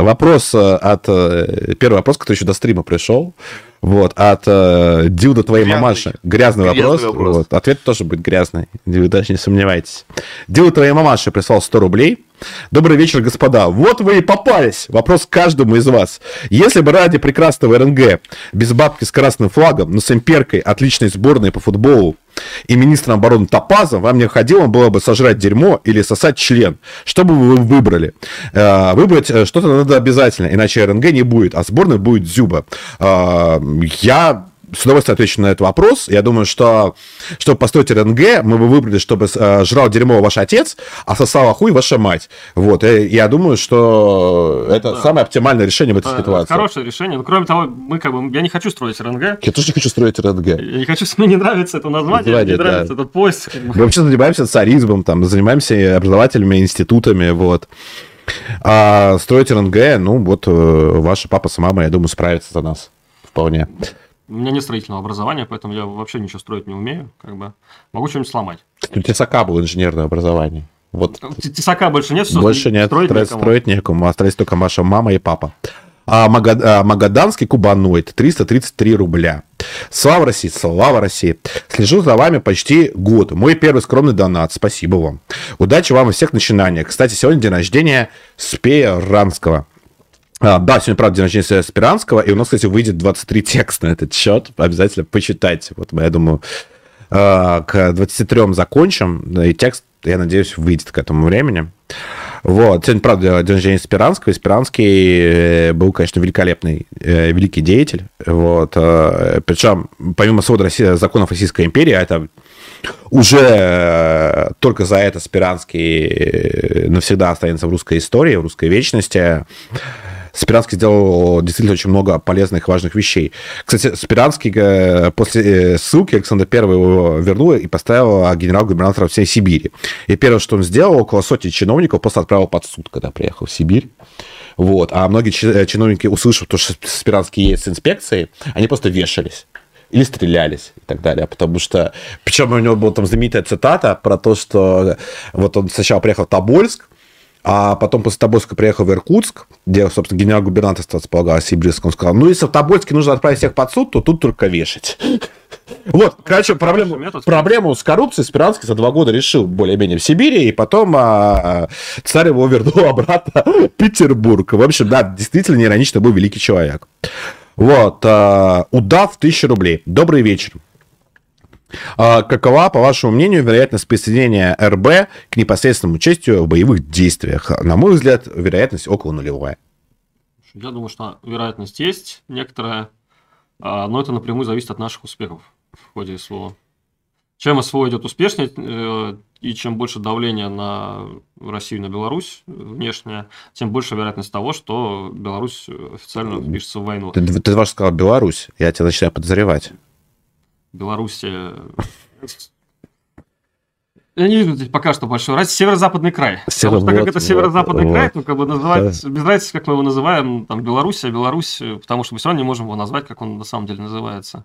первый вопрос, который еще до стрима пришел, вот, от Дилда твоей мамаши. Грязный вопрос. Вот, ответ тоже будет грязный, вы даже не сомневайтесь. Дилда твоей мамаши прислал 100 рублей. Добрый вечер, господа. Вот вы и попались. Вопрос к каждому из вас. Если бы ради прекрасного РНГ, без бабки с красным флагом, но с имперкой, отличной сборной по футболу и министром обороны Топазом, вам необходимо было бы сожрать дерьмо или сосать член, что бы вы выбрали? Выбрать что-то надо обязательно, иначе РНГ не будет, а сборной будет Дзюба. Я с удовольствием отвечу на этот вопрос. Я думаю, что чтобы построить РНГ, мы бы выбрали, чтобы жрал дерьмо ваш отец, а сосала хуй ваша мать. Вот. И я думаю, что это самое оптимальное решение в этой ситуации. Хорошее решение. Но кроме того, я не хочу строить РНГ. Я тоже не хочу строить РНГ. Я не хочу, мне не нравится это название, мне не нравится этот поезд. Мы вообще занимаемся царизмом, там, занимаемся образовательными институтами, вот. А строить РНГ, ну, вот ваша папа с мамой, я думаю, справятся за нас вполне. У меня нет строительного образования, поэтому я вообще ничего строить не умею. Как бы. Могу что-нибудь сломать. У Тесака было инженерное образование. Вот. Тесака больше нет? Больше нет, строить некому. Остались только ваша мама и папа. А Магаданский кубаноид 333 рубля. Слава России, слава России. Слежу за вами почти год. Мой первый скромный донат. Спасибо вам. Удачи вам во всех начинаниях. Кстати, сегодня день рождения Спиранского. Да, сегодня, правда, день рождения Спиранского, и у нас, кстати, выйдет 23 текста на этот счет. Обязательно почитайте. Вот, я думаю, к 23 закончим, и текст, я надеюсь, выйдет к этому времени. Вот. Сегодня, правда, день рождения Спиранского, и Спиранский был, конечно, великолепный, великий деятель. Вот. Причем, помимо свода законов Российской империи, это уже только за это Спиранский навсегда останется в русской истории, в русской вечности. Спиранский сделал действительно очень много полезных и важных вещей. Кстати, Спиранский после ссылки Александр I его вернул и поставил генерал-губернатором всей Сибири. И первое, что он сделал, около сотни чиновников просто отправил под суд, когда приехал в Сибирь. Вот. А многие чиновники, услышав то, что Спиранский едет с инспекцией, они просто вешались. Или стрелялись и так далее. Потому что... Причем у него была там знаменитая цитата про то, что вот он сначала приехал в Тобольск, а потом после Тобольска приехал в Иркутск, где, собственно, генерал-губернаторство располагалось сибирское. Он сказал, ну, если в Тобольске нужно отправить всех под суд, то тут только вешать. Вот, короче, проблему с коррупцией Спиранский за 2 года решил более-менее в Сибири, и потом царь его вернул обратно в Петербург. В общем, да, действительно неиронично был великий человек. Вот, удав 1000 рублей. Добрый вечер. Какова, по вашему мнению, вероятность присоединения РБ к непосредственному участию в боевых действиях? На мой взгляд, вероятность около нулевая. Я думаю, что вероятность есть некоторая, но это напрямую зависит от наших успехов в ходе СВО. Чем СВО идет успешнее, и чем больше давления на Россию и на Беларусь внешнее, тем больше вероятность того, что Беларусь официально впишется в войну. Ты дважды сказал Беларусь, я тебя начинаю подозревать. Беларуси... Я не вижу здесь пока что большой разницы. Северо-западный край. Потому что, так как это северо-западный край, то как бы называть, без разницы, как мы его называем, там, Беларусь, потому что мы все равно не можем его назвать, как он на самом деле называется.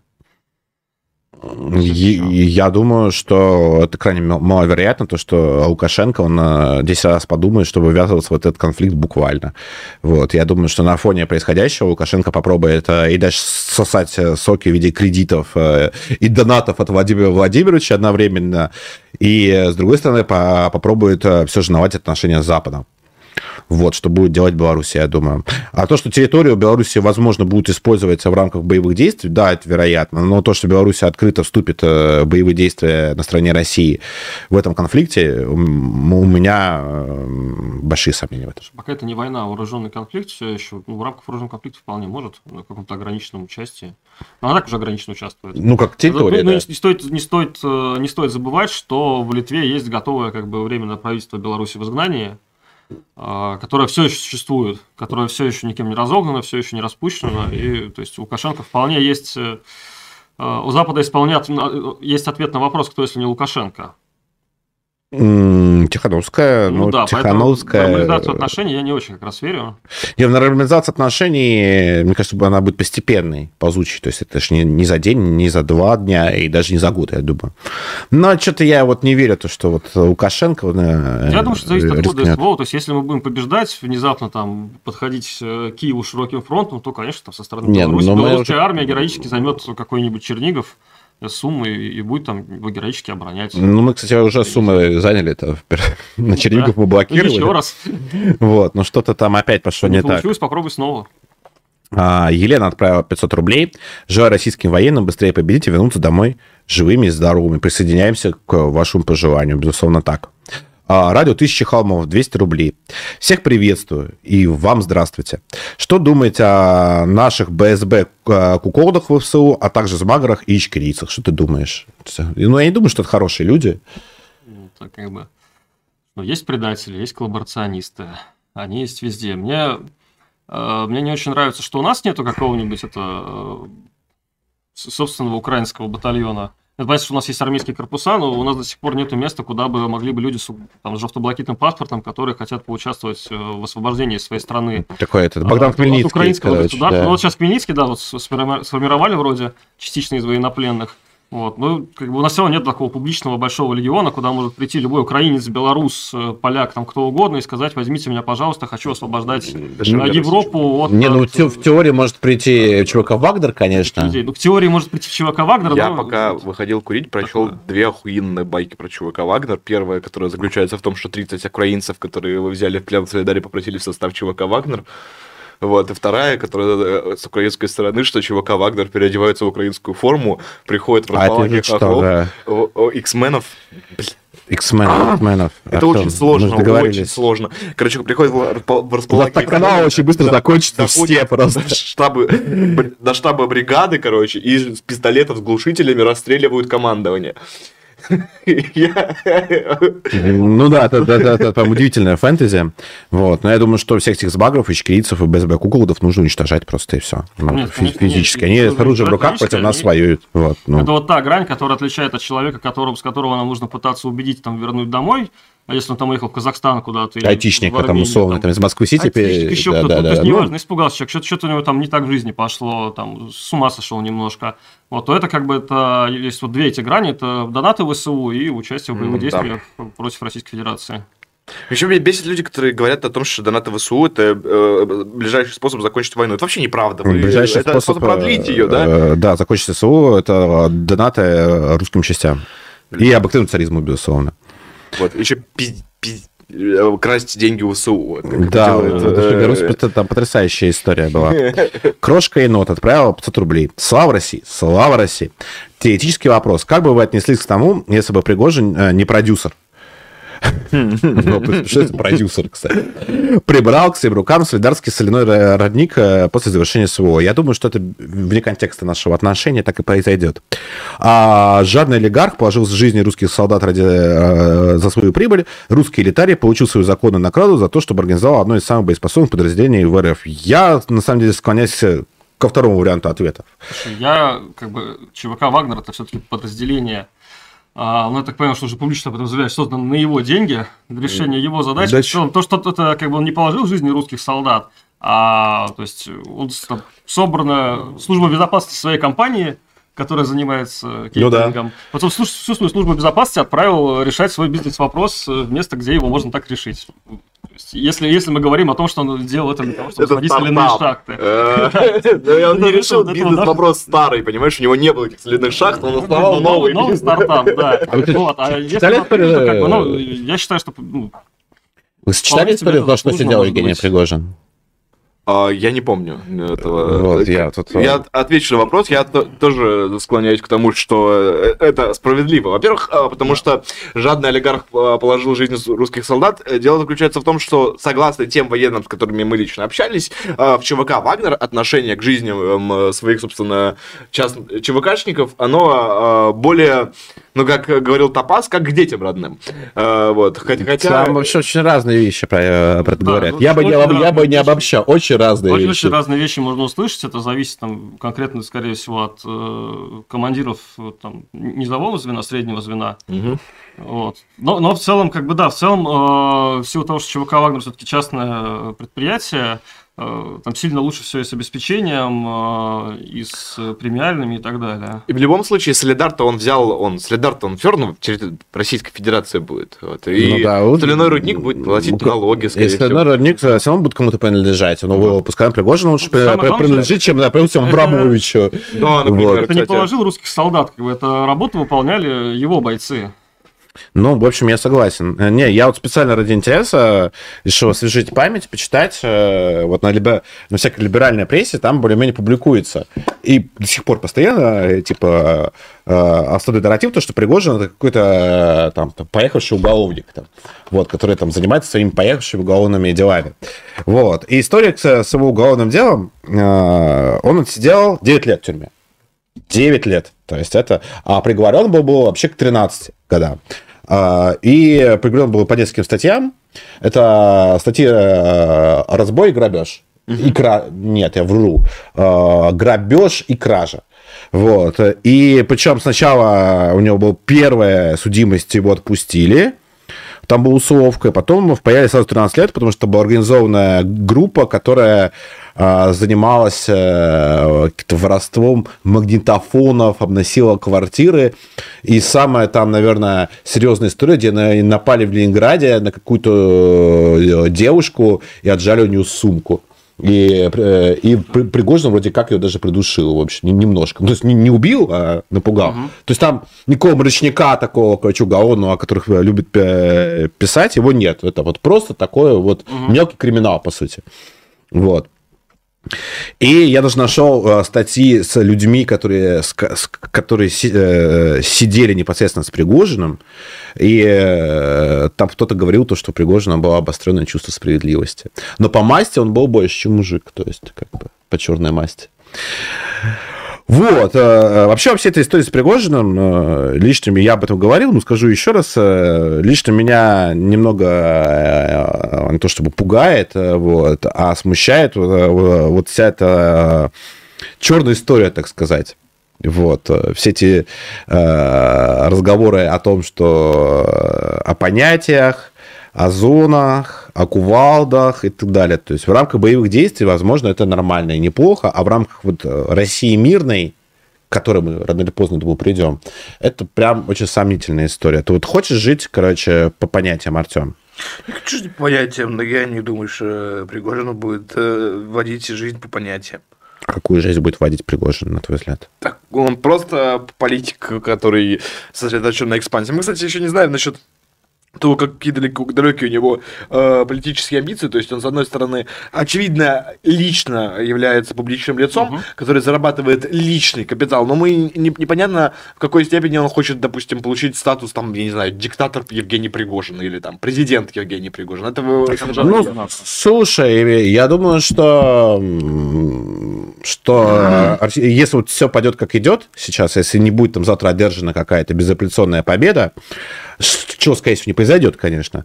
Я думаю, что это крайне маловероятно, то, что Лукашенко, он 10 раз подумает, чтобы ввязываться в этот конфликт буквально. Вот. Я думаю, что на фоне происходящего Лукашенко попробует и дальше сосать соки в виде кредитов и донатов от Владимира Владимировича одновременно, и, с другой стороны, попробует все же наладить отношения с Западом. Вот, что будет делать Беларусь, я думаю. А то, что территорию Беларуси, возможно, будет использоваться в рамках боевых действий, да, это вероятно. Но то, что Беларусь открыто вступит в боевые действия на стороне России в этом конфликте, у меня большие сомнения в этом. Пока это не война, а вооруженный конфликт, все еще в рамках вооруженного конфликта вполне может, на каком-то ограниченном участии. Но она так уже ограниченно участвует. Ну, как территория, да. Не стоит забывать, что в Литве есть готовое как бы временное правительство Беларуси в изгнании, которая все еще существует, которая все еще никем не разогнана, все еще не распущена, и то есть у Лукашенко вполне есть, у Запада есть ответ на вопрос, кто если не Лукашенко. Тихановская, ну да, Тихановская... В нормализацию отношений я не очень как раз верю. В нормализацию отношений, мне кажется, она будет постепенной, ползучей. То есть это же не за день, не за 2 дня и даже не за год, я думаю. Но что-то я вот не верю, что вот Лукашенко... Я думаю, что зависит от хода СВО. То есть если мы будем побеждать, внезапно там подходить к Киеву широким фронтом, то, конечно, там со стороны Беларуси белорусская армия героически займет какой-нибудь Чернигов, Суммы, и будет там его героически оборонять. Ну, мы, кстати, уже Суммы заняли, на Чернигов мы блокировали. Еще раз. Вот, но что-то там опять пошло не так. Получилось, попробуй снова. Елена отправила 500 рублей. Желаю российским военным быстрее победить и вернуться домой живыми и здоровыми. Присоединяемся к вашему пожеланию, безусловно, так. Радио 1000 холмов, 200 рублей. Всех приветствую и вам здравствуйте. Что думаете о наших БСБ куколдах в ВСУ, а также змагерах и ичкерийцах? Что ты думаешь? Ну, я не думаю, что это хорошие люди. Это как бы... есть предатели, есть коллаборационисты. Они есть везде. Мне не очень нравится, что у нас нету какого-нибудь собственного украинского батальона. Это понятно, что у нас есть армейские корпуса, но у нас до сих пор нет места, куда бы могли бы люди с желто-блакитным паспортом, которые хотят поучаствовать в освобождении своей страны. Такой это Богдан Хмельницкий. От украинского государства. Да. Ну, вот сейчас Хмельницкий, да, вот сформировали вроде частично из военнопленных. Вот. Ну, как бы у нас все равно нет такого публичного большого легиона, куда может прийти любой украинец, белорус, поляк, там кто угодно, и сказать: возьмите меня, пожалуйста, хочу освобождать Европу от... Не, ну в теории может прийти ЧВК Вагнер, конечно. Ну, в теории может прийти ЧВК Вагнер. Я пока выходил курить, прочел 2 охуенные байки про ЧВК Вагнер. Первая, которая заключается в том, что 30 украинцев, которые вы взяли в плен в Солидаре, попросили в состав ЧВК Вагнер. Вот, и вторая, которая с украинской стороны, что ЧВК Вагнер переодевается в украинскую форму, приходит в расположение X-менов. X-менов. Это очень сложно, очень сложно. Короче, приходит в расположение... Так канал очень быстро закончится, все просто. До штаба бригады, короче, и с пистолетов с глушителями расстреливают командование. Ну да, это прям удивительная фэнтези. Вот. Но я думаю, что всех этих сбагров, ичкерийцев и БСБ-куколдов нужно уничтожать просто и все. Физически. Они с оружием в руках против нас воюют. Вот, Это вот та грань, которая отличает от человека, с которого нам нужно пытаться убедить там вернуть домой. А если он там уехал в Казахстан куда-то? Айтишника там условно, там из Москвы-Сити. Еще кто-то, то есть неважно, испугался человек, что-то у него там не так в жизни пошло, там с ума сошел немножко. Вот, то это как бы это есть вот две эти грани, это донаты в ВСУ и участие в боевых действиях против Российской Федерации. Еще меня бесит люди, которые говорят о том, что донаты в ВСУ – это ближайший способ закончить войну. Это вообще неправда. Ближайший способ продлить ее, да? Да, закончить СУ – это донаты русским частям. И обыкновенному царизму, безусловно. Вот, еще красть деньги у ВСУ. Да, там потрясающая история была. Крошка енот отправила 500 рублей. Слава России! Слава России! Теоретический вопрос. Как бы вы отнеслись к тому, если бы Пригожин не продюсер? Что это продюсер, кстати? Прибрал к своим рукам солидарский соляной родник после завершения СВО. Я думаю, что это вне контекста нашего отношения так и произойдет. Жадный олигарх положил жизни русских солдат за свою прибыль. Русский элитарий получил свою законную награду за то, чтобы организовал одно из самых боеспособных подразделений в РФ. Я, на самом деле, склоняюсь ко второму варианту ответа. Я, ЧВК «Вагнер» — это все-таки подразделение. Ну, я так понял, что уже публично об этом заявляешь, создано на его деньги, решение его задач. То, что это он не положил в жизни русских солдат, то есть собрана служба безопасности своей компании, которая занимается кейтерингом. Потом всю свою службу безопасности отправил решать свой бизнес-вопрос в место, где его можно так решить. Если мы говорим о том, что он делал это для того, чтобы сводить соляные шахты. Он не решил бизнес-вопрос старый, понимаешь, у него не было этих соляных шахт, он основал новый. Новый стартап, да. Я считаю, что... Вы читали историю про что сидел Евгений Пригожин? Я не помню этого. Вот, я отвечу на вопрос. Я тоже склоняюсь к тому, что это справедливо. Во-первых, потому что жадный олигарх положил жизнь русских солдат. Дело заключается в том, что согласно тем военным, с которыми мы лично общались, в ЧВК «Вагнер» отношение к жизням своих, собственно, ЧВКшников, оно более... как говорил Топаз, как к детям родным. Вот. Хотя... Там вообще очень разные вещи про это говорят. Я бы не обобщал. Очень разные вещи. Очень разные вещи можно услышать. Это зависит конкретно, скорее всего, от командиров низового звена, среднего звена. Угу. Вот. Но в целом, в силу того, что ЧВК «Вагнер» все-таки частное предприятие, там сильно лучше все и с обеспечением, и с премиальными и так далее. И в любом случае, Солидар-то он все равно через Российская Федерация будет. Вот. И соляной рудник будет платить налоги, скорее всего. Соляной рудник все равно будет кому-то принадлежать. Но пускай Пригожину лучше принадлежит, чем, допустим, Абрамовичу. Это не положил русских солдат, это работу выполняли его бойцы. Ну, в общем, я согласен. Не, я вот специально ради интереса решил освежить память, почитать. Вот на всякой либеральной прессе там более-менее публикуется. И до сих пор постоянно, остается нарратив, то, что Пригожин это какой-то поехавший уголовник, который занимается своими поехавшими уголовными делами. Вот. И история с его уголовным делом, он отсидел 9 лет в тюрьме. 9 лет. То есть это... А приговорен был вообще к 13 годам. И приговорен был по нескольким статьям. Это статьи разбой и грабеж. Нет, я вру. Грабеж и кража. Вот. И причем сначала у него была первая судимость, его отпустили. Там была условка, потом впаяли сразу 13 лет, потому что была организованная группа, которая занималась воровством магнитофонов, обносила квартиры. И самая наверное, серьезная история, где напали в Ленинграде на какую-то девушку и отжали у нее сумку. И Пригожин вроде как ее даже придушил, в общем, немножко. То есть не убил, а напугал. То есть там никакого мрачника такого, уголовного, о которых любят писать, его нет. Это вот просто такой мелкий криминал, по сути. Вот. И я даже нашел статьи с людьми, которые сидели непосредственно с Пригожиным, и там кто-то говорил, что у Пригожина было обостренное чувство справедливости. Но по масти он был больше, чем мужик, то есть по черной масти. Вот. Вообще, во всей этой истории с Пригожиным, лично я об этом говорил, но скажу еще раз, лично меня немного не то чтобы пугает, вот, а смущает вот вся эта черная история, так сказать. Вот. Все эти разговоры о том, что о понятиях, о зонах, о кувалдах и так далее. То есть в рамках боевых действий, возможно, это нормально и неплохо, а в рамках вот России мирной, к которой мы рано или поздно, думаю, придем, это прям очень сомнительная история. Ты вот хочешь жить, короче, по понятиям, Артем? Я хочу жить по понятиям, но я не думаю, что Пригожин будет водить жизнь по понятиям. Какую жизнь будет водить Пригожин, на твой взгляд? Так, он просто политик, который сосредоточен на экспансии. Мы, кстати, еще не знаем насчет того, какие далекие у него политические амбиции. То есть он, с одной стороны, очевидно, лично является публичным лицом, который зарабатывает личный капитал, но непонятно, в какой степени он хочет, допустим, получить статус, там, я не знаю, диктатор Евгений Пригожин или там президент Евгений Пригожин. Ну, слушай, я думаю, что если вот все пойдет как идет сейчас, если не будет там завтра одержана какая-то безапелляционная победа, чего, скорее всего, не произойдет, конечно,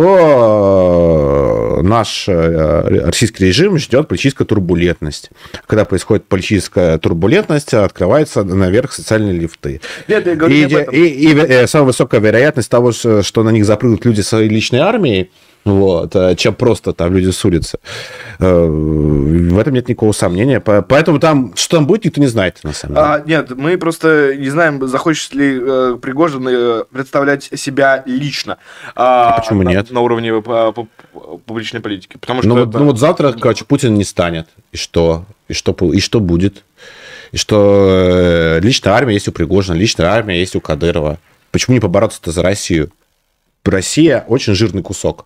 то наш российский режим ждет политическая турбулентность. Когда происходит политическая турбулентность, открываются наверх социальные лифты. Нет, я говорю не об этом. И самая высокая вероятность того, что на них запрыгнут люди своей личной армией, вот, чем просто там люди с улицы. В этом нет никакого сомнения. Поэтому там, что там будет, никто не знает, на самом деле. Нет, мы просто не знаем, захочет ли Пригожин представлять себя лично. Почему нет? На уровне публичной политики. Потому что ну вот завтра, короче, Путин не станет. И что? И что будет? И что личная армия есть у Пригожина, личная армия есть у Кадырова. Почему не побороться-то за Россию? Россия очень жирный кусок.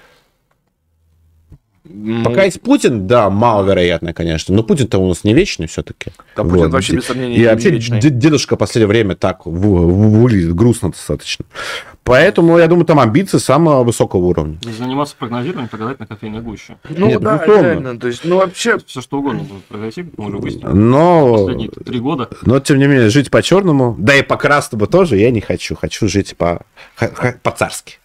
Пока есть Путин, да, маловероятно, конечно, но Путин-то у нас не вечный все-таки. Да, Путин вот. Вообще, без сомнения, и вообще вечный. Дедушка в последнее время так выглядит грустно достаточно. Поэтому, я думаю, там амбиции самого высокого уровня. Заниматься прогнозированием, погадать на кофейной гуще. Ну, нет, да, реально. То есть, вообще... Все, что угодно будет произойти, как мы уже выяснили. Но... Последние 3 года. Но, тем не менее, жить по-черному, да и по-красному тоже я не хочу. Хочу жить по-царски.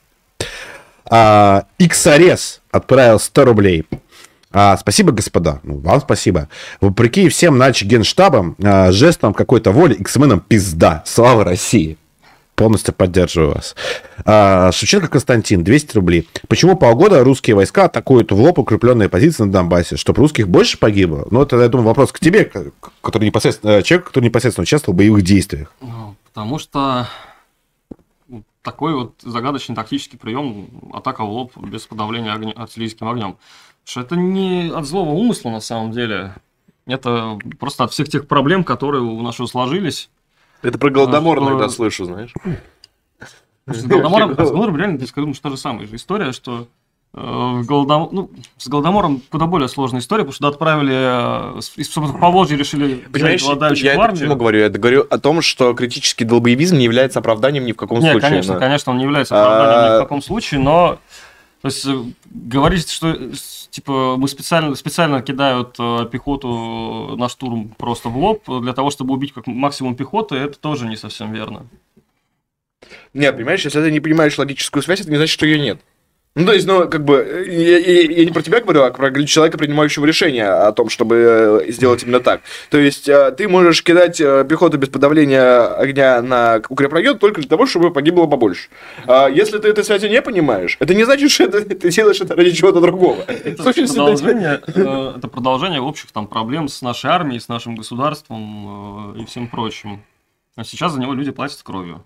XRS отправил 100 рублей. Спасибо, господа. Вам спасибо. Вопреки всем генштабам, жестом какой-то воли, X-менам пизда. Слава России. Полностью поддерживаю вас. Шевченко Константин, 200 рублей. Почему полгода русские войска атакуют в лоб укрепленные позиции на Донбассе? Чтобы русских больше погибло? Ну, это, я думаю, вопрос к тебе, человек, который непосредственно участвовал в боевых действиях. Потому что такой вот загадочный тактический прием, атака в лоб без подавления артиллерийским огнем. Что это не от злого умысла на самом деле. Это просто от всех тех проблем, которые у нас уже сложились. Это про Голодомор иногда слышу, знаешь. С Голодомором реально, я скажу, что та же самая же история, что с Голодомором куда более сложная история, потому что отправили из Поволжья, решили взять голодающих в армию. Я говорю? Я говорю о том, что критический долбоевизм не является оправданием ни в каком случае. Конечно, он не является оправданием ни в каком случае, но то есть говорить, что типа мы специально кидают пехоту на штурм просто в лоб для того, чтобы убить как максимум пехоты, это тоже не совсем верно. Нет, понимаешь, если ты не понимаешь логическую связь, это не значит, что ее нет. Ну, то есть, я не про тебя говорю, а про человека, принимающего решение о том, чтобы сделать именно так. То есть, ты можешь кидать пехоту без подавления огня на укрепрайон только для того, чтобы погибло побольше. Если ты этой связи не понимаешь, это не значит, что ты делаешь это ради чего-то другого. Это продолжение общих там проблем с нашей армией, с нашим государством и всем прочим. А сейчас за него люди платят кровью.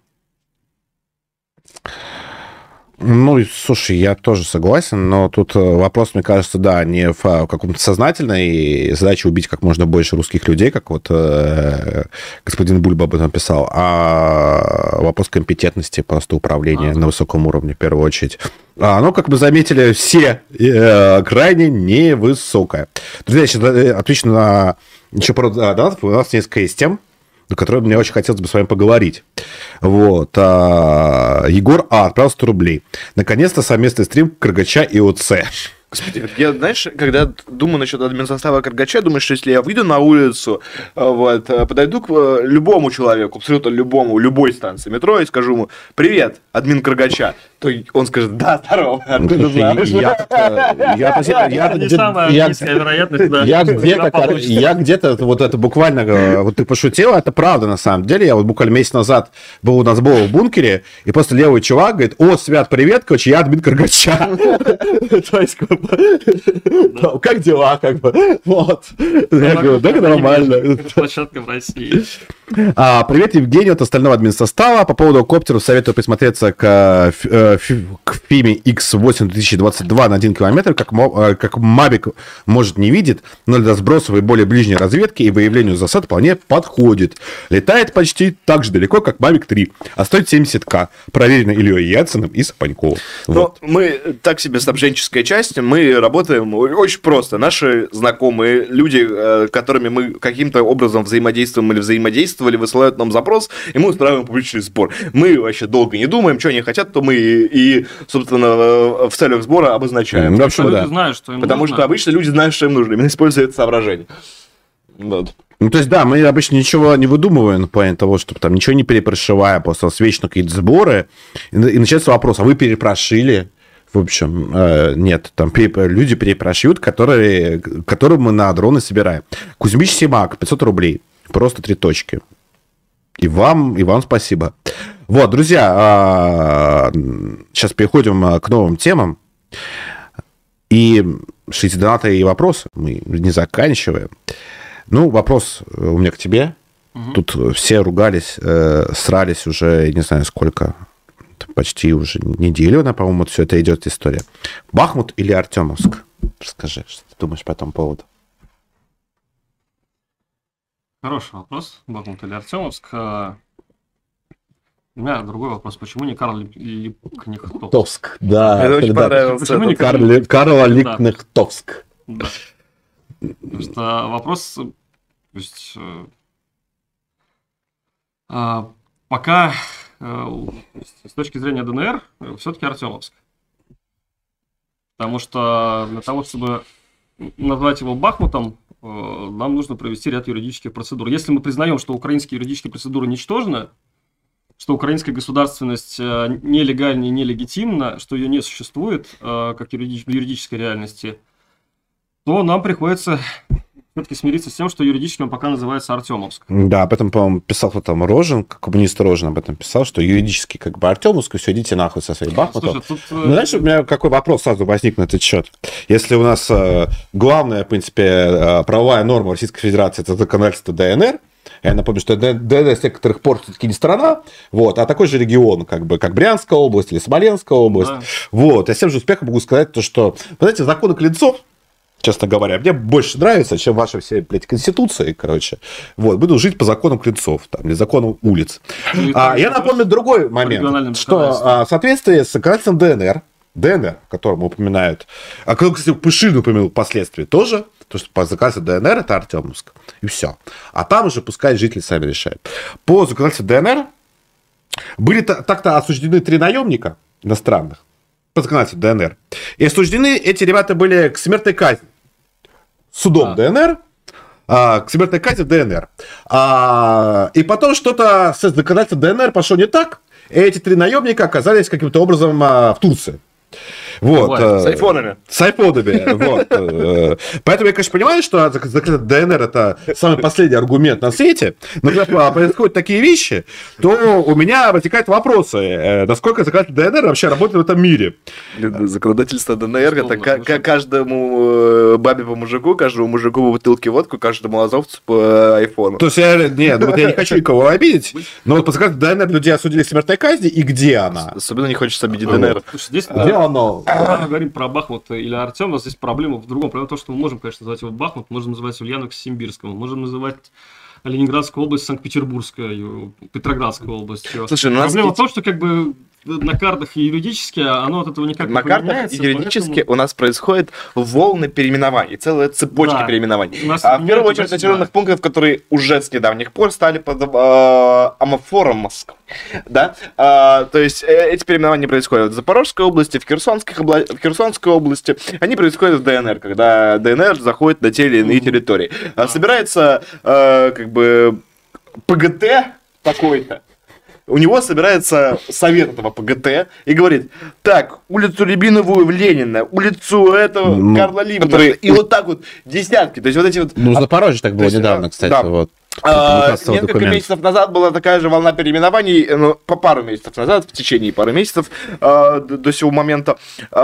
Ну, слушай, я тоже согласен, но тут вопрос, мне кажется, да, не в каком-то сознательной задаче убить как можно больше русских людей, как вот господин Бульба об этом писал, а вопрос компетентности просто управления на высоком уровне, в первую очередь. Оно, как бы заметили все, крайне невысокое. Друзья, я сейчас отвечу на еще пару донатов. У нас несколько есть тем, на которой мне очень хотелось бы с вами поговорить. Вот. Егор отправил 100 рублей. Наконец-то совместный стрим Каргача и ОЦ. Господи, я, знаешь, когда думаю насчет админсостава Каргача, думаю, что если я выйду на улицу, вот, подойду к любому человеку, абсолютно любому, любой станции метро и скажу ему: «Привет, админ Каргача», то он скажет: «Да, здорово, откуда знаешь?» Я где-то вот это буквально, вот ты пошутил, это правда на самом деле. Я вот буквально месяц назад у нас был в бункере, и просто левый чувак говорит: «О, Свят, привет, короче, я админ Каргача». То есть, как дела, как бы, вот. Я говорю: да, нормально. Площадка в России. Привет, Евгений, от остального админсостава. По поводу коптеров советую присмотреться к FIMI X8 2022 на 1 километр, как Mavic, может, не видит, но для сбросов и более ближней разведки и выявлению засад вполне подходит. Летает почти так же далеко, как Mavic 3, а стоит 70к. Проверено Ильей Яциным и Сапаньковым. Вот. Мы так себе снабженческая часть, мы работаем очень просто. Наши знакомые, люди, которыми мы каким-то образом взаимодействуем или взаимодействовали, высылают нам запрос, и мы устраиваем публичный сбор. Мы вообще долго не думаем, что они хотят, то мы и собственно, в целях сбора обозначаем. Да, люди знают, что им Потому нужно. что обычно люди знают, что им нужно. Именно используют это соображение. Вот. Ну, то есть, да, мы обычно ничего не выдумываем в плане того, чтобы там ничего не перепрошиваем, просто свечно какие-то сборы, и начинается вопрос: а вы перепрошили? В общем, нет, там люди перепрошьют, которые мы на дроны собираем. Кузьмич Симак, 500 рублей, просто 3 точки. И вам спасибо. Вот, друзья, сейчас переходим к новым темам. И шлите донаты и вопросы, мы не заканчиваем. Ну, вопрос у меня к тебе. Тут все ругались, срались уже, не знаю сколько, почти уже неделю, по-моему, все это идет история. Бахмут или Артемовск? Расскажи, что ты думаешь по этому поводу? Хороший вопрос. Бахмут или Артемовск? У меня другой вопрос. Почему не Карл Липкнехтовск? Да, это очень понравилось. Почему не Карл Липкнехтовск? Да. Потому что вопрос, то есть, пока с точки зрения ДНР все-таки Артемовск. Потому что для того, чтобы назвать его Бахмутом, нам нужно провести ряд юридических процедур. Если мы признаем, что украинские юридические процедуры ничтожны, что украинская государственность нелегальна и нелегитимна, что ее не существует как юридической реальности, то нам приходится все-таки смириться с тем, что юридически он пока называется Артемовск. Да, об этом, по-моему, писал кто там, Рожен, коммунист Рожен об этом писал, что юридически как бы Артемовск, и все, идите нахуй со своей Бахмутом. Слушай, тут... Ну, знаешь, у меня какой вопрос сразу возник на этот счет. Если у нас главная, в принципе, правовая норма Российской Федерации — это законодательство ДНР, я напомню, что ДНР с некоторых пор все-таки не страна, вот, а такой же регион, как бы, как Брянская область или Смоленская область. Да. Вот, я с тем же успехом могу сказать то, что, вы знаете, законы Клинцов, честно говоря, мне больше нравится, чем ваши все, блядь, конституции, короче. Вот, буду жить по законам Клинцов, там, или законам улиц. Я напомню другой момент, что в соответствии с законодательством ДНР, которому упоминают, а который, кстати, Пышин упомянул впоследствии тоже, то, что по законодательству ДНР это Артемовск, и все. А там уже пускай жители сами решают. По законодательству ДНР были так-то осуждены 3 наемника иностранных по законодательству ДНР. И осуждены эти ребята были к смертной казни. Судом ДНР, к смертной казни в ДНР. И потом что-то с законодательством ДНР пошло не так, и эти 3 наемника оказались каким-то образом в Турции. Вот, с айфонами. С айфонами. Вот. Поэтому я, конечно, понимаю, что ДНР это самый последний аргумент на свете, но когда происходят такие вещи, то у меня возникают вопросы, насколько законодательство ДНР вообще работает в этом мире. Законодательство ДНР это каждому бабе по мужику, каждому мужику по бутылке водку, каждому азовцу по айфону. То есть я не хочу никого обидеть, но вот по законодательству ДНР людей осудили к смертной казни, и где она? Особенно не хочется обидеть ДНР. Где оно? Когда мы говорим про Бахмут или Артем, у нас здесь проблема в другом. Проблема в том, что мы можем, конечно, называть его Бахмут, можем называть Ульяновск-Симбирском, можем называть Ленинградскую область Санкт-Петербургской, Петроградской областью. Слушай, проблема в том, что как бы на картах и юридически, оно от этого никак не поменяется. На картах и юридически у нас происходят волны переименований, целая цепочка переименований. В первую очередь населенных пунктов, которые уже с недавних пор стали под амофором Москвы. Да? То есть эти переименования происходят в Запорожской области, в Херсонской области. Они происходят в ДНР, когда ДНР заходит на те или иные территории. Собирается как бы ПГТ такой-то. У него собирается совет этого ПГТ и говорит: так, улицу Рябиновую в Ленина, улицу этого Карла Либкнехта, и вот так вот десятки. То есть вот эти вот... Ну, в Запорожье так было недавно, кстати. Да. Вот. Несколько месяцев назад была такая же волна переименований, по пару месяцев назад, в течение пары месяцев до сего момента,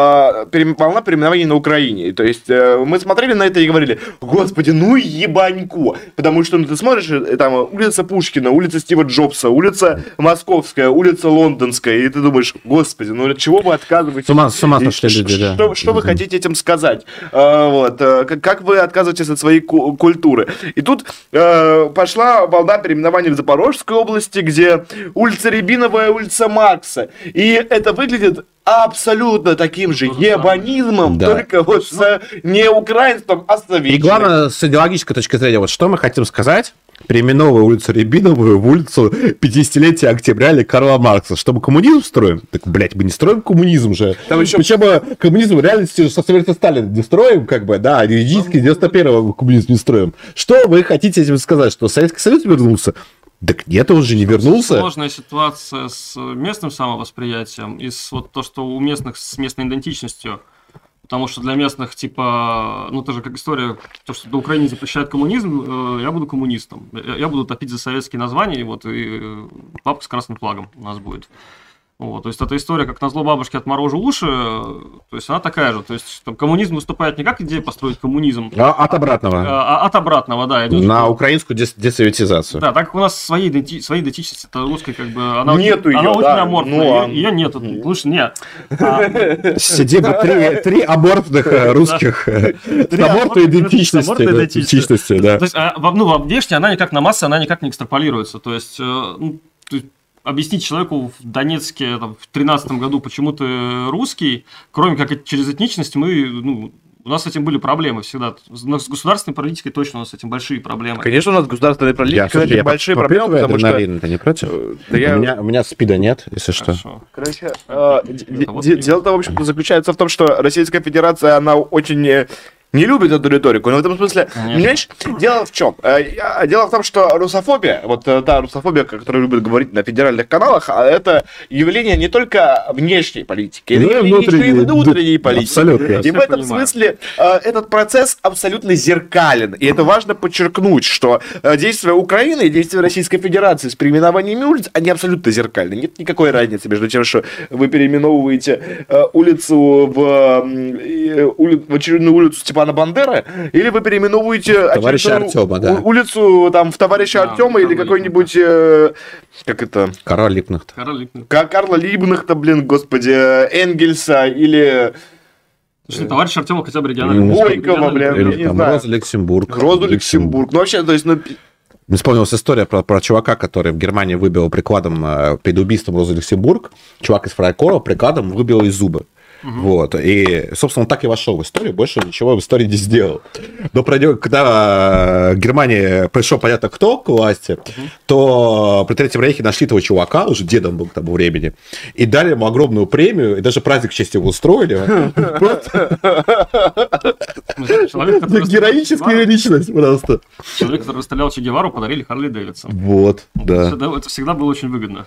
волна переименований на Украине. То есть мы смотрели на это и говорили: господи, ну ебанько. Потому что ты смотришь, там улица Пушкина, улица Стива Джобса, улица Московская, улица Лондонская, и ты думаешь: господи, ну от чего вы отказываетесь? С ума сошли люди, да. Что вы хотите этим сказать? Вот. Как вы отказываетесь от своей культуры? И тут пошла волна переименований в Запорожской области, где улица Рябиновая, улица Маркса. И это выглядит абсолютно таким же ебанизмом, да. Только вот с не украинством, а советчиной. И главное, с идеологической точки зрения, вот что мы хотим сказать, переименовывая улицу Рябиновую в улицу 50-летия октября или Карла Маркса. Что мы коммунизм строим? Так, блядь, мы не строим коммунизм же. Там еще... Причем коммунизм в реальности со смерти Сталина не строим, как бы, да, юридически 91-го коммунизм не строим. Что вы хотите этим сказать? Что Советский Союз вернулся? Так нет, он же не вернулся. Сложная ситуация с местным самовосприятием и с вот то, что у местных с местной идентичностью. Потому что для местных, типа, ну, это же как история, то, что на Украине запрещают коммунизм, я буду коммунистом. Я буду топить за советские названия, вот, и папка с красным флагом у нас будет. Вот, то есть, эта история, как назло бабушке отморожу уши, то есть, она такая же. То есть, там, коммунизм выступает не как идея построить коммунизм. А от обратного. От обратного, да. Идет на украинскую десоветизацию. Да, так как у нас своей идентичности, это русской, как бы, она нету очень, ее, она очень да, аморфная, ее нету. Лучше нет. Сидим три аморфных русских с аморфной идентичности. Да. То есть, ну, внешне она никак на массы, она никак не экстраполируется. То есть, объяснить человеку в Донецке там, в 2013 году, почему ты русский, кроме как через этничность, у нас с этим были проблемы всегда. С государственной политикой точно у нас с этим большие проблемы. Конечно, у нас государственная политика, кстати, большие проблемы, потому что... Ты не против? У меня СПИДа нет, если что. Короче, дело-то, в общем-то, заключается в том, что Российская Федерация, она очень... не любит эту риторику, но в этом смысле, понимаешь, дело в чем? Дело в том, что русофобия, вот та русофобия, о которой любят говорить на федеральных каналах, это явление не только внешней политики, это явление и внутренней политики. Абсолютно. И в этом смысле этот процесс абсолютно зеркален. И это важно подчеркнуть, что действия Украины и действия Российской Федерации с переименованиями улиц, они абсолютно зеркальны. Нет никакой разницы между тем, что вы переименовываете улицу в очередную улицу Степана Бандеры, или вы переименовываете улицу там, в товарища Артема или какой-нибудь, как это? Карла Либкнехта. Карла Либкнехта, блин, господи, Энгельса или... Товарищ Артема хотя бы региональный. Бойкова, блин, или там Роза Люксембург. Ну, вообще, то есть, Мне вспомнилась история про чувака, который в Германии выбил прикладом перед убийством Розы Люксембург. Чувак из Фрайкора прикладом выбил ей зубы. Вот, и, собственно, он так и вошел в историю, больше ничего в истории не сделал. Но когда Германия пришел, понятно, кто к власти, то при Третьем Рейхе нашли этого чувака, уже дедом был к тому времени, и дали ему огромную премию, и даже праздник в честь его устроили. Героическая личность просто. Человек, который расстрелял Че Гевару, подарили Харли Дэвидсон. Вот, да. Это всегда было очень выгодно.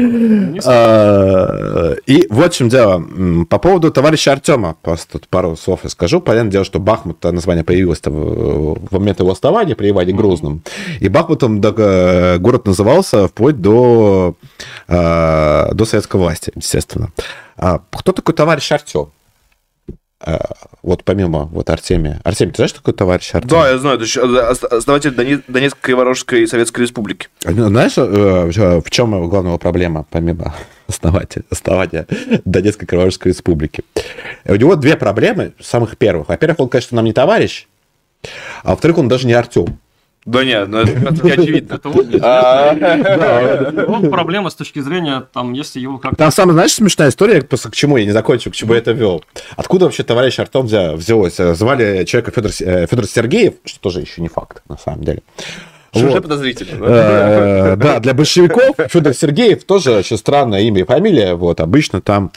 И вот в чем дело. По поводу товарища Артема, просто тут пару слов я скажу. Понятное дело, что Бахмут, название появилось там в момент его восстания при Иване Грозном. И Бахмутом город назывался вплоть до советской власти, естественно. Кто такой товарищ Артем? Вот помимо вот Артемия. Артемий, ты знаешь, что такое товарищ Артем? Да, я знаю. Это основатель Донецкой Криворожской Советской Республики. Знаешь, в чем главная проблема, помимо основания Донецкой Криворожской Республики? У него две проблемы, самых первых. Во-первых, он, конечно, нам не товарищ, а во-вторых, он даже не Артем. Да нет, ну это очевидно. Это вот неизвестно. Вот проблема с точки зрения, там, если его как-то... Там самая, знаешь, смешная история, просто к чему я не закончил, к чему я это вел. Откуда вообще товарищ Артем взялось? Звали человека Федор Сергеев, что тоже еще не факт, на самом деле. Что уже подозрительно. Да, для большевиков Федор Сергеев тоже очень странное имя и фамилия. Вот, обычно там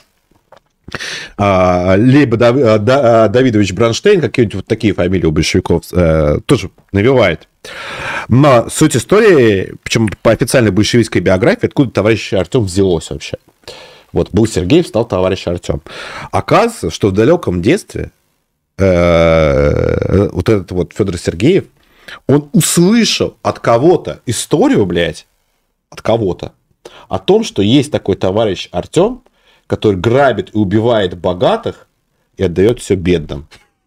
либо Давидович Бронштейн, какие-нибудь вот такие фамилии у большевиков тоже навевает. Но суть истории, причем по официальной большевистской биографии, откуда товарищ Артем взялось вообще. Вот, был Сергеев, стал товарищ Артем. Оказывается, что в далеком детстве вот этот вот Федор Сергеев, он услышал от кого-то историю, блядь, от кого-то, о том, что есть такой товарищ Артем, который грабит и убивает богатых и отдает все бедным.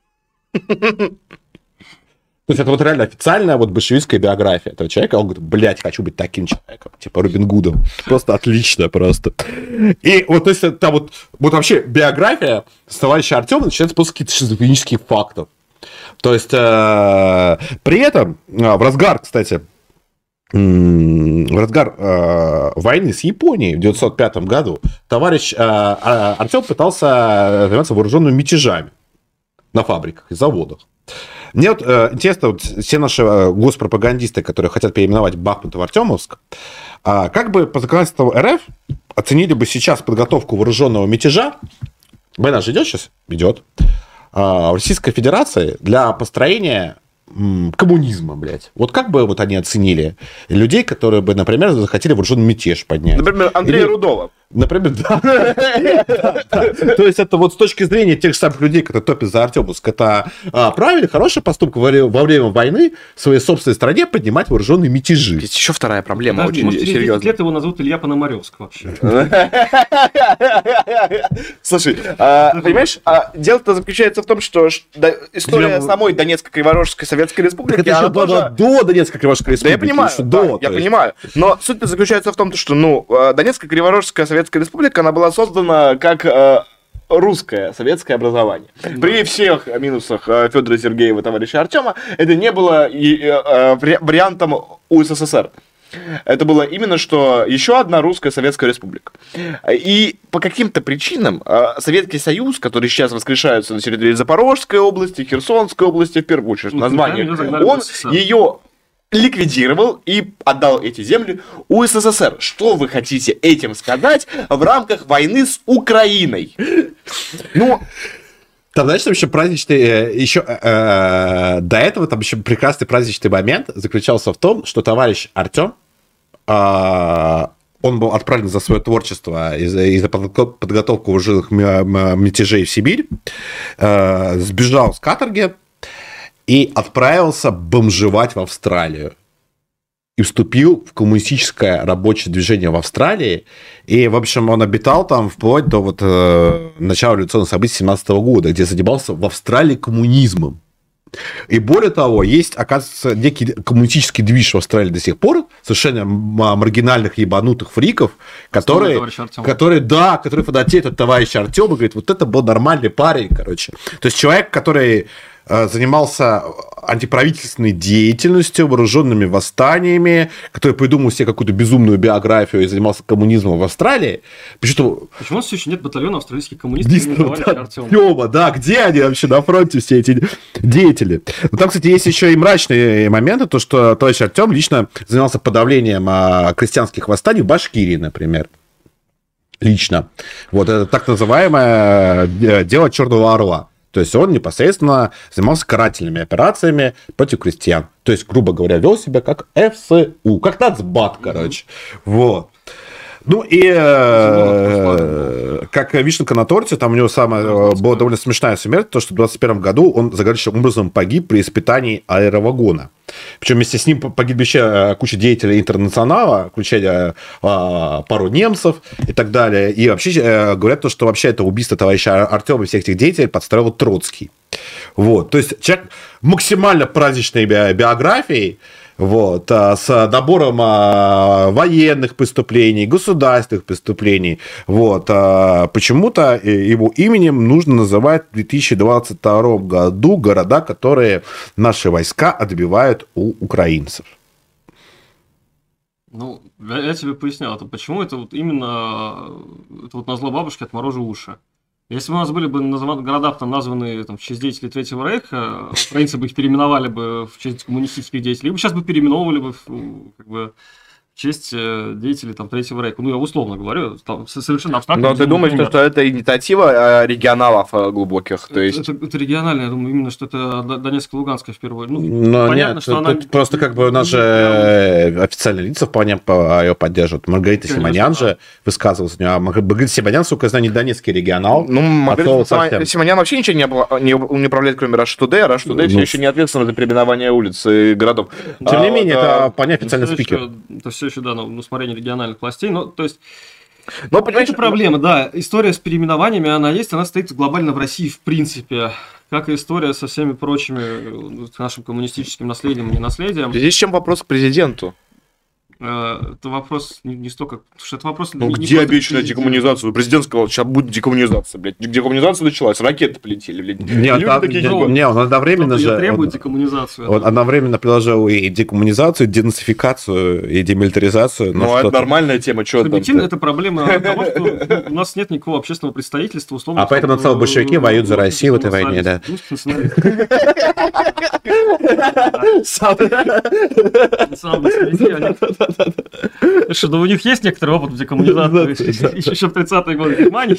То есть это вот реально официальная вот большевистская биография этого человека. Он говорит, блядь, хочу быть таким человеком, типа Робин Гудом. Просто отлично, просто. И вот, то есть это вот вообще биография с товарища Артема начинается после каких-то шизофренических фактов. То есть при этом в разгар, кстати, войны с Японией в 1905 году товарищ Артем пытался заниматься вооруженными мятежами на фабриках и заводах. Мне вот интересно, вот все наши госпропагандисты, которые хотят переименовать Бахмут в Артемовск, как бы по законодательству РФ оценили бы сейчас подготовку вооруженного мятежа? Война же идет сейчас? Идет. В Российской Федерации для построения коммунизма, блядь. Вот как бы вот они оценили людей, которые бы, например, захотели вооруженный мятеж поднять? Например, Андрея Рудова. Например, да. То есть это вот с точки зрения тех самых людей, которые топят за Артемовск, это правильно, хороший поступок во время войны в своей собственной стране поднимать вооруженные мятежи. Есть еще вторая проблема, Подожди, очень может, через 10 серьезная. лет его назовут Илья Пономаревск вообще. Слушай, понимаешь, дело-то заключается в том, что история самой Донецкой Криворожской Советской Республики, Это еще до Донецкой Криворожской Да, я Республики. понимаю, еще да, до, я то есть. понимаю. Но суть заключается в том, что, ну, Донецкая Криворожская Советская Республика, она была создана как русское советское образование. При всех минусах Федора Сергеева, товарища Артема, это не было вариантом УССР. Это было именно что еще одна русская советская республика. И по каким-то причинам Советский Союз, который сейчас воскрешается на территории Запорожской области, Херсонской области, в первую очередь, название, он ее ликвидировал и отдал эти земли УССР. Что вы хотите этим сказать в рамках войны с Украиной? Ну, там, знаешь, там еще праздничный, еще до этого там еще прекрасный праздничный момент заключался в том, что товарищ Артем, он был отправлен за свое творчество и за подготовку вооруженных мятежей в Сибирь, сбежал с каторги и отправился бомжевать в Австралию. И вступил в коммунистическое рабочее движение в Австралии. И, в общем, он обитал там вплоть до вот, начала революционных событий 17 года, где занимался в Австралии коммунизмом. И более того, есть, оказывается, некий коммунистический движ в Австралии до сих пор, совершенно маргинальных ебанутых фриков, которые фанатеют от товарища Артема, говорит, вот это был нормальный парень, короче. То есть человек, который занимался антиправительственной деятельностью, вооруженными восстаниями, который придумал себе какую-то безумную биографию и занимался коммунизмом в Австралии. Почему у нас все еще нет батальона австралийских коммунистов? Да, где они вообще на фронте, все эти деятели? Но там, кстати, есть еще и мрачные моменты, то, что товарищ Артем лично занимался подавлением крестьянских восстаний в Башкирии, например. Лично. Вот это так называемое дело Черного Орла. То есть он непосредственно занимался карательными операциями против крестьян. То есть, грубо говоря, вел себя как ФСУ, как нацбат, короче. Вот. Ну и как вишенка на торте, там у него была довольно смешная смерть, то, что в 2021 году он загадочным образом погиб при испытании аэровагона. Причем вместе с ним погибли еще куча деятелей интернационала, включая пару немцев и так далее. И вообще говорят, то, что вообще это убийство товарища Артема и всех этих деятелей подстроил Троцкий. Вот. То есть человек максимально праздничной биографией, вот, с набором военных преступлений, государственных преступлений. Вот, почему-то его именем нужно называть в 2022 году города, которые наши войска отбивают у украинцев. Ну, я тебе пояснял, это почему это вот именно это вот назло бабушки отморожу уши. Если бы у нас были бы города там названы там, в честь деятелей Третьего Рейха, украинцы бы их переименовали бы в честь коммунистических деятелей, либо сейчас бы переименовывали бы как бы, в честь деятелей там, Третьего Рейха. Ну, я условно говорю, там, совершенно абстрактно. Но ты думаешь, что это инициатива регионалов глубоких? То есть... это региональная, я думаю, именно, что это Донецкая, Луганская в первую очередь. Ну, понятно, нет, что она... Просто как бы у нас же официальные лица вполне ее поддерживают. Маргарита Симонян же высказывалась. Маргарита Симонян, сука, знаю, не донецкий регионал. Ну, Маргарита Симонян вообще ничего не управляет, кроме Rush Today. Rush Today все еще не ответственно за переименование улиц и городов. Тем не менее, это понятно официальный спикер. Это все еще, да, на усмотрение региональных властей. Но, то есть, но, понимаешь, это проблема, да. История с переименованиями, она есть, она стоит глобально в России в принципе. Как и история со всеми прочими нашим коммунистическим наследием и ненаследием. Здесь чем вопрос к президенту? Это вопрос не столько... Потому что это вопрос... Ну, где обещанная декоммунизация? Президент сказал, сейчас будет декоммунизация, блядь. Декоммунизация началась, ракеты полетели, блядь. Не, он одновременно же... требует декоммунизацию. Он одновременно приложил и декоммунизацию, и денацификацию, и демилитаризацию. Ну, это нормальная тема, что там? Объективно, это проблема того, что у нас нет никакого общественного представительства, условно. А поэтому целые большевики воюют за Россию в этой войне, да. Что, да у них есть некоторый опыт в декоммунизации еще в 30-е годы Германии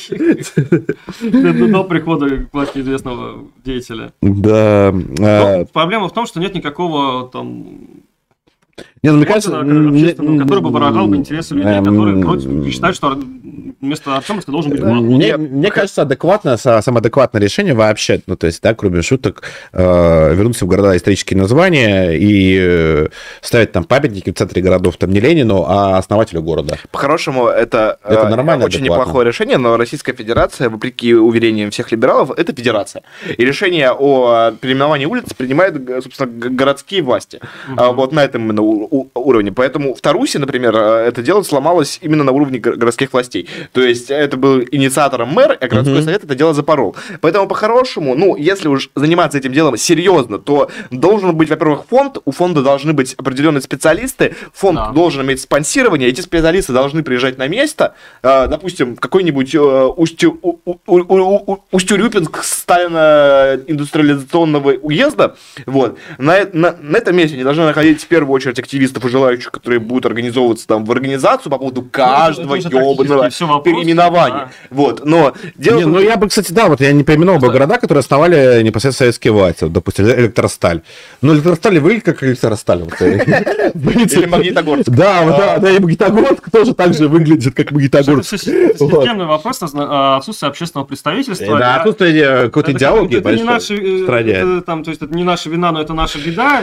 до прихода к власти известного деятеля. Да. Проблема в том, что нет никакого там... Не, ну, мне кажется, который бы выражал бы интересы людей, которые считают, что вместо Артемовска должен быть Глав. Мне кажется, самое адекватное решение вообще, ну, то есть, да, кроме шуток, вернуться в города исторические названия и ставить там памятники в центре городов, там не Ленину, а основателю города. По-хорошему, это нормально, очень неплохое решение, но Российская Федерация, вопреки уверениям всех либералов, это федерация. И решение о переименовании улиц принимают, собственно, городские власти. Вот на этом именно уровне. Поэтому в Тарусе, например, это дело сломалось именно на уровне городских властей. То есть это был инициатором мэр, а городской совет это дело запорол. Поэтому по-хорошему, ну, если уж заниматься этим делом серьезно, то должен быть, во-первых, фонд, у фонда должны быть определенные специалисты, фонд должен иметь спонсирование, эти специалисты должны приезжать на место, допустим, какой-нибудь Усть-Урюпинск Сталина-индустриализационного уезда, вот, на этом месте они должны находить в первую очередь активистов и желающих, которые будут организовываться там в организацию по поводу каждого ебаного переименования. Да. Вот, но дело... Ну, я бы, кстати, да, вот я не переименовал бы города, которые основали непосредственно советские власти. Допустим, Электросталь. Ну, Электросталь выглядит как Электросталь. Или Магнитогорск. Да, и Магнитогорск тоже так же выглядит, как Магнитогорск. Это системный вопрос отсутствия общественного представительства. Да, отсутствие какой-то идеологии в стране. То есть это не наша вина, но это наша беда.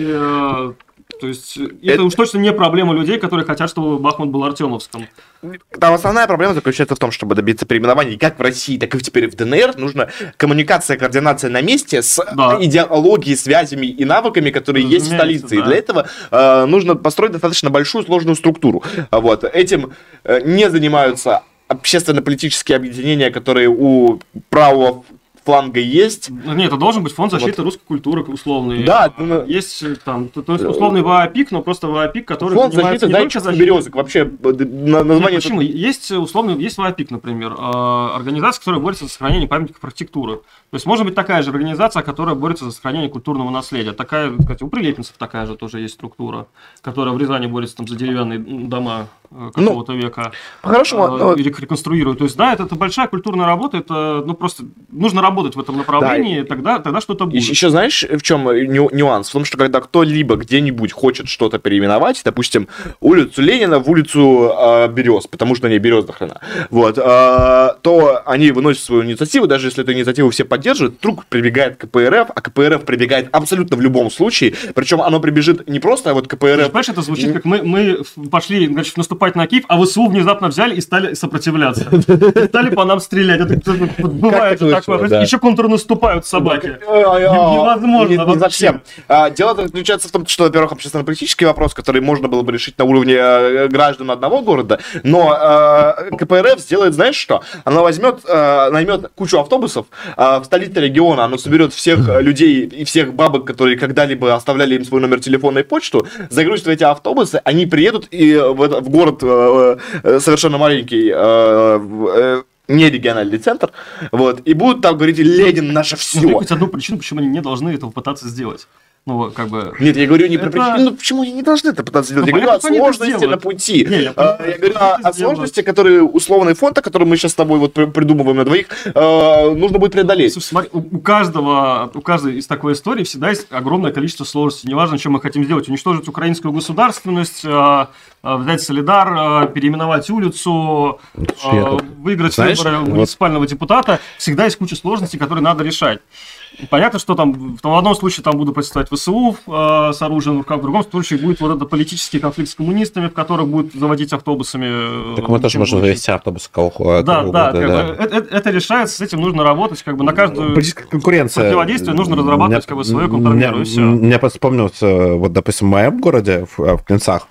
То есть это уж точно не проблема людей, которые хотят, чтобы Бахмут был Артемовском. Там основная проблема заключается в том, чтобы добиться переименования как в России, так и теперь в ДНР, нужна коммуникация, координация на месте с идеологией, связями и навыками, которые есть в столице. Да. И для этого нужно построить достаточно большую сложную структуру. Вот. Этим не занимаются общественно-политические объединения, которые у правого фланга есть. Нет, это должен быть фонд защиты русской культуры условный. Да. Есть там, то есть условный ВАПИК, но просто ВАПИК, который фонд защиты датчиков березок. Вообще название... Нет, почему? Есть условный, есть ВАПИК, например, организация, которая борется за сохранение памятников архитектуры. То есть может быть такая же организация, которая борется за сохранение культурного наследия. Такая, кстати, у прилепинцев такая же тоже есть структура, которая в Рязани борется там за деревянные дома какого-то века. По-хорошему, реконструируют. То есть, да, это большая культурная работа, это просто нужно работать в этом направлении, да. тогда что-то будет. Еще знаешь, в чем нюанс? В том, что когда кто-либо где-нибудь хочет что-то переименовать, допустим, улицу Ленина в улицу Берез, потому что они берез до хрена, вот, то они выносят свою инициативу, даже если эту инициативу все поддерживают, вдруг прибегает КПРФ, а КПРФ прибегает абсолютно в любом случае, причем оно прибежит не просто, а вот КПРФ... Понимаешь, это звучит как мы пошли, значит, в наступательную наступать на Киев, а ВСУ внезапно взяли и стали сопротивляться. И стали по нам стрелять. Это бывает же такое. Еще контрнаступают собаки. Невозможно. Не совсем. Дело заключается в том, что, во-первых, общественно-политический вопрос, который можно было бы решить на уровне граждан одного города, но КПРФ сделает, знаешь что? Она наймет кучу автобусов в столице региона, она соберет всех людей и всех бабок, которые когда-либо оставляли им свой номер телефона и почту, загрузит в эти автобусы, они приедут и в город совершенно маленький, не региональный центр, вот, и будут там говорить: Ленин наше все. Хоть одну причину, почему они не должны этого пытаться сделать. Ну, как бы... Нет, я говорю не про причину, ну почему они не должны это пытаться сделать? Я говорю о сложности на пути. Я говорю о сложности, которые условный фонд, о котором мы сейчас с тобой вот придумываем на двоих, нужно будет преодолеть. Слушай, смотри, у каждой из такой истории всегда есть огромное количество сложностей. Неважно, что мы хотим сделать. Уничтожить украинскую государственность, взять Солидар, переименовать улицу, выиграть выборы муниципального депутата. Всегда есть куча сложностей, которые надо решать. Понятно, что там в одном случае там будут протестовать ВСУ с оружием в руках, в другом случае будет вот это политический конфликт с коммунистами, в которых будут заводить автобусами. Так мы тоже можем завести автобусы это решается, с этим нужно работать, как бы на каждую конкуренция. Противодействие нужно разрабатывать как бы свою контрмеру, и все. Мне просто вспомнилось, вот, допустим, в моем городе, в Клинцах,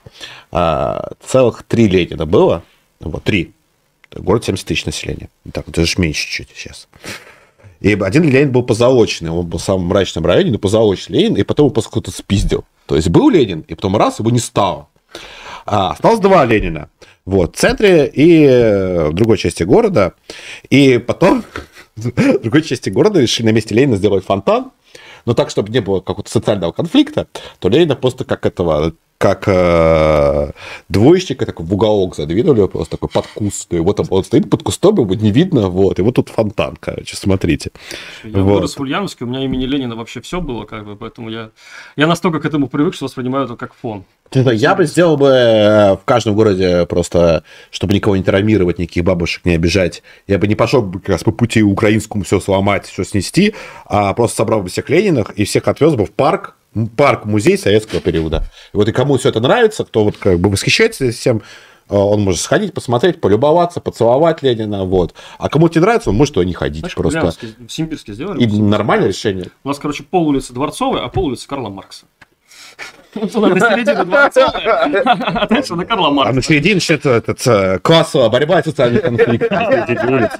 целых 3 Ленина было, вот 3. Город 70 тысяч населения. Так, это же меньше чуть сейчас. И один Ленин был позолоченный, он был в самом мрачном районе, но позолоченный Ленин, и потом его просто кто-то спиздил. То есть был Ленин, и потом раз, его не стало. Осталось 2 Ленина. Вот, в центре и в другой части города. И потом в другой части города решили на месте Ленина сделать фонтан, но так, чтобы не было какого-то социального конфликта, то Ленина просто как двоечника такой в уголок задвинули, просто такой под куст. И вот он стоит под кустом, его не видно, вот, и вот тут фонтан, короче, смотрите. Я вырос в Ульяновске, у меня имени Ленина вообще все было, как бы, поэтому я настолько к этому привык, что воспринимаю это как фон. Я бы сделал в каждом городе просто, чтобы никого не травмировать, никаких бабушек не обижать. Я бы не пошел как раз по пути украинскому все сломать, все снести, а просто собрал бы всех Лениных и всех отвез бы в парк-музей советского периода. И вот и кому все это нравится, кто вот как бы восхищается всем, он может сходить, посмотреть, полюбоваться, поцеловать Ленина, вот. А кому не нравится, он может туда не ходить. Знаешь, просто. В Симбирске сделали. И нормальное решение. У нас, короче, пол улицы Дворцовой, а пол улицы Карла Маркса. Туда на середину Дворцовая, а дальше на Карла Маркса. А на середине что-то классовая борьба и социальный конфликт на середине улицы.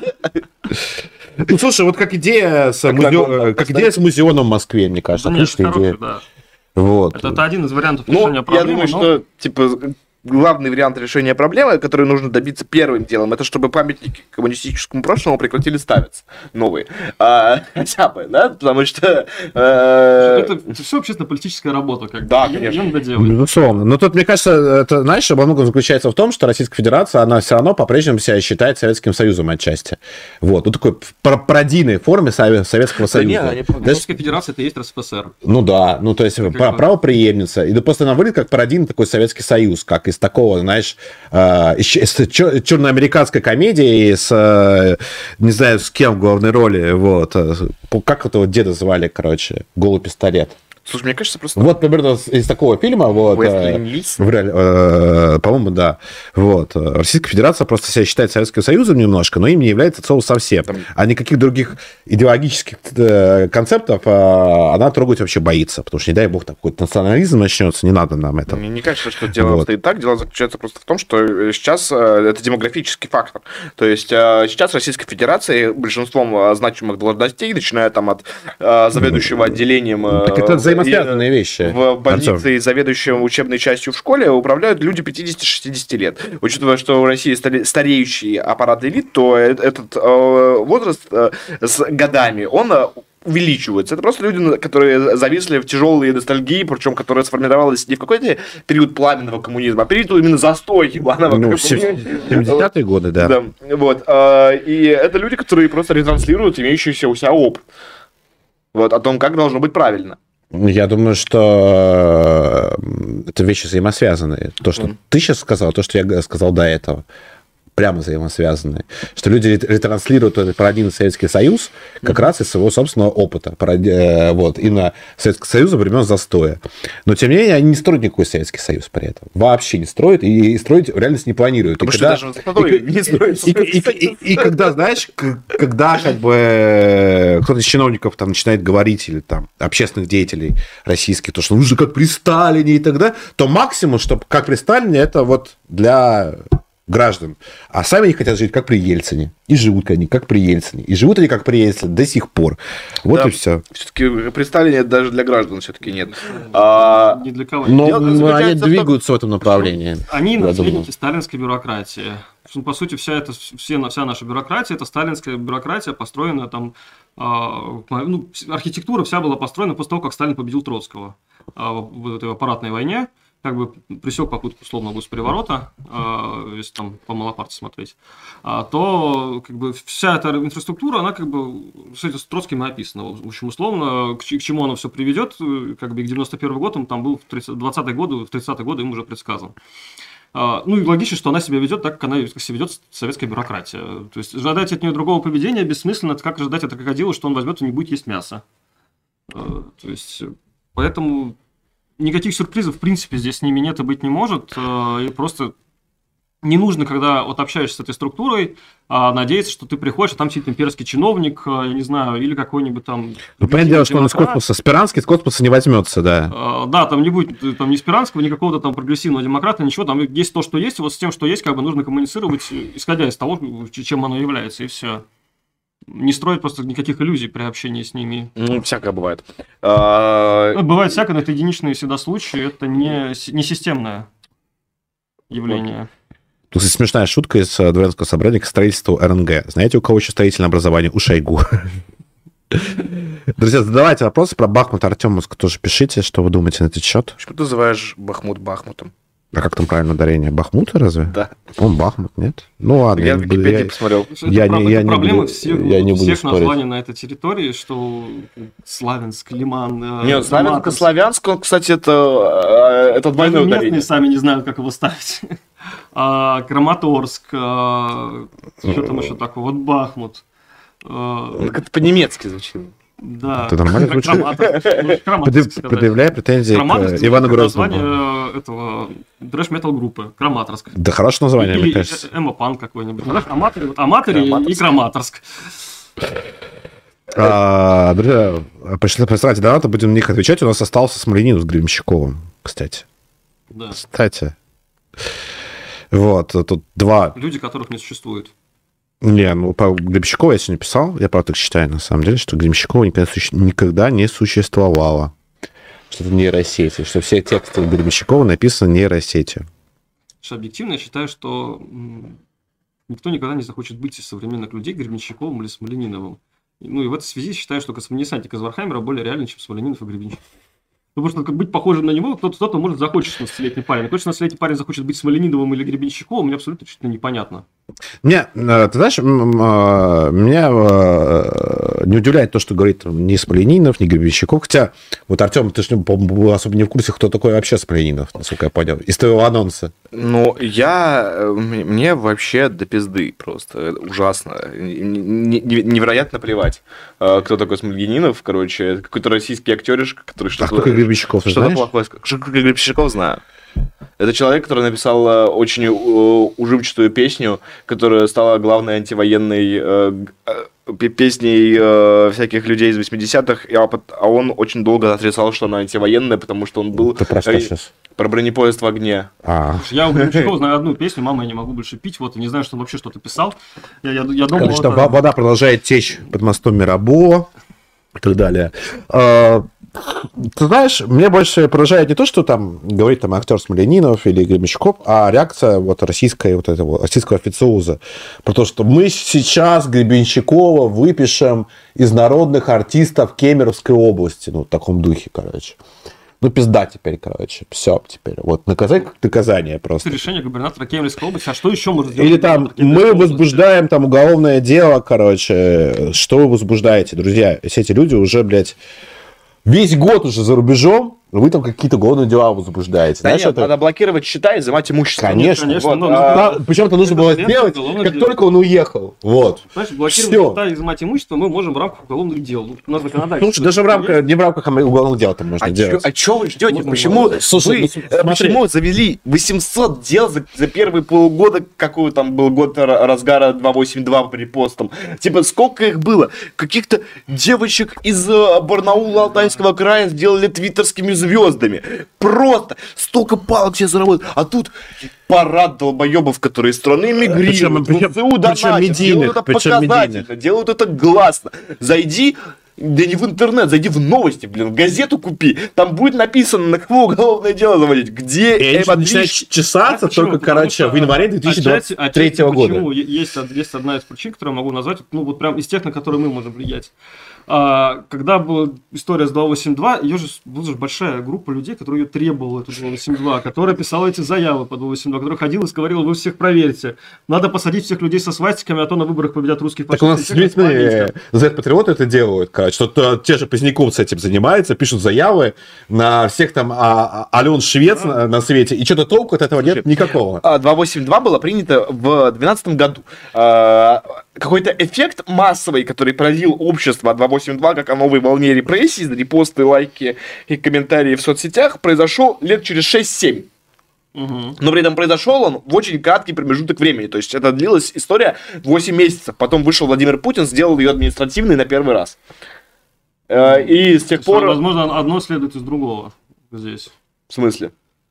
Ну, слушай, вот как идея с музеоном в Москве, мне кажется, отличная идея. Вот. Это один из вариантов решения проблемы. Я думаю, что, типа, главный вариант решения проблемы, который нужно добиться первым делом, это чтобы памятники коммунистическому прошлому прекратили ставиться новые. Хотя бы, да? Потому что... Это все общественно-политическая работа. Как да, бы. конечно. Ее надо делать. Безусловно. Но тут, мне кажется, это, знаешь, во многом заключается в том, что Российская Федерация, она все равно по-прежнему себя считает Советским Союзом отчасти. Вот. Ну, такой пародийной форме Советского Союза. Российская Федерация это и есть РСФСР. Ну да, ну то есть правопреемница. И да, просто она выглядит как пародийный такой Советский Союз, как из такого, знаешь, из черноамериканской комедии, не знаю, с кем в главной роли, вот. Как этого деда звали, короче, «Голый пистолет». Слушай, мне кажется, просто... Вот, примерно из такого фильма, вот, по-моему, да. Вот. Российская Федерация просто себя считает Советским Союзом немножко, но им не является целым совсем. А никаких других идеологических концептов она трогать вообще боится, потому что, не дай бог, там какой-то национализм начнется, не надо нам этого. Мне не кажется, что дело стоит так. Дело заключается просто в том, что сейчас это демографический фактор. То есть сейчас Российской Федерации большинством значимых должностей, начиная там от заведующего отделением... Так это взаимосвязанные вещи. В больнице и заведующим учебной частью в школе управляют люди 50-60 лет. Учитывая, что у России стареющий аппарат элит, то этот возраст с годами, он увеличивается. Это просто люди, которые зависли в тяжелой ностальгии, причем которая сформировалась не в какой-то период пламенного коммунизма, а период именно застоя ебаного. Ну, 70-е годы, да. Да. Вот. И это люди, которые просто ретранслируют имеющийся у себя опыт. Вот, о том, как должно быть правильно. Я думаю, что это вещи взаимосвязанные. То, что ты сейчас сказал, то, что я сказал до этого. прямо взаимосвязаны. Что люди ретранслируют этот парадигму Советский Союз как раз из своего собственного опыта. Вот, и на Советский Союз времен застоя. Но, тем не менее, они не строят никакой Советский Союз при этом. Вообще не строят, и строить в реальности не планируют. Потому что даже не строят. И когда, знаешь, когда как бы кто-то из чиновников там начинает говорить, или там общественных деятелей российских, то, что нужно как при Сталине и так далее, то максимум, что как при Сталине, это вот для граждан. А сами они хотят жить как при Ельцине. И живут они как при Ельцине. И живут они как при Ельцине до сих пор. Вот да, и все. Все-таки при Сталине даже для граждан все-таки нет. Не для кого. Но они двигаются в этом направлении. Они наследники сталинской бюрократии. По сути, вся наша бюрократия, это сталинская бюрократия, построенная там... архитектура вся была построена после того, как Сталин победил Троцкого в этой аппаратной войне. Как бы пресек попытку условного госпереворота, если там по Малапарте смотреть, то как бы вся эта инфраструктура, она как бы с Троцким и описана. В общем, условно, к чему оно все приведет, как бы к 91 году, он там был в 20-е годы, в 30-е годы им уже предсказан. Ну и логично, что она себя ведет так, как себя ведет советская бюрократия. То есть ожидать от нее другого поведения бессмысленно, как ожидать от крокодила, что он возьмет и не будет есть мясо. То есть, поэтому... Никаких сюрпризов, в принципе, здесь с ними нет и быть не может. И просто не нужно, когда вот общаешься с этой структурой, надеяться, что ты приходишь, а там сидит имперский чиновник, я не знаю, или какой-нибудь там... Ну, понятное дело, что он из космоса, Спиранский из космоса не возьмется, да. Да, там не будет там, ни Спиранского, ни какого-то там прогрессивного демократа, ничего, там есть то, что есть, и вот с тем, что есть, как бы нужно коммуницировать, исходя из того, чем оно является, и все. Не строить просто никаких иллюзий при общении с ними. Ну, всякое бывает. Бывает всякое, но это единичные всегда случаи, это не системное явление. Тут смешная шутка из дворянского собрания к строительству РНГ. Знаете, у кого еще строительное образование? У Шойгу. Друзья, задавайте вопросы про Бахмут. Артем Муск тоже пишите, что вы думаете на этот счет. Почему ты называешь Бахмут Бахмутом? А как там правильно ударение? Бахмута разве? Да. Он Бахмут, нет? Ну ладно. Я в Википедии посмотрел. Это проблема всех спорить. названий на этой территории, что Славянск, Лиман... Нет, Славянск и Славянск, кстати, это двойное ударение. Местные сами не знают, как его ставить. Краматорск, что там еще такое? Вот Бахмут. Как-то по-немецки звучит. Да. Это нормально звучит? Предъявляя претензии к Ивану Грозному. Название этого трэш-метал группы. Краматорск. Да хорошее название, мне кажется. Или Эмо-панк какой-нибудь. Аматори и Краматорск. Друзья, пришли присылать донаты, будем на них отвечать. У нас остался Смоленинов с Гремщиковым, кстати. Да. Кстати. Вот, тут два... Люди, которых не существует. Не, ну, по Гремщикову я сегодня писал, я правда так считаю, на самом деле, что Гремщикова никогда не существовало. Что это нейросети, что все тексты Гремщикова написаны нейросетью. Объективно я считаю, что никто никогда не захочет быть из современных людей Гребенщиковым или Смолениновым. Ну и в этой связи считаю, что космонесантик из Вархаммера более реален, чем Смоленинов и Гребенщиков. Потому что как быть похожим на него, кто-то может захочет 16-летний парень. Какой 16-летний парень захочет быть Смолениновым или Гребенщиковым, мне абсолютно что-то непонятно. Мне, ты знаешь, меня не удивляет то, что говорит ни Смоленинов, ни Гребенщиков. Хотя, вот, Артем, ты же особо не в курсе, кто такой вообще Смоленинов, насколько я понял, из твоего анонса. Ну, мне вообще до пизды просто. Ужасно. Невероятно плевать, кто такой Смоленинов, короче. Какой-то российский актеришка, который что-то... А кто такой Гребенщиков, что-то плохое... Что такое Гребенщиков, знаю. Это человек, который написал очень ужимчатую песню, которая стала главной антивоенной песней всяких людей из 80-х, а он очень долго отрицал, что она антивоенная, потому что он был про бронепоезд в огне. Я у Гребенщикова знаю одну песню «Мама, я не могу больше пить», вот, и не знаю, что он вообще что-то писал. Я думал, конечно, вода продолжает течь под мостом Мирабо и так далее. Ты знаешь, мне больше поражает не то, что там говорит там актер Смоленинов или Гребенщиков, а реакция вот российского официоза. Про то, что мы сейчас Гребенщикова выпишем из народных артистов Кемеровской области. Ну, в таком духе, короче. Ну, пизда теперь, короче. Все теперь. Вот наказание как наказание просто. Это решение губернатора Кемеровской области. А что еще может сделать? Или там мы возбуждаем там уголовное дело, короче. Что вы возбуждаете, друзья? Все эти люди уже, блядь, весь год уже за рубежом, вы там какие-то уголовные дела возбуждаете. Да Знаешь, нет, надо блокировать счета и изымать имущество. Конечно. Конечно, Вот, причем это нужно было сделать, как только он уехал. Вот. Знаешь, блокировать счета и изымать имущество мы можем в рамках уголовных дел. У нас законодательство. Слушай, даже не в рамках уголовных дел там можно делать. А что вы ждете? Можно Почему Слушай, почему завели 800 дел за первые полгода, какой там был год разгара 282 по репостам? Типа, сколько их было? Каких-то девочек из Барнаула, Алтайского края сделали твиттерскими звездами. Просто столько палок себе заработали. А тут парад долбоебов, которые из страны мигрируют, причем медийных, делают это гласно. Зайди, да не в интернет, зайди в новости, в газету купи. Там будет написано, на кого уголовное дело заводить. Где и они начинают чесаться только, в январе 2023 года. Почему? Есть одна из причин, которую я могу назвать, вот прям из тех, на которые мы можем влиять. Когда была история с 282, была же большая группа людей, которые ее требовала, эту 282, которая писала эти заявы по 282, которая ходила и говорила: вы всех проверьте. Надо посадить всех людей со свастиками, а то на выборах победят русские фашисты. Так у нас Z-патриоты это делают, что те же Поздняков с этим занимаются, пишут заявы на всех там Ален Швец на свете, и что-то толку от этого нет никакого. 282 было принято в 2012 году. Какой-то эффект массовый, который поразил общество 282, как о новой волне репрессий, репосты, лайки и комментарии в соцсетях, произошел лет через 6-7. Но при этом произошел он в очень краткий промежуток времени. То есть это длилась история 8 месяцев. Потом вышел Владимир Путин, сделал ее административной на первый раз. И с тех пор... Возможно, одно следует из другого здесь. В смысле?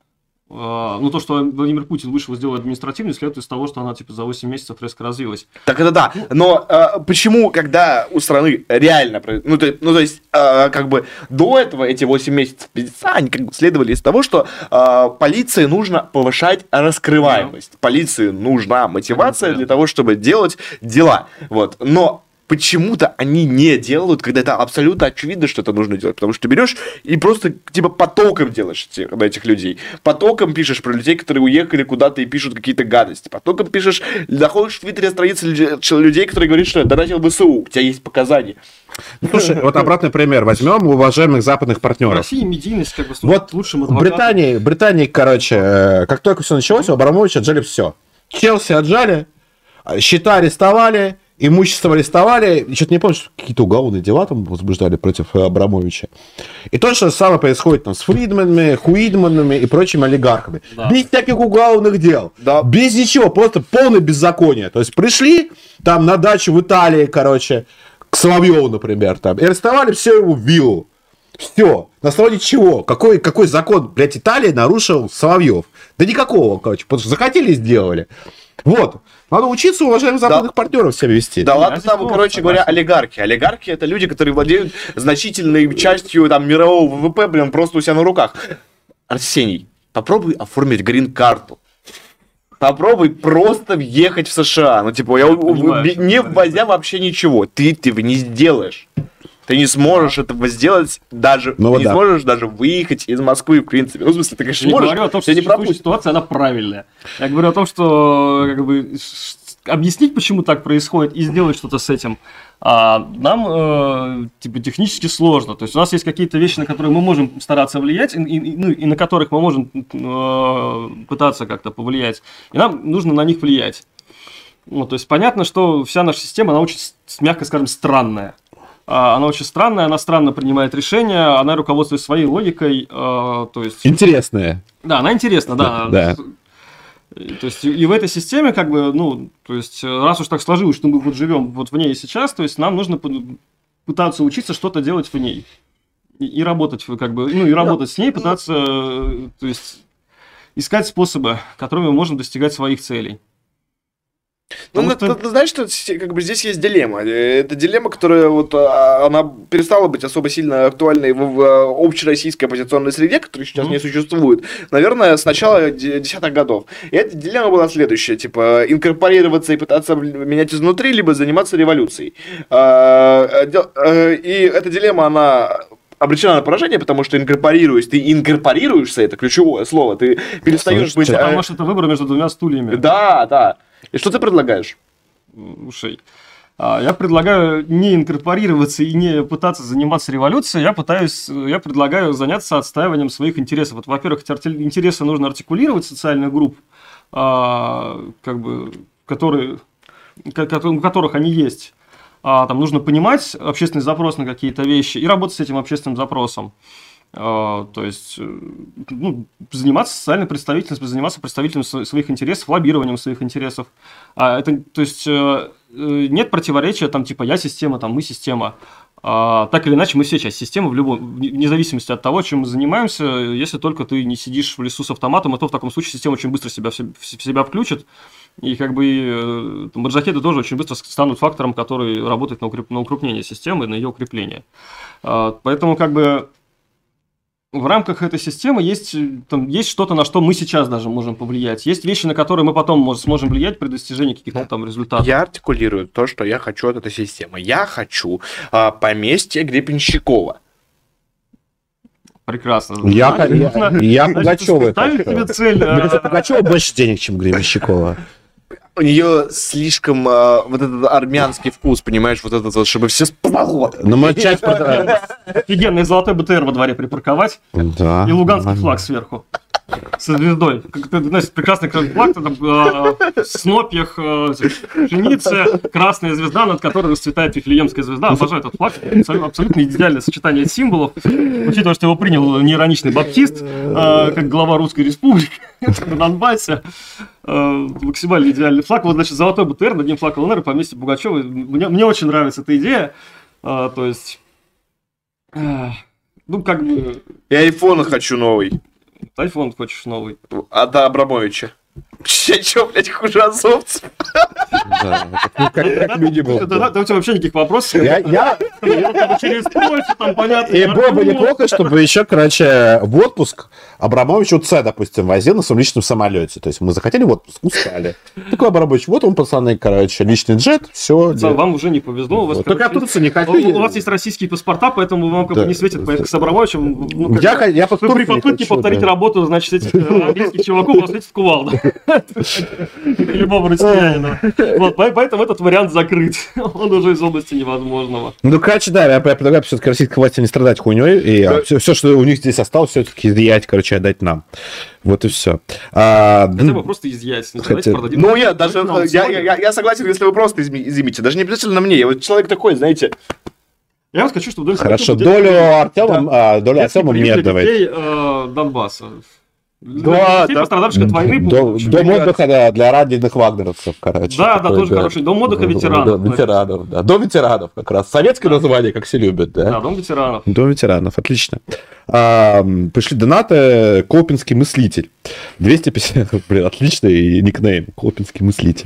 То, что Владимир Путин вышел и сделал административный, следует из того, что она за 8 месяцев резко развилась. Так это да. Но почему, когда у страны реально... то есть, до этого эти 8 месяцев они следовали из того, что полиции нужно повышать раскрываемость. Полиции нужна мотивация для того, чтобы делать дела. Вот. Но почему-то они не делают, когда это абсолютно очевидно, что это нужно делать. Потому что ты берешь и просто потоком делаешь этих людей. Потоком пишешь про людей, которые уехали куда-то и пишут какие-то гадости. Потоком пишешь, заходишь в Твиттере страницы людей, которые говорят, что донатил ВСУ. У тебя есть показания. Слушай, вот обратный пример возьмем у уважаемых западных партнеров. В России медийность вот лучшим адвокатом. В Британии, как только все началось, у Абрамовича отжали все. Челси отжали, счета арестовали, имущество арестовали, что-то не помню, что какие-то уголовные дела там возбуждали против Абрамовича. И то же самое происходит там с Фридманами, Хуидманами и прочими олигархами. Да. Без всяких уголовных дел. Да. Без ничего, просто полное беззаконие. То есть пришли там на дачу в Италии, к Соловьеву, например, там, и арестовали все его виллу. Все. На основании чего? Какой закон, Италии нарушил Соловьев? Да никакого, потому что захотели и сделали. Вот. Надо учиться уважаемых западных партнеров себя вести. Да ладно там, говоря, олигархи. Олигархи — это люди, которые владеют значительной частью мирового ВВП, просто у себя на руках. Арсений, попробуй оформить грин-карту. Попробуй просто въехать в США. Не ввозя вообще ничего. Ты этого не сделаешь. Ты не сможешь этого сделать, сможешь даже выехать из Москвы, в принципе. В смысле, ты, конечно, можешь. Я говорю о том, что ситуация, она правильная. Я говорю о том, что объяснить, почему так происходит, и сделать что-то с этим, нам технически сложно. То есть у нас есть какие-то вещи, на которые мы можем стараться влиять, и на которых мы можем пытаться как-то повлиять. И нам нужно на них влиять. То есть понятно, что вся наша система, она очень, мягко скажем, странная. Она очень странная, она странно принимает решения, она руководствуется своей логикой. Интересная. Да, она интересна, да. То есть и в этой системе, раз уж так сложилось, что мы живем в ней сейчас, то есть нам нужно пытаться учиться что-то делать в ней. И работать, работать с ней, пытаться, то есть искать способы, которыми мы можем достигать своих целей. Ты знаешь, что здесь есть дилемма. Это дилемма, которая она перестала быть особо сильно актуальной в общероссийской оппозиционной среде, которая сейчас не существует, наверное, с начала 10-х годов. И эта дилемма была следующая, инкорпорироваться и пытаться менять изнутри, либо заниматься революцией. И эта дилемма, она обречена на поражение, потому что ты инкорпорируешься, это ключевое слово, ты перестаешь быть... Потому что это выбор между двумя стульями. Да. И что ты предлагаешь? Слушай, Я предлагаю не инкорпорироваться и не пытаться заниматься революцией, я предлагаю заняться отстаиванием своих интересов. Вот, во-первых, эти интересы нужно артикулировать социальных групп, у которых они есть. Там нужно понимать общественный запрос на какие-то вещи и работать с этим общественным запросом. То есть, заниматься социальной представительностью, заниматься представительством своих интересов, лоббированием своих интересов. Нет противоречия, там, типа, я система, там, мы система. Так или иначе, мы все часть системы, вне зависимости от того, чем мы занимаемся. Если только ты не сидишь в лесу с автоматом, то в таком случае система очень быстро себя включит. И маджахеды тоже очень быстро станут фактором, который работает на укрупнение системы, на ее укрепление. Поэтому, в рамках этой системы есть что-то, на что мы сейчас даже можем повлиять. Есть вещи, на которые мы потом сможем влиять при достижении каких-то там результатов. Я артикулирую то, что я хочу от этой системы. Я хочу поместье Гребенщикова. Прекрасно. Я Пугачева. Ставить себе цель. Пугачева больше денег, чем Гребенщикова. У нее слишком вот этот армянский вкус, понимаешь, вот этот вот, чтобы все спало. Но мы часть... Офигенный золотой БТР во дворе припарковать. Да. И луганский флаг сверху. Со звездой. Прекрасный флаг, в снопьях пшеницы, красная звезда, над которой расцветает Вифлеемская звезда. Обожаю этот флаг. Абсолютно идеальное сочетание символов. Учитывая, что его принял неироничный баптист, как глава Русской Республики на Донбассе. Максимально идеальный флаг. Вот, значит, золотой БТР, над ним флаг ЛНР и поместье Пугачевой. Мне очень нравится эта идея. То есть... Я айфон хочу новый. Айфон хочешь новый. От Абрамовича. Я чё, блядь, хуже азовцев? Да, как минимум. Да, у тебя вообще никаких вопросов. Через Польшу, там, понятно. И было бы неплохо, чтобы еще, в отпуск Абрамович УЦ, допустим, возил на своем личном самолете. То есть мы захотели в отпуск, устали. Такой Абрамович, вот он, пацаны, личный джет, все. Вам уже не повезло. Только оттуда не хотели. У вас есть российские паспорта, поэтому вам не светит поехать с Абрамовичем. Я при попытке повторить работу, значит, этих английских чуваков, у вас светит кувалда. Любого россиянина. Вот, поэтому этот вариант закрыт. Он уже из области невозможного. Да, я предлагаю все-таки российской власти не страдать хуйней, и все, что у них здесь осталось, все-таки изъять, отдать нам. Вот и все. Хотя бы просто изъять. Я согласен, если вы просто изъимите. Даже не обязательно на мне. Вот человек такой, знаете... Я вам хочу, чтобы... Хорошо, долю Артема мне отдавайте. Донбасса. Да, пострадавших от войны. Дом отдыха для раненых вагнеровцев, Да, тоже хороший. Дом отдыха ветеранов. Ветеранов, да. Дом ветеранов как раз. Советское название, как все любят, да? Да, Дом ветеранов. Дом ветеранов, отлично. Пришли донаты. Колпинский мыслитель. 250, отличный никнейм. Колпинский мыслитель.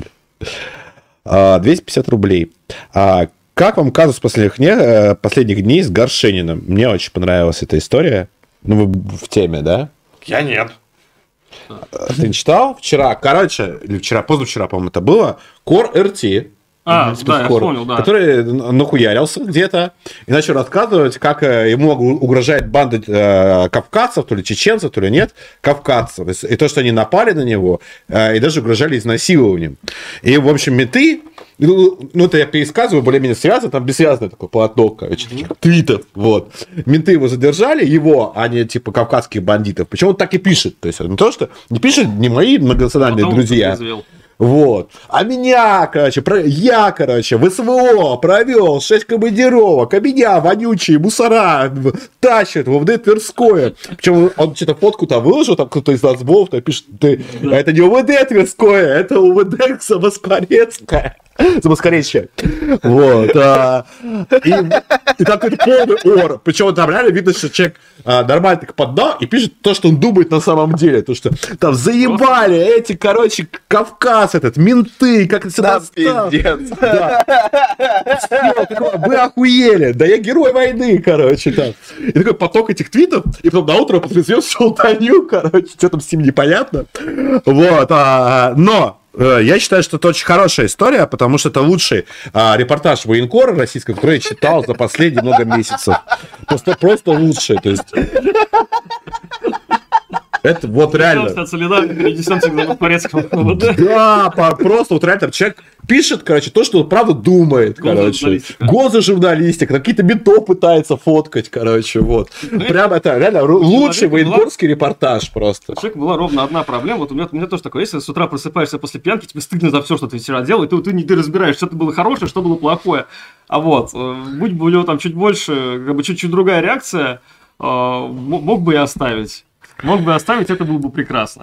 250 рублей. Как вам казус последних дней с Горшениным? Мне очень понравилась эта история. Вы в теме, да? Я нет. Ты не читал? Позавчера, по-моему, это было. Кор РТ. Да, я понял, да. Который нахуярился где-то и начал рассказывать, как ему угрожает банда кавказцев, то ли чеченцев, то ли нет, кавказцев. И то, что они напали на него, и даже угрожали изнасилованием. И, в общем, менты, это я пересказываю, более-менее связано, там бессвязное такое полотно, таких твитов, вот. Менты его задержали, а не, типа, кавказских бандитов. Причем он так и пишет. То есть, он не то, что не пишет не мои многонациональные друзья. Вот. А меня, я, в СВО провел 6 командировок, а меня вонючие мусора тащат в УВД Тверское. Причем он что-то фотку там выложил, там кто-то из нацболов пишет, это не УВД Тверское, это УВД Самоскворецкое. Замоскворечье. Вот. И там какой-то полный ор. Причем там реально видно, что человек нормально так поддал и пишет то, что он думает на самом деле. То, что там заебали эти, Кавказ этот, менты, как это сюда стало. Пиздец. Вы охуели. Да я герой войны, там. И такой поток этих твитов, и потом на утро подвезет шелтанью, что там с ним непонятно. Вот. Но я считаю, что это очень хорошая история, потому что это лучший репортаж военкора российского, который я читал за последние много месяцев. Просто лучший. То есть... Это вот реально. Да, просто вот реально человек пишет, короче, то, что он правда думает, короче. Гонза журналистика, какие-то ментов пытается фоткать, короче, вот. Прям это реально лучший военкорский репортаж просто. У человека была ровно одна проблема, вот у меня тоже такое, если с утра просыпаешься после пьянки, тебе стыдно за все, что ты вчера делал, и ты разбираешь, что-то было хорошее, что было плохое. А вот, будь бы у него там чуть больше, как бы чуть-чуть другая реакция, мог бы и оставить. Мог бы оставить, это было бы прекрасно.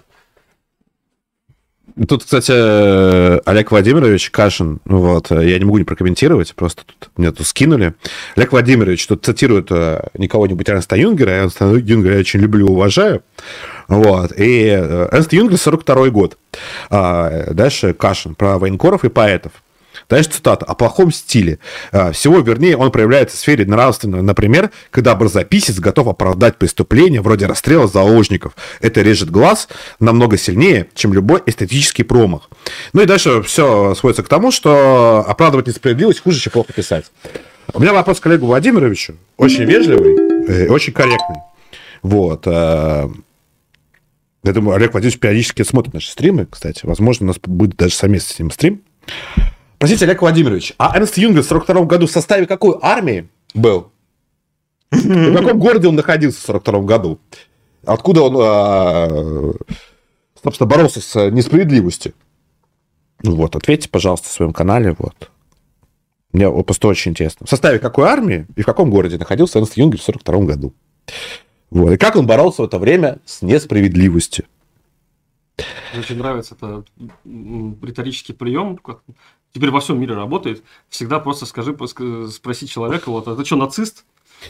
Тут, кстати, Олег Владимирович Кашин, вот, я не могу не прокомментировать, просто тут мне тут скинули. Олег Владимирович тут цитирует не кого-нибудь Эрнста Юнгера, я Эрнста Юнгера очень люблю и уважаю, вот, и Эрнст Юнгер 42-й год. Дальше Кашин про военкоров и поэтов. Дальше цитата. «О плохом стиле. Всего вернее он проявляется в сфере нравственного. Например, когда барзаписец готов оправдать преступление вроде расстрела заложников. Это режет глаз намного сильнее, чем любой эстетический промах». Ну и дальше все сводится к тому, что оправдывать несправедливость хуже, чем плохо писать. У меня вопрос к Олегу Владимировичу. Очень вежливый, очень корректный. Вот. Я думаю, Олег Владимирович периодически смотрит наши стримы, кстати. Возможно, у нас будет даже совместный с ним стрим. Простите, Олег Владимирович, а Эрнст Юнгер в 1942 году в составе какой армии был? В каком городе он находился в 1942 году? Откуда он, собственно, боролся с несправедливостью? Вот, ответьте, пожалуйста, в своем канале. Вот. Мне просто очень интересно. В составе какой армии и в каком городе находился Эрнст Юнгер в 1942 году? Вот. И как он боролся в это время с несправедливостью? Мне очень нравится это риторический прием, как теперь во всем мире работает. Всегда просто спроси человека, вот, а ты что, нацист?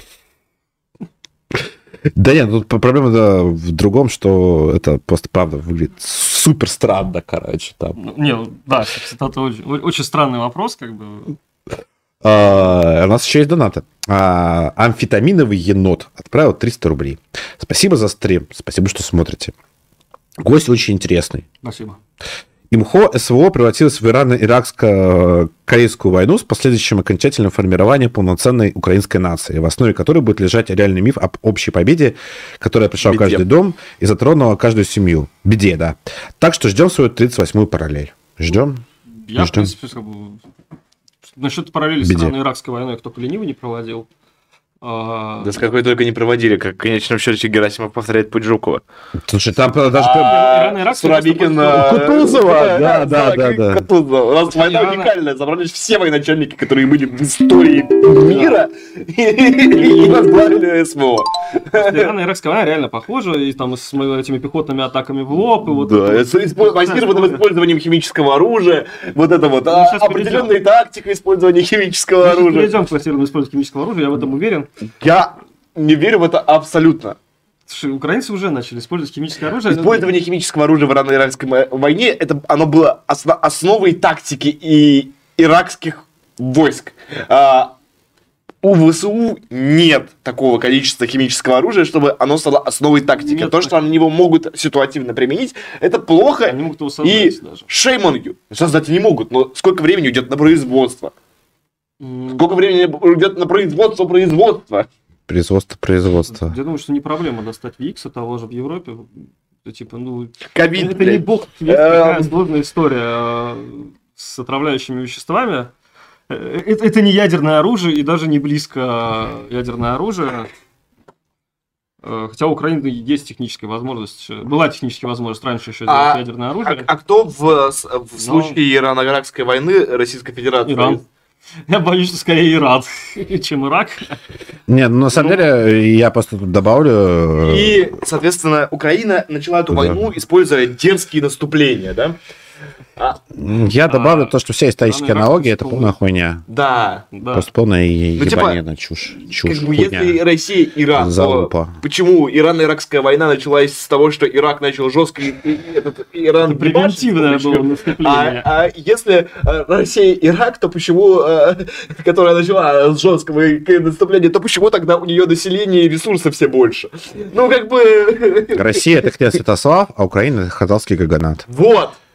Да нет, тут проблема в другом, что это просто правда выглядит супер странно, короче. Там. Да, это очень странный вопрос, как бы. У нас еще есть донаты. Амфетаминовый енот отправил 300 рублей. Спасибо за стрим, спасибо, что смотрите. Гость очень интересный. Спасибо. Имхо СВО превратилось в Ирано-Иракско-Корейскую войну с последующим окончательным формированием полноценной украинской нации, в основе которой будет лежать реальный миф об общей победе, которая пришла в каждый дом и затронула каждую семью. Беде, да. Так что ждем свою 38-ю параллель. Ждем. Я, в принципе, насчет параллели с Ирано-Иракской войной, кто ленивый не проводил. Да с какой только не проводили, как в конечном счете Герасимов повторяет путь Жукова. Слушай, там даже Сурабикин, Кутузова, да. Кутузова. У нас война уникальная, собрались все военачальники, которые были в истории мира, и возглавили СВО. Ирано-Иракская война реально похожа, и там с этими пехотными атаками в лоб. Да, с массированным использованием химического оружия, вот это вот, определенная тактика использования химического оружия. Перейдем к массированному использованию химического оружия, я в этом уверен. Я не верю в это абсолютно. Слушай, украинцы уже начали использовать химическое оружие. Использование химического оружия в Ирано-Иракской войне, оно было основой тактики и иракских войск. У ВСУ нет такого количества химического оружия, чтобы оно стало основой тактики. Нет, то, что они его могут ситуативно применить, это плохо. Они могут его создать и даже. Shame on you. Создать не могут, но сколько времени уйдет на производство? Сколько времени уйдет на производство? Производство. Я думаю, что не проблема достать ВИКСа того же в Европе. Типа, ковид, это не бог, такая сложная история с отравляющими веществами. Это не ядерное оружие и даже не близко ядерное оружие. Хотя у Украины есть техническая возможность, была техническая возможность раньше еще сделать ядерное оружие. А кто в случае Ирано-Иракской войны Российской Федерации? Иран. Я боюсь, что скорее Иран, чем Ирак. Нет, на самом деле, я просто тут добавлю... И, соответственно, Украина начала эту войну, используя дерзкие наступления, да? Я добавлю то, что все исторические аналогии это полная хуйня. Да. Просто полная ебанина, чушь. Если Россия и Иран, то почему Ирано-Иракская война началась с того, что Ирак начал жестко этот Иран превентивное было наступление. А если Россия и Ирак, то почему, которая начала с жесткого наступления, то почему тогда у нее население и ресурсы все больше? Россия это князь Святослав, а Украина это Хазарский Каганат. Вот.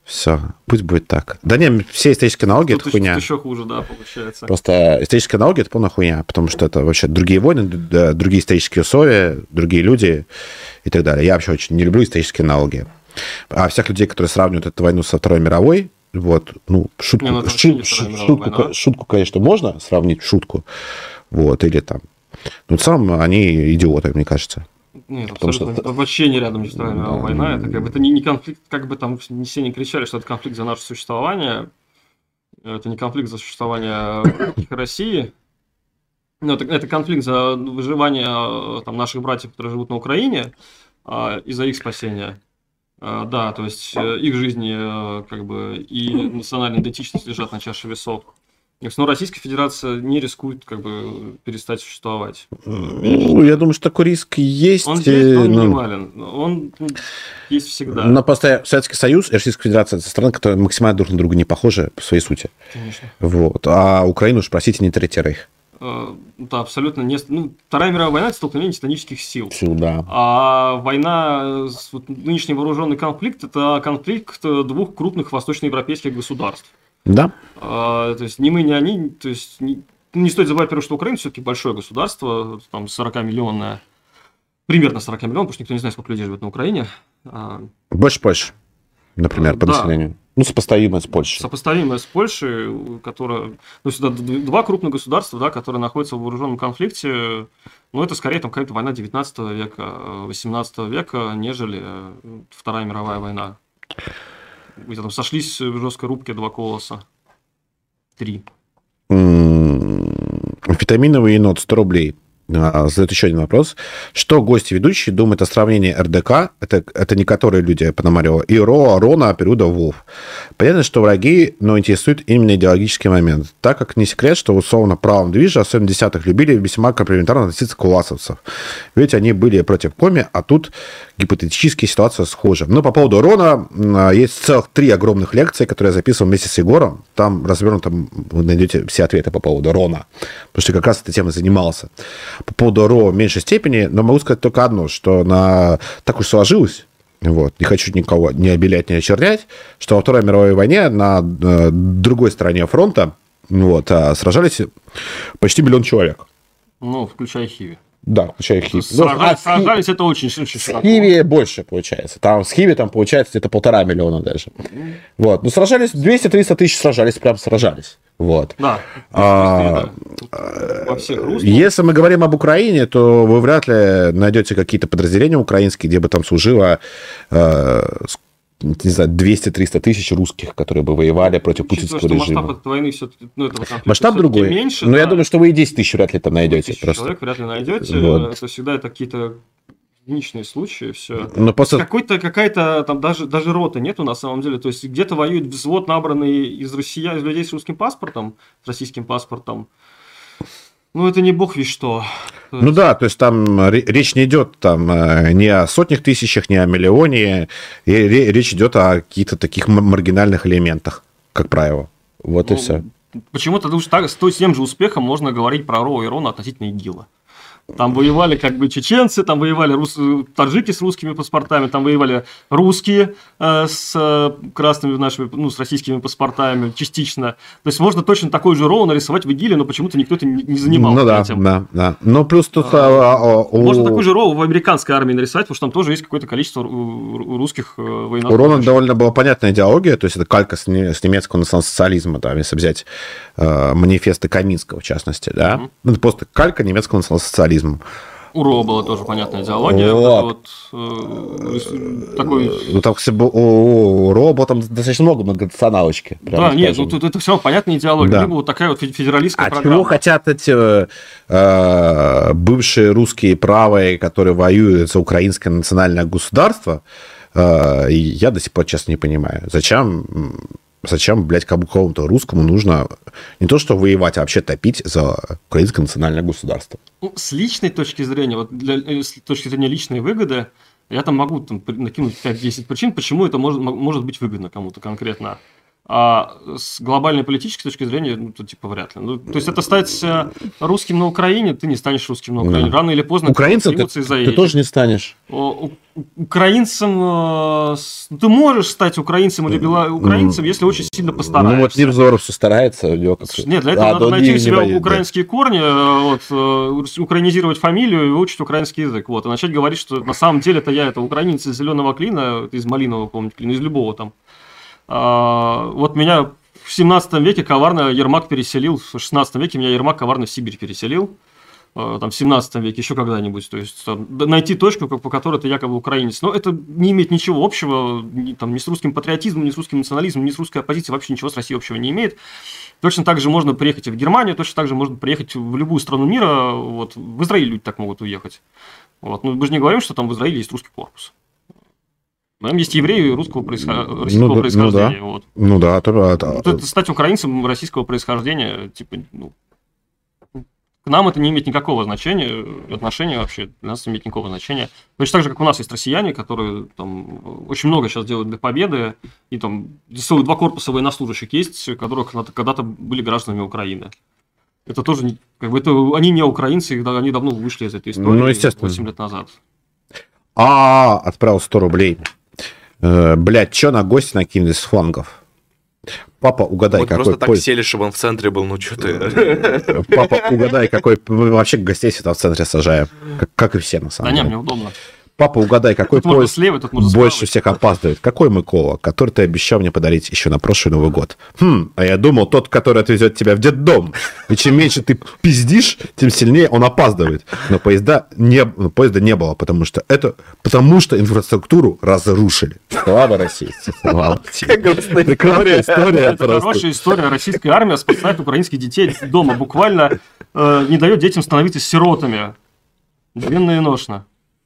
Все, пусть будет так. Да не, все исторические аналогии это хуйня. Тут еще хуже, да, получается. Просто исторические аналогии это полная хуйня, потому что это вообще другие войны, другие исторические условия, другие люди и так далее. Я вообще очень не люблю исторические аналогии. А всех людей, которые сравнивают эту войну со Второй мировой, вот, ну, шутку, конечно, можно сравнить в шутку, вот, или там, но в целом они идиоты, мне кажется. Нет, абсолютно. Вообще не рядом не Вторая мировая война. Это как бы это не конфликт, как бы там все не кричали, что это конфликт за наше существование. Это не конфликт за существование России. Но это конфликт за выживание там, наших братьев, которые живут на Украине, и за их спасение. Да, то есть их жизни как бы и национальная идентичность лежат на чаше весов. Но Российская Федерация не рискует как бы перестать существовать. Ну, я думаю, что такой риск есть. Он есть, но он минимален. Он есть всегда. Но просто Советский Союз и Российская Федерация – это страны, которые максимально друг на друга не похожи по своей сути. Конечно. Вот. А Украину, уж простите, не Третий Рейх. Да, абсолютно не. Ну, Вторая мировая война – это столкновение титанических сил. Да. А война, нынешний вооруженный конфликт – это конфликт двух крупных восточноевропейских государств. Да. То есть ни мы, ни они, то есть не стоит забывать, первое, что Украина все-таки большое государство, там 40-миллионное, примерно 40 миллионов, потому что никто не знает, сколько людей живет на Украине. Больше Польши, например, по населению. Ну, сопоставимое с Польшей. Сопоставимое с Польшей, которая... Ну, сюда два крупных государства, да, которые находятся в вооруженном конфликте, ну, это скорее там какая-то война 19 века, 18 века, нежели Вторая мировая война. Где там сошлись в жесткой рубке два колосса. 3. Витаминовый енот, 100 рублей. Задает еще один вопрос. Что гости ведущие думают о сравнении РДК, это не которые люди Пономарева, и Рона, периода ВОВ? Понятно, что враги, но интересует именно идеологический момент, так как не секрет, что условно правом движа, особенно десятых, любили весьма комплементарно относиться к власовцам. Ведь они были против Коми, а тут гипотетически ситуация схожа. Но по поводу Рона есть целых 3 огромных лекции, которые я записывал вместе с Егором. Там развернуто вы найдете все ответы по поводу Рона, потому что как раз этой темой занимался. По поводу РО в меньшей степени, но могу сказать только одно, что так уж сложилось, вот, не хочу никого не обелять, не очернять, что во Второй мировой войне на другой стороне фронта вот, сражались почти 1 миллион человек. Ну, включая Хиви. Да, включая Хиви. Сражались это очень широко. С Хиви больше получается. С Хиви там получается где-то 1,5 миллиона даже. Вот. Но сражались 200-300 тысяч, прям сражались. Вот. Да. Во всех руслах. Если мы говорим об Украине, то вы вряд ли найдете какие-то подразделения украинские, где бы там служило не знаю, 200-300 тысяч русских, которые бы воевали против путинского режима. Масштаб войны все-таки, масштаб другой. Меньше, но я думаю, что вы и 10 тысяч вряд ли там найдете. Человек вряд ли найдете. Вот. Это всегда это какие-то единичные случаи, все. Но просто... Какая-то там даже роты нету на самом деле. То есть где-то воюет взвод, набранный из людей с русским паспортом, с российским паспортом. Ну, это не бог весть что. Ну да, то есть там речь не идет там не о сотнях тысячах, не о миллионе. Речь идет о каких-то таких маргинальных элементах, как правило. Вот и все. Почему-то с тем же успехом можно говорить про РО и Рона относительно ИГИЛа. Там воевали как бы чеченцы, там воевали таджики с русскими паспортами, там воевали русские с красными нашими, с российскими паспортами частично. То есть можно точно такой же РО нарисовать в ИГИЛе, но почему-то никто этим не занимался. Ну да. Но плюс тут... Можно такой же РО в американской армии нарисовать, потому что там тоже есть какое-то количество русских военнослужащих. У Рона довольно была понятная идеология, то есть это калька с немецкого национал-социализма, да, если взять манифесты Каминского, в частности, да. Это просто калька немецкого национал-социализма. У РО была тоже понятная идеология. Вот. Такой... Ну, там, у РО было там достаточно много многонационалочки. Да, нет, тут это все понятная идеология. Да. Либо вот такая вот федералистская программа. Чего хотят эти бывшие русские правые, которые воюют за украинское национальное государство, я до сих пор, честно, не понимаю. Зачем, блядь, какому-то русскому нужно не то что воевать, а вообще топить за украинское национальное государство? Ну, с личной точки зрения, с точки зрения личной выгоды, я там могу накинуть 5-10 причин, почему это может быть выгодно кому-то конкретно. А с глобальной политической точки зрения, ну, то типа вряд ли. Ну, то есть это стать русским на Украине, ты не станешь русским на Украине. Рано или поздно украинцем ты тоже не станешь. Украинцем ты можешь стать украинцем или украинцем, если очень сильно постараешься. Ну вот Невзоров все старается. Нет, для этого надо найти у себя украинские корни, украинизировать фамилию и выучить украинский язык. Вот, и начать говорить, что на самом деле это украинец из зеленого клина, из малинового, помните, клина, из любого там. Вот меня в 17 веке коварно Ермак переселил, в 16 веке меня Ермак коварно в Сибирь переселил, там, в 17 веке, еще когда-нибудь, то есть там, найти точку, по которой ты якобы украинец. Но это не имеет ничего общего ни с русским патриотизмом, ни с русским национализмом, ни с русской оппозицией, вообще ничего с Россией общего не имеет. Точно так же можно приехать и в Германию, точно так же можно приехать в любую страну мира, вот, в Израиль люди так могут уехать. Вот. Ну, мы же не говорим, что там в Израиле есть русский корпус. Там есть евреи российского происхождения. Вот. Ну да. Стать украинцем российского происхождения, типа, ну, к нам это не имеет никакого значения, отношения вообще для нас не имеет никакого значения. Точно так же, как у нас есть россияне, которые там очень много сейчас делают для победы, и там целых 2 корпуса военнослужащих есть, которые когда-то были гражданами Украины. Это тоже, как бы, они не украинцы, они давно вышли из этой истории, ну, естественно. 8 лет назад. Отправил 100 рублей. Блять, что на гости накинули с флангов? Папа, угадай, вот какой просто так сели, чтобы он в центре был, ну что ты. Папа, угадай, какой... Мы вообще гостей всегда в центре сажаем. Как и все, на самом деле. Да не, мне удобно. Папа, угадай, какой тут поезд слева, больше всех опаздывает? Какой Микола, который ты обещал мне подарить еще на прошлый Новый год? А я думал, тот, который отвезет тебя в детдом. И чем меньше ты пиздишь, тем сильнее он опаздывает. Но поезда не было, потому что инфраструктуру разрушили. Слава России. Слава. Прекрасная история. Это хорошая история. Российская армия спасает украинских детей дома. Буквально не дает детям становиться сиротами. Длинно и ношно.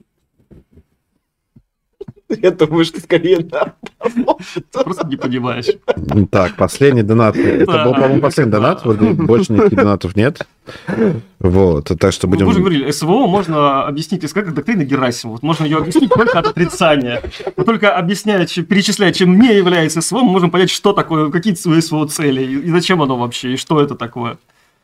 Я думаю, что скорее да. Просто не понимаешь. Так, последний донат. Это был, по-моему, последний донат. Больше никаких донатов нет. Вот, так что будем... Вы же говорили, СВО можно объяснить, как доктрина Герасимова. Вот можно ее объяснить только от отрицания. Но только объясняя, перечисляя, чем не является СВО, мы можем понять, что такое, какие свои СВО цели, и зачем оно вообще, и что это такое.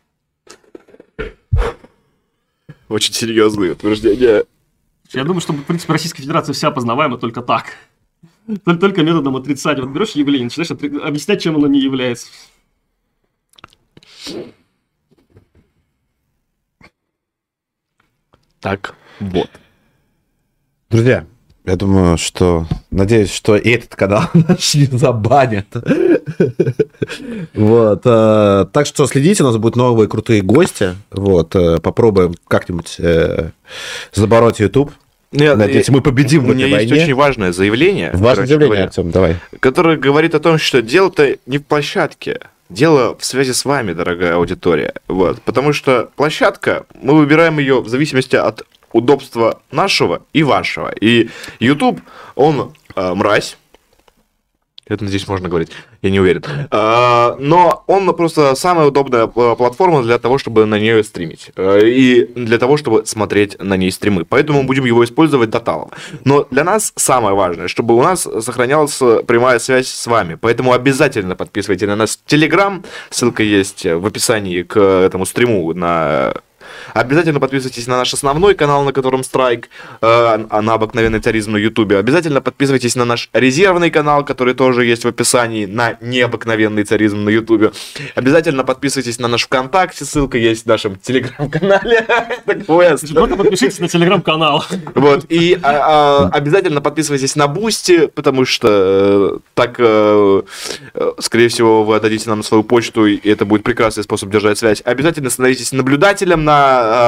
Очень серьезные утверждения. Я думаю, что, в принципе, Российская Федерация вся познаваема только так. Только методом отрицания. Вот берешь явление, начинаешь объяснять, чем оно не является. Так, вот. Друзья, я думаю, надеюсь, что и этот канал наш не забанят. Вот. Так что следите, у нас будут новые крутые гости. Вот. Попробуем как-нибудь забороть YouTube. Надеюсь, мы победим в этой войне. У меня есть очень важное заявление. Важное заявление, Артем, давай. Которое говорит о том, что дело-то не в площадке. Дело в связи с вами, дорогая аудитория. Вот. Потому что площадка, мы выбираем ее в зависимости от удобства нашего и вашего. И YouTube, он мразь. Это, надеюсь, можно говорить. Я не уверен. Но он просто самая удобная платформа для того, чтобы на нее стримить. И для того, чтобы смотреть на ней стримы. Поэтому мы будем его использовать до талого. Но для нас самое важное, чтобы у нас сохранялась прямая связь с вами. Поэтому обязательно подписывайтесь на наш Telegram. Ссылка есть в описании к этому стриму на... Обязательно подписывайтесь на наш основной канал, на котором Страйк, на обыкновенный царизм на Ютубе. Обязательно подписывайтесь на наш резервный канал, который тоже есть в описании, на необыкновенный царизм на Ютубе. Обязательно подписывайтесь на наш ВКонтакте, ссылка есть в нашем Телеграм-канале. Просто подпишитесь на Телеграм-канал. Вот, и обязательно подписывайтесь на Бусти, потому что так, скорее всего, вы отдадите нам свою почту, и это будет прекрасный способ держать связь. Обязательно становитесь наблюдателем на...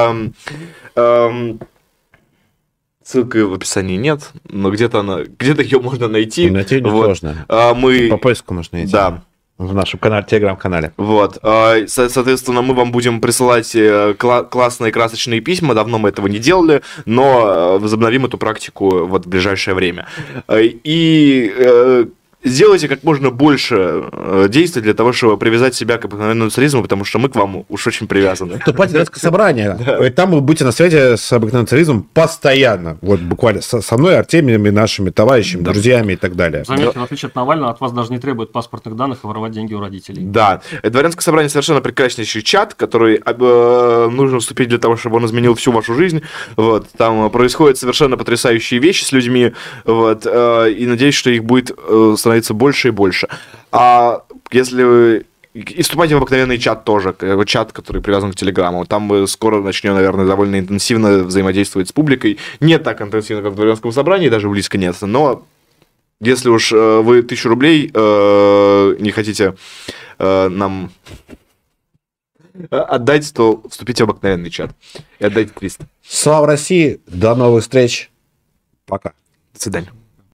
Ссылка в описании нет, но где-то ее можно найти. Найти несложно. По поиску можно найти. Да. В нашем телеграм-канале. Вот. Соответственно, мы вам будем присылать классные красочные письма. Давно мы этого не делали, но возобновим эту практику вот в ближайшее время. И сделайте как можно больше действий для того, чтобы привязать себя к обыкновенному национализму, потому что мы к вам уж очень привязаны. Вступайте в Донецкое собрание. Там вы будете на связи с обыкновенным национализмом постоянно. Вот буквально со мной, Артемиями, нашими товарищами, друзьями и так далее. Заметьте, в отличие от Навального, от вас даже не требуют паспортных данных и воровать деньги у родителей. Да. Дворянское собрание совершенно прекраснейший чат, который нужно вступить для того, чтобы он изменил всю вашу жизнь. Вот. Там происходят совершенно потрясающие вещи с людьми. Вот. И надеюсь, что их будет становиться больше и больше. А если вы... И вступайте в обыкновенный чат тоже, чат, который привязан к Телеграмму. Там мы скоро начнем, наверное, довольно интенсивно взаимодействовать с публикой. Не так интенсивно, как в дворянском собрании, даже близко нет. Но если уж вы 1000 рублей не хотите нам отдать, то вступите в обыкновенный чат и отдайте 300. Слава России, до новых встреч, пока. До свидания.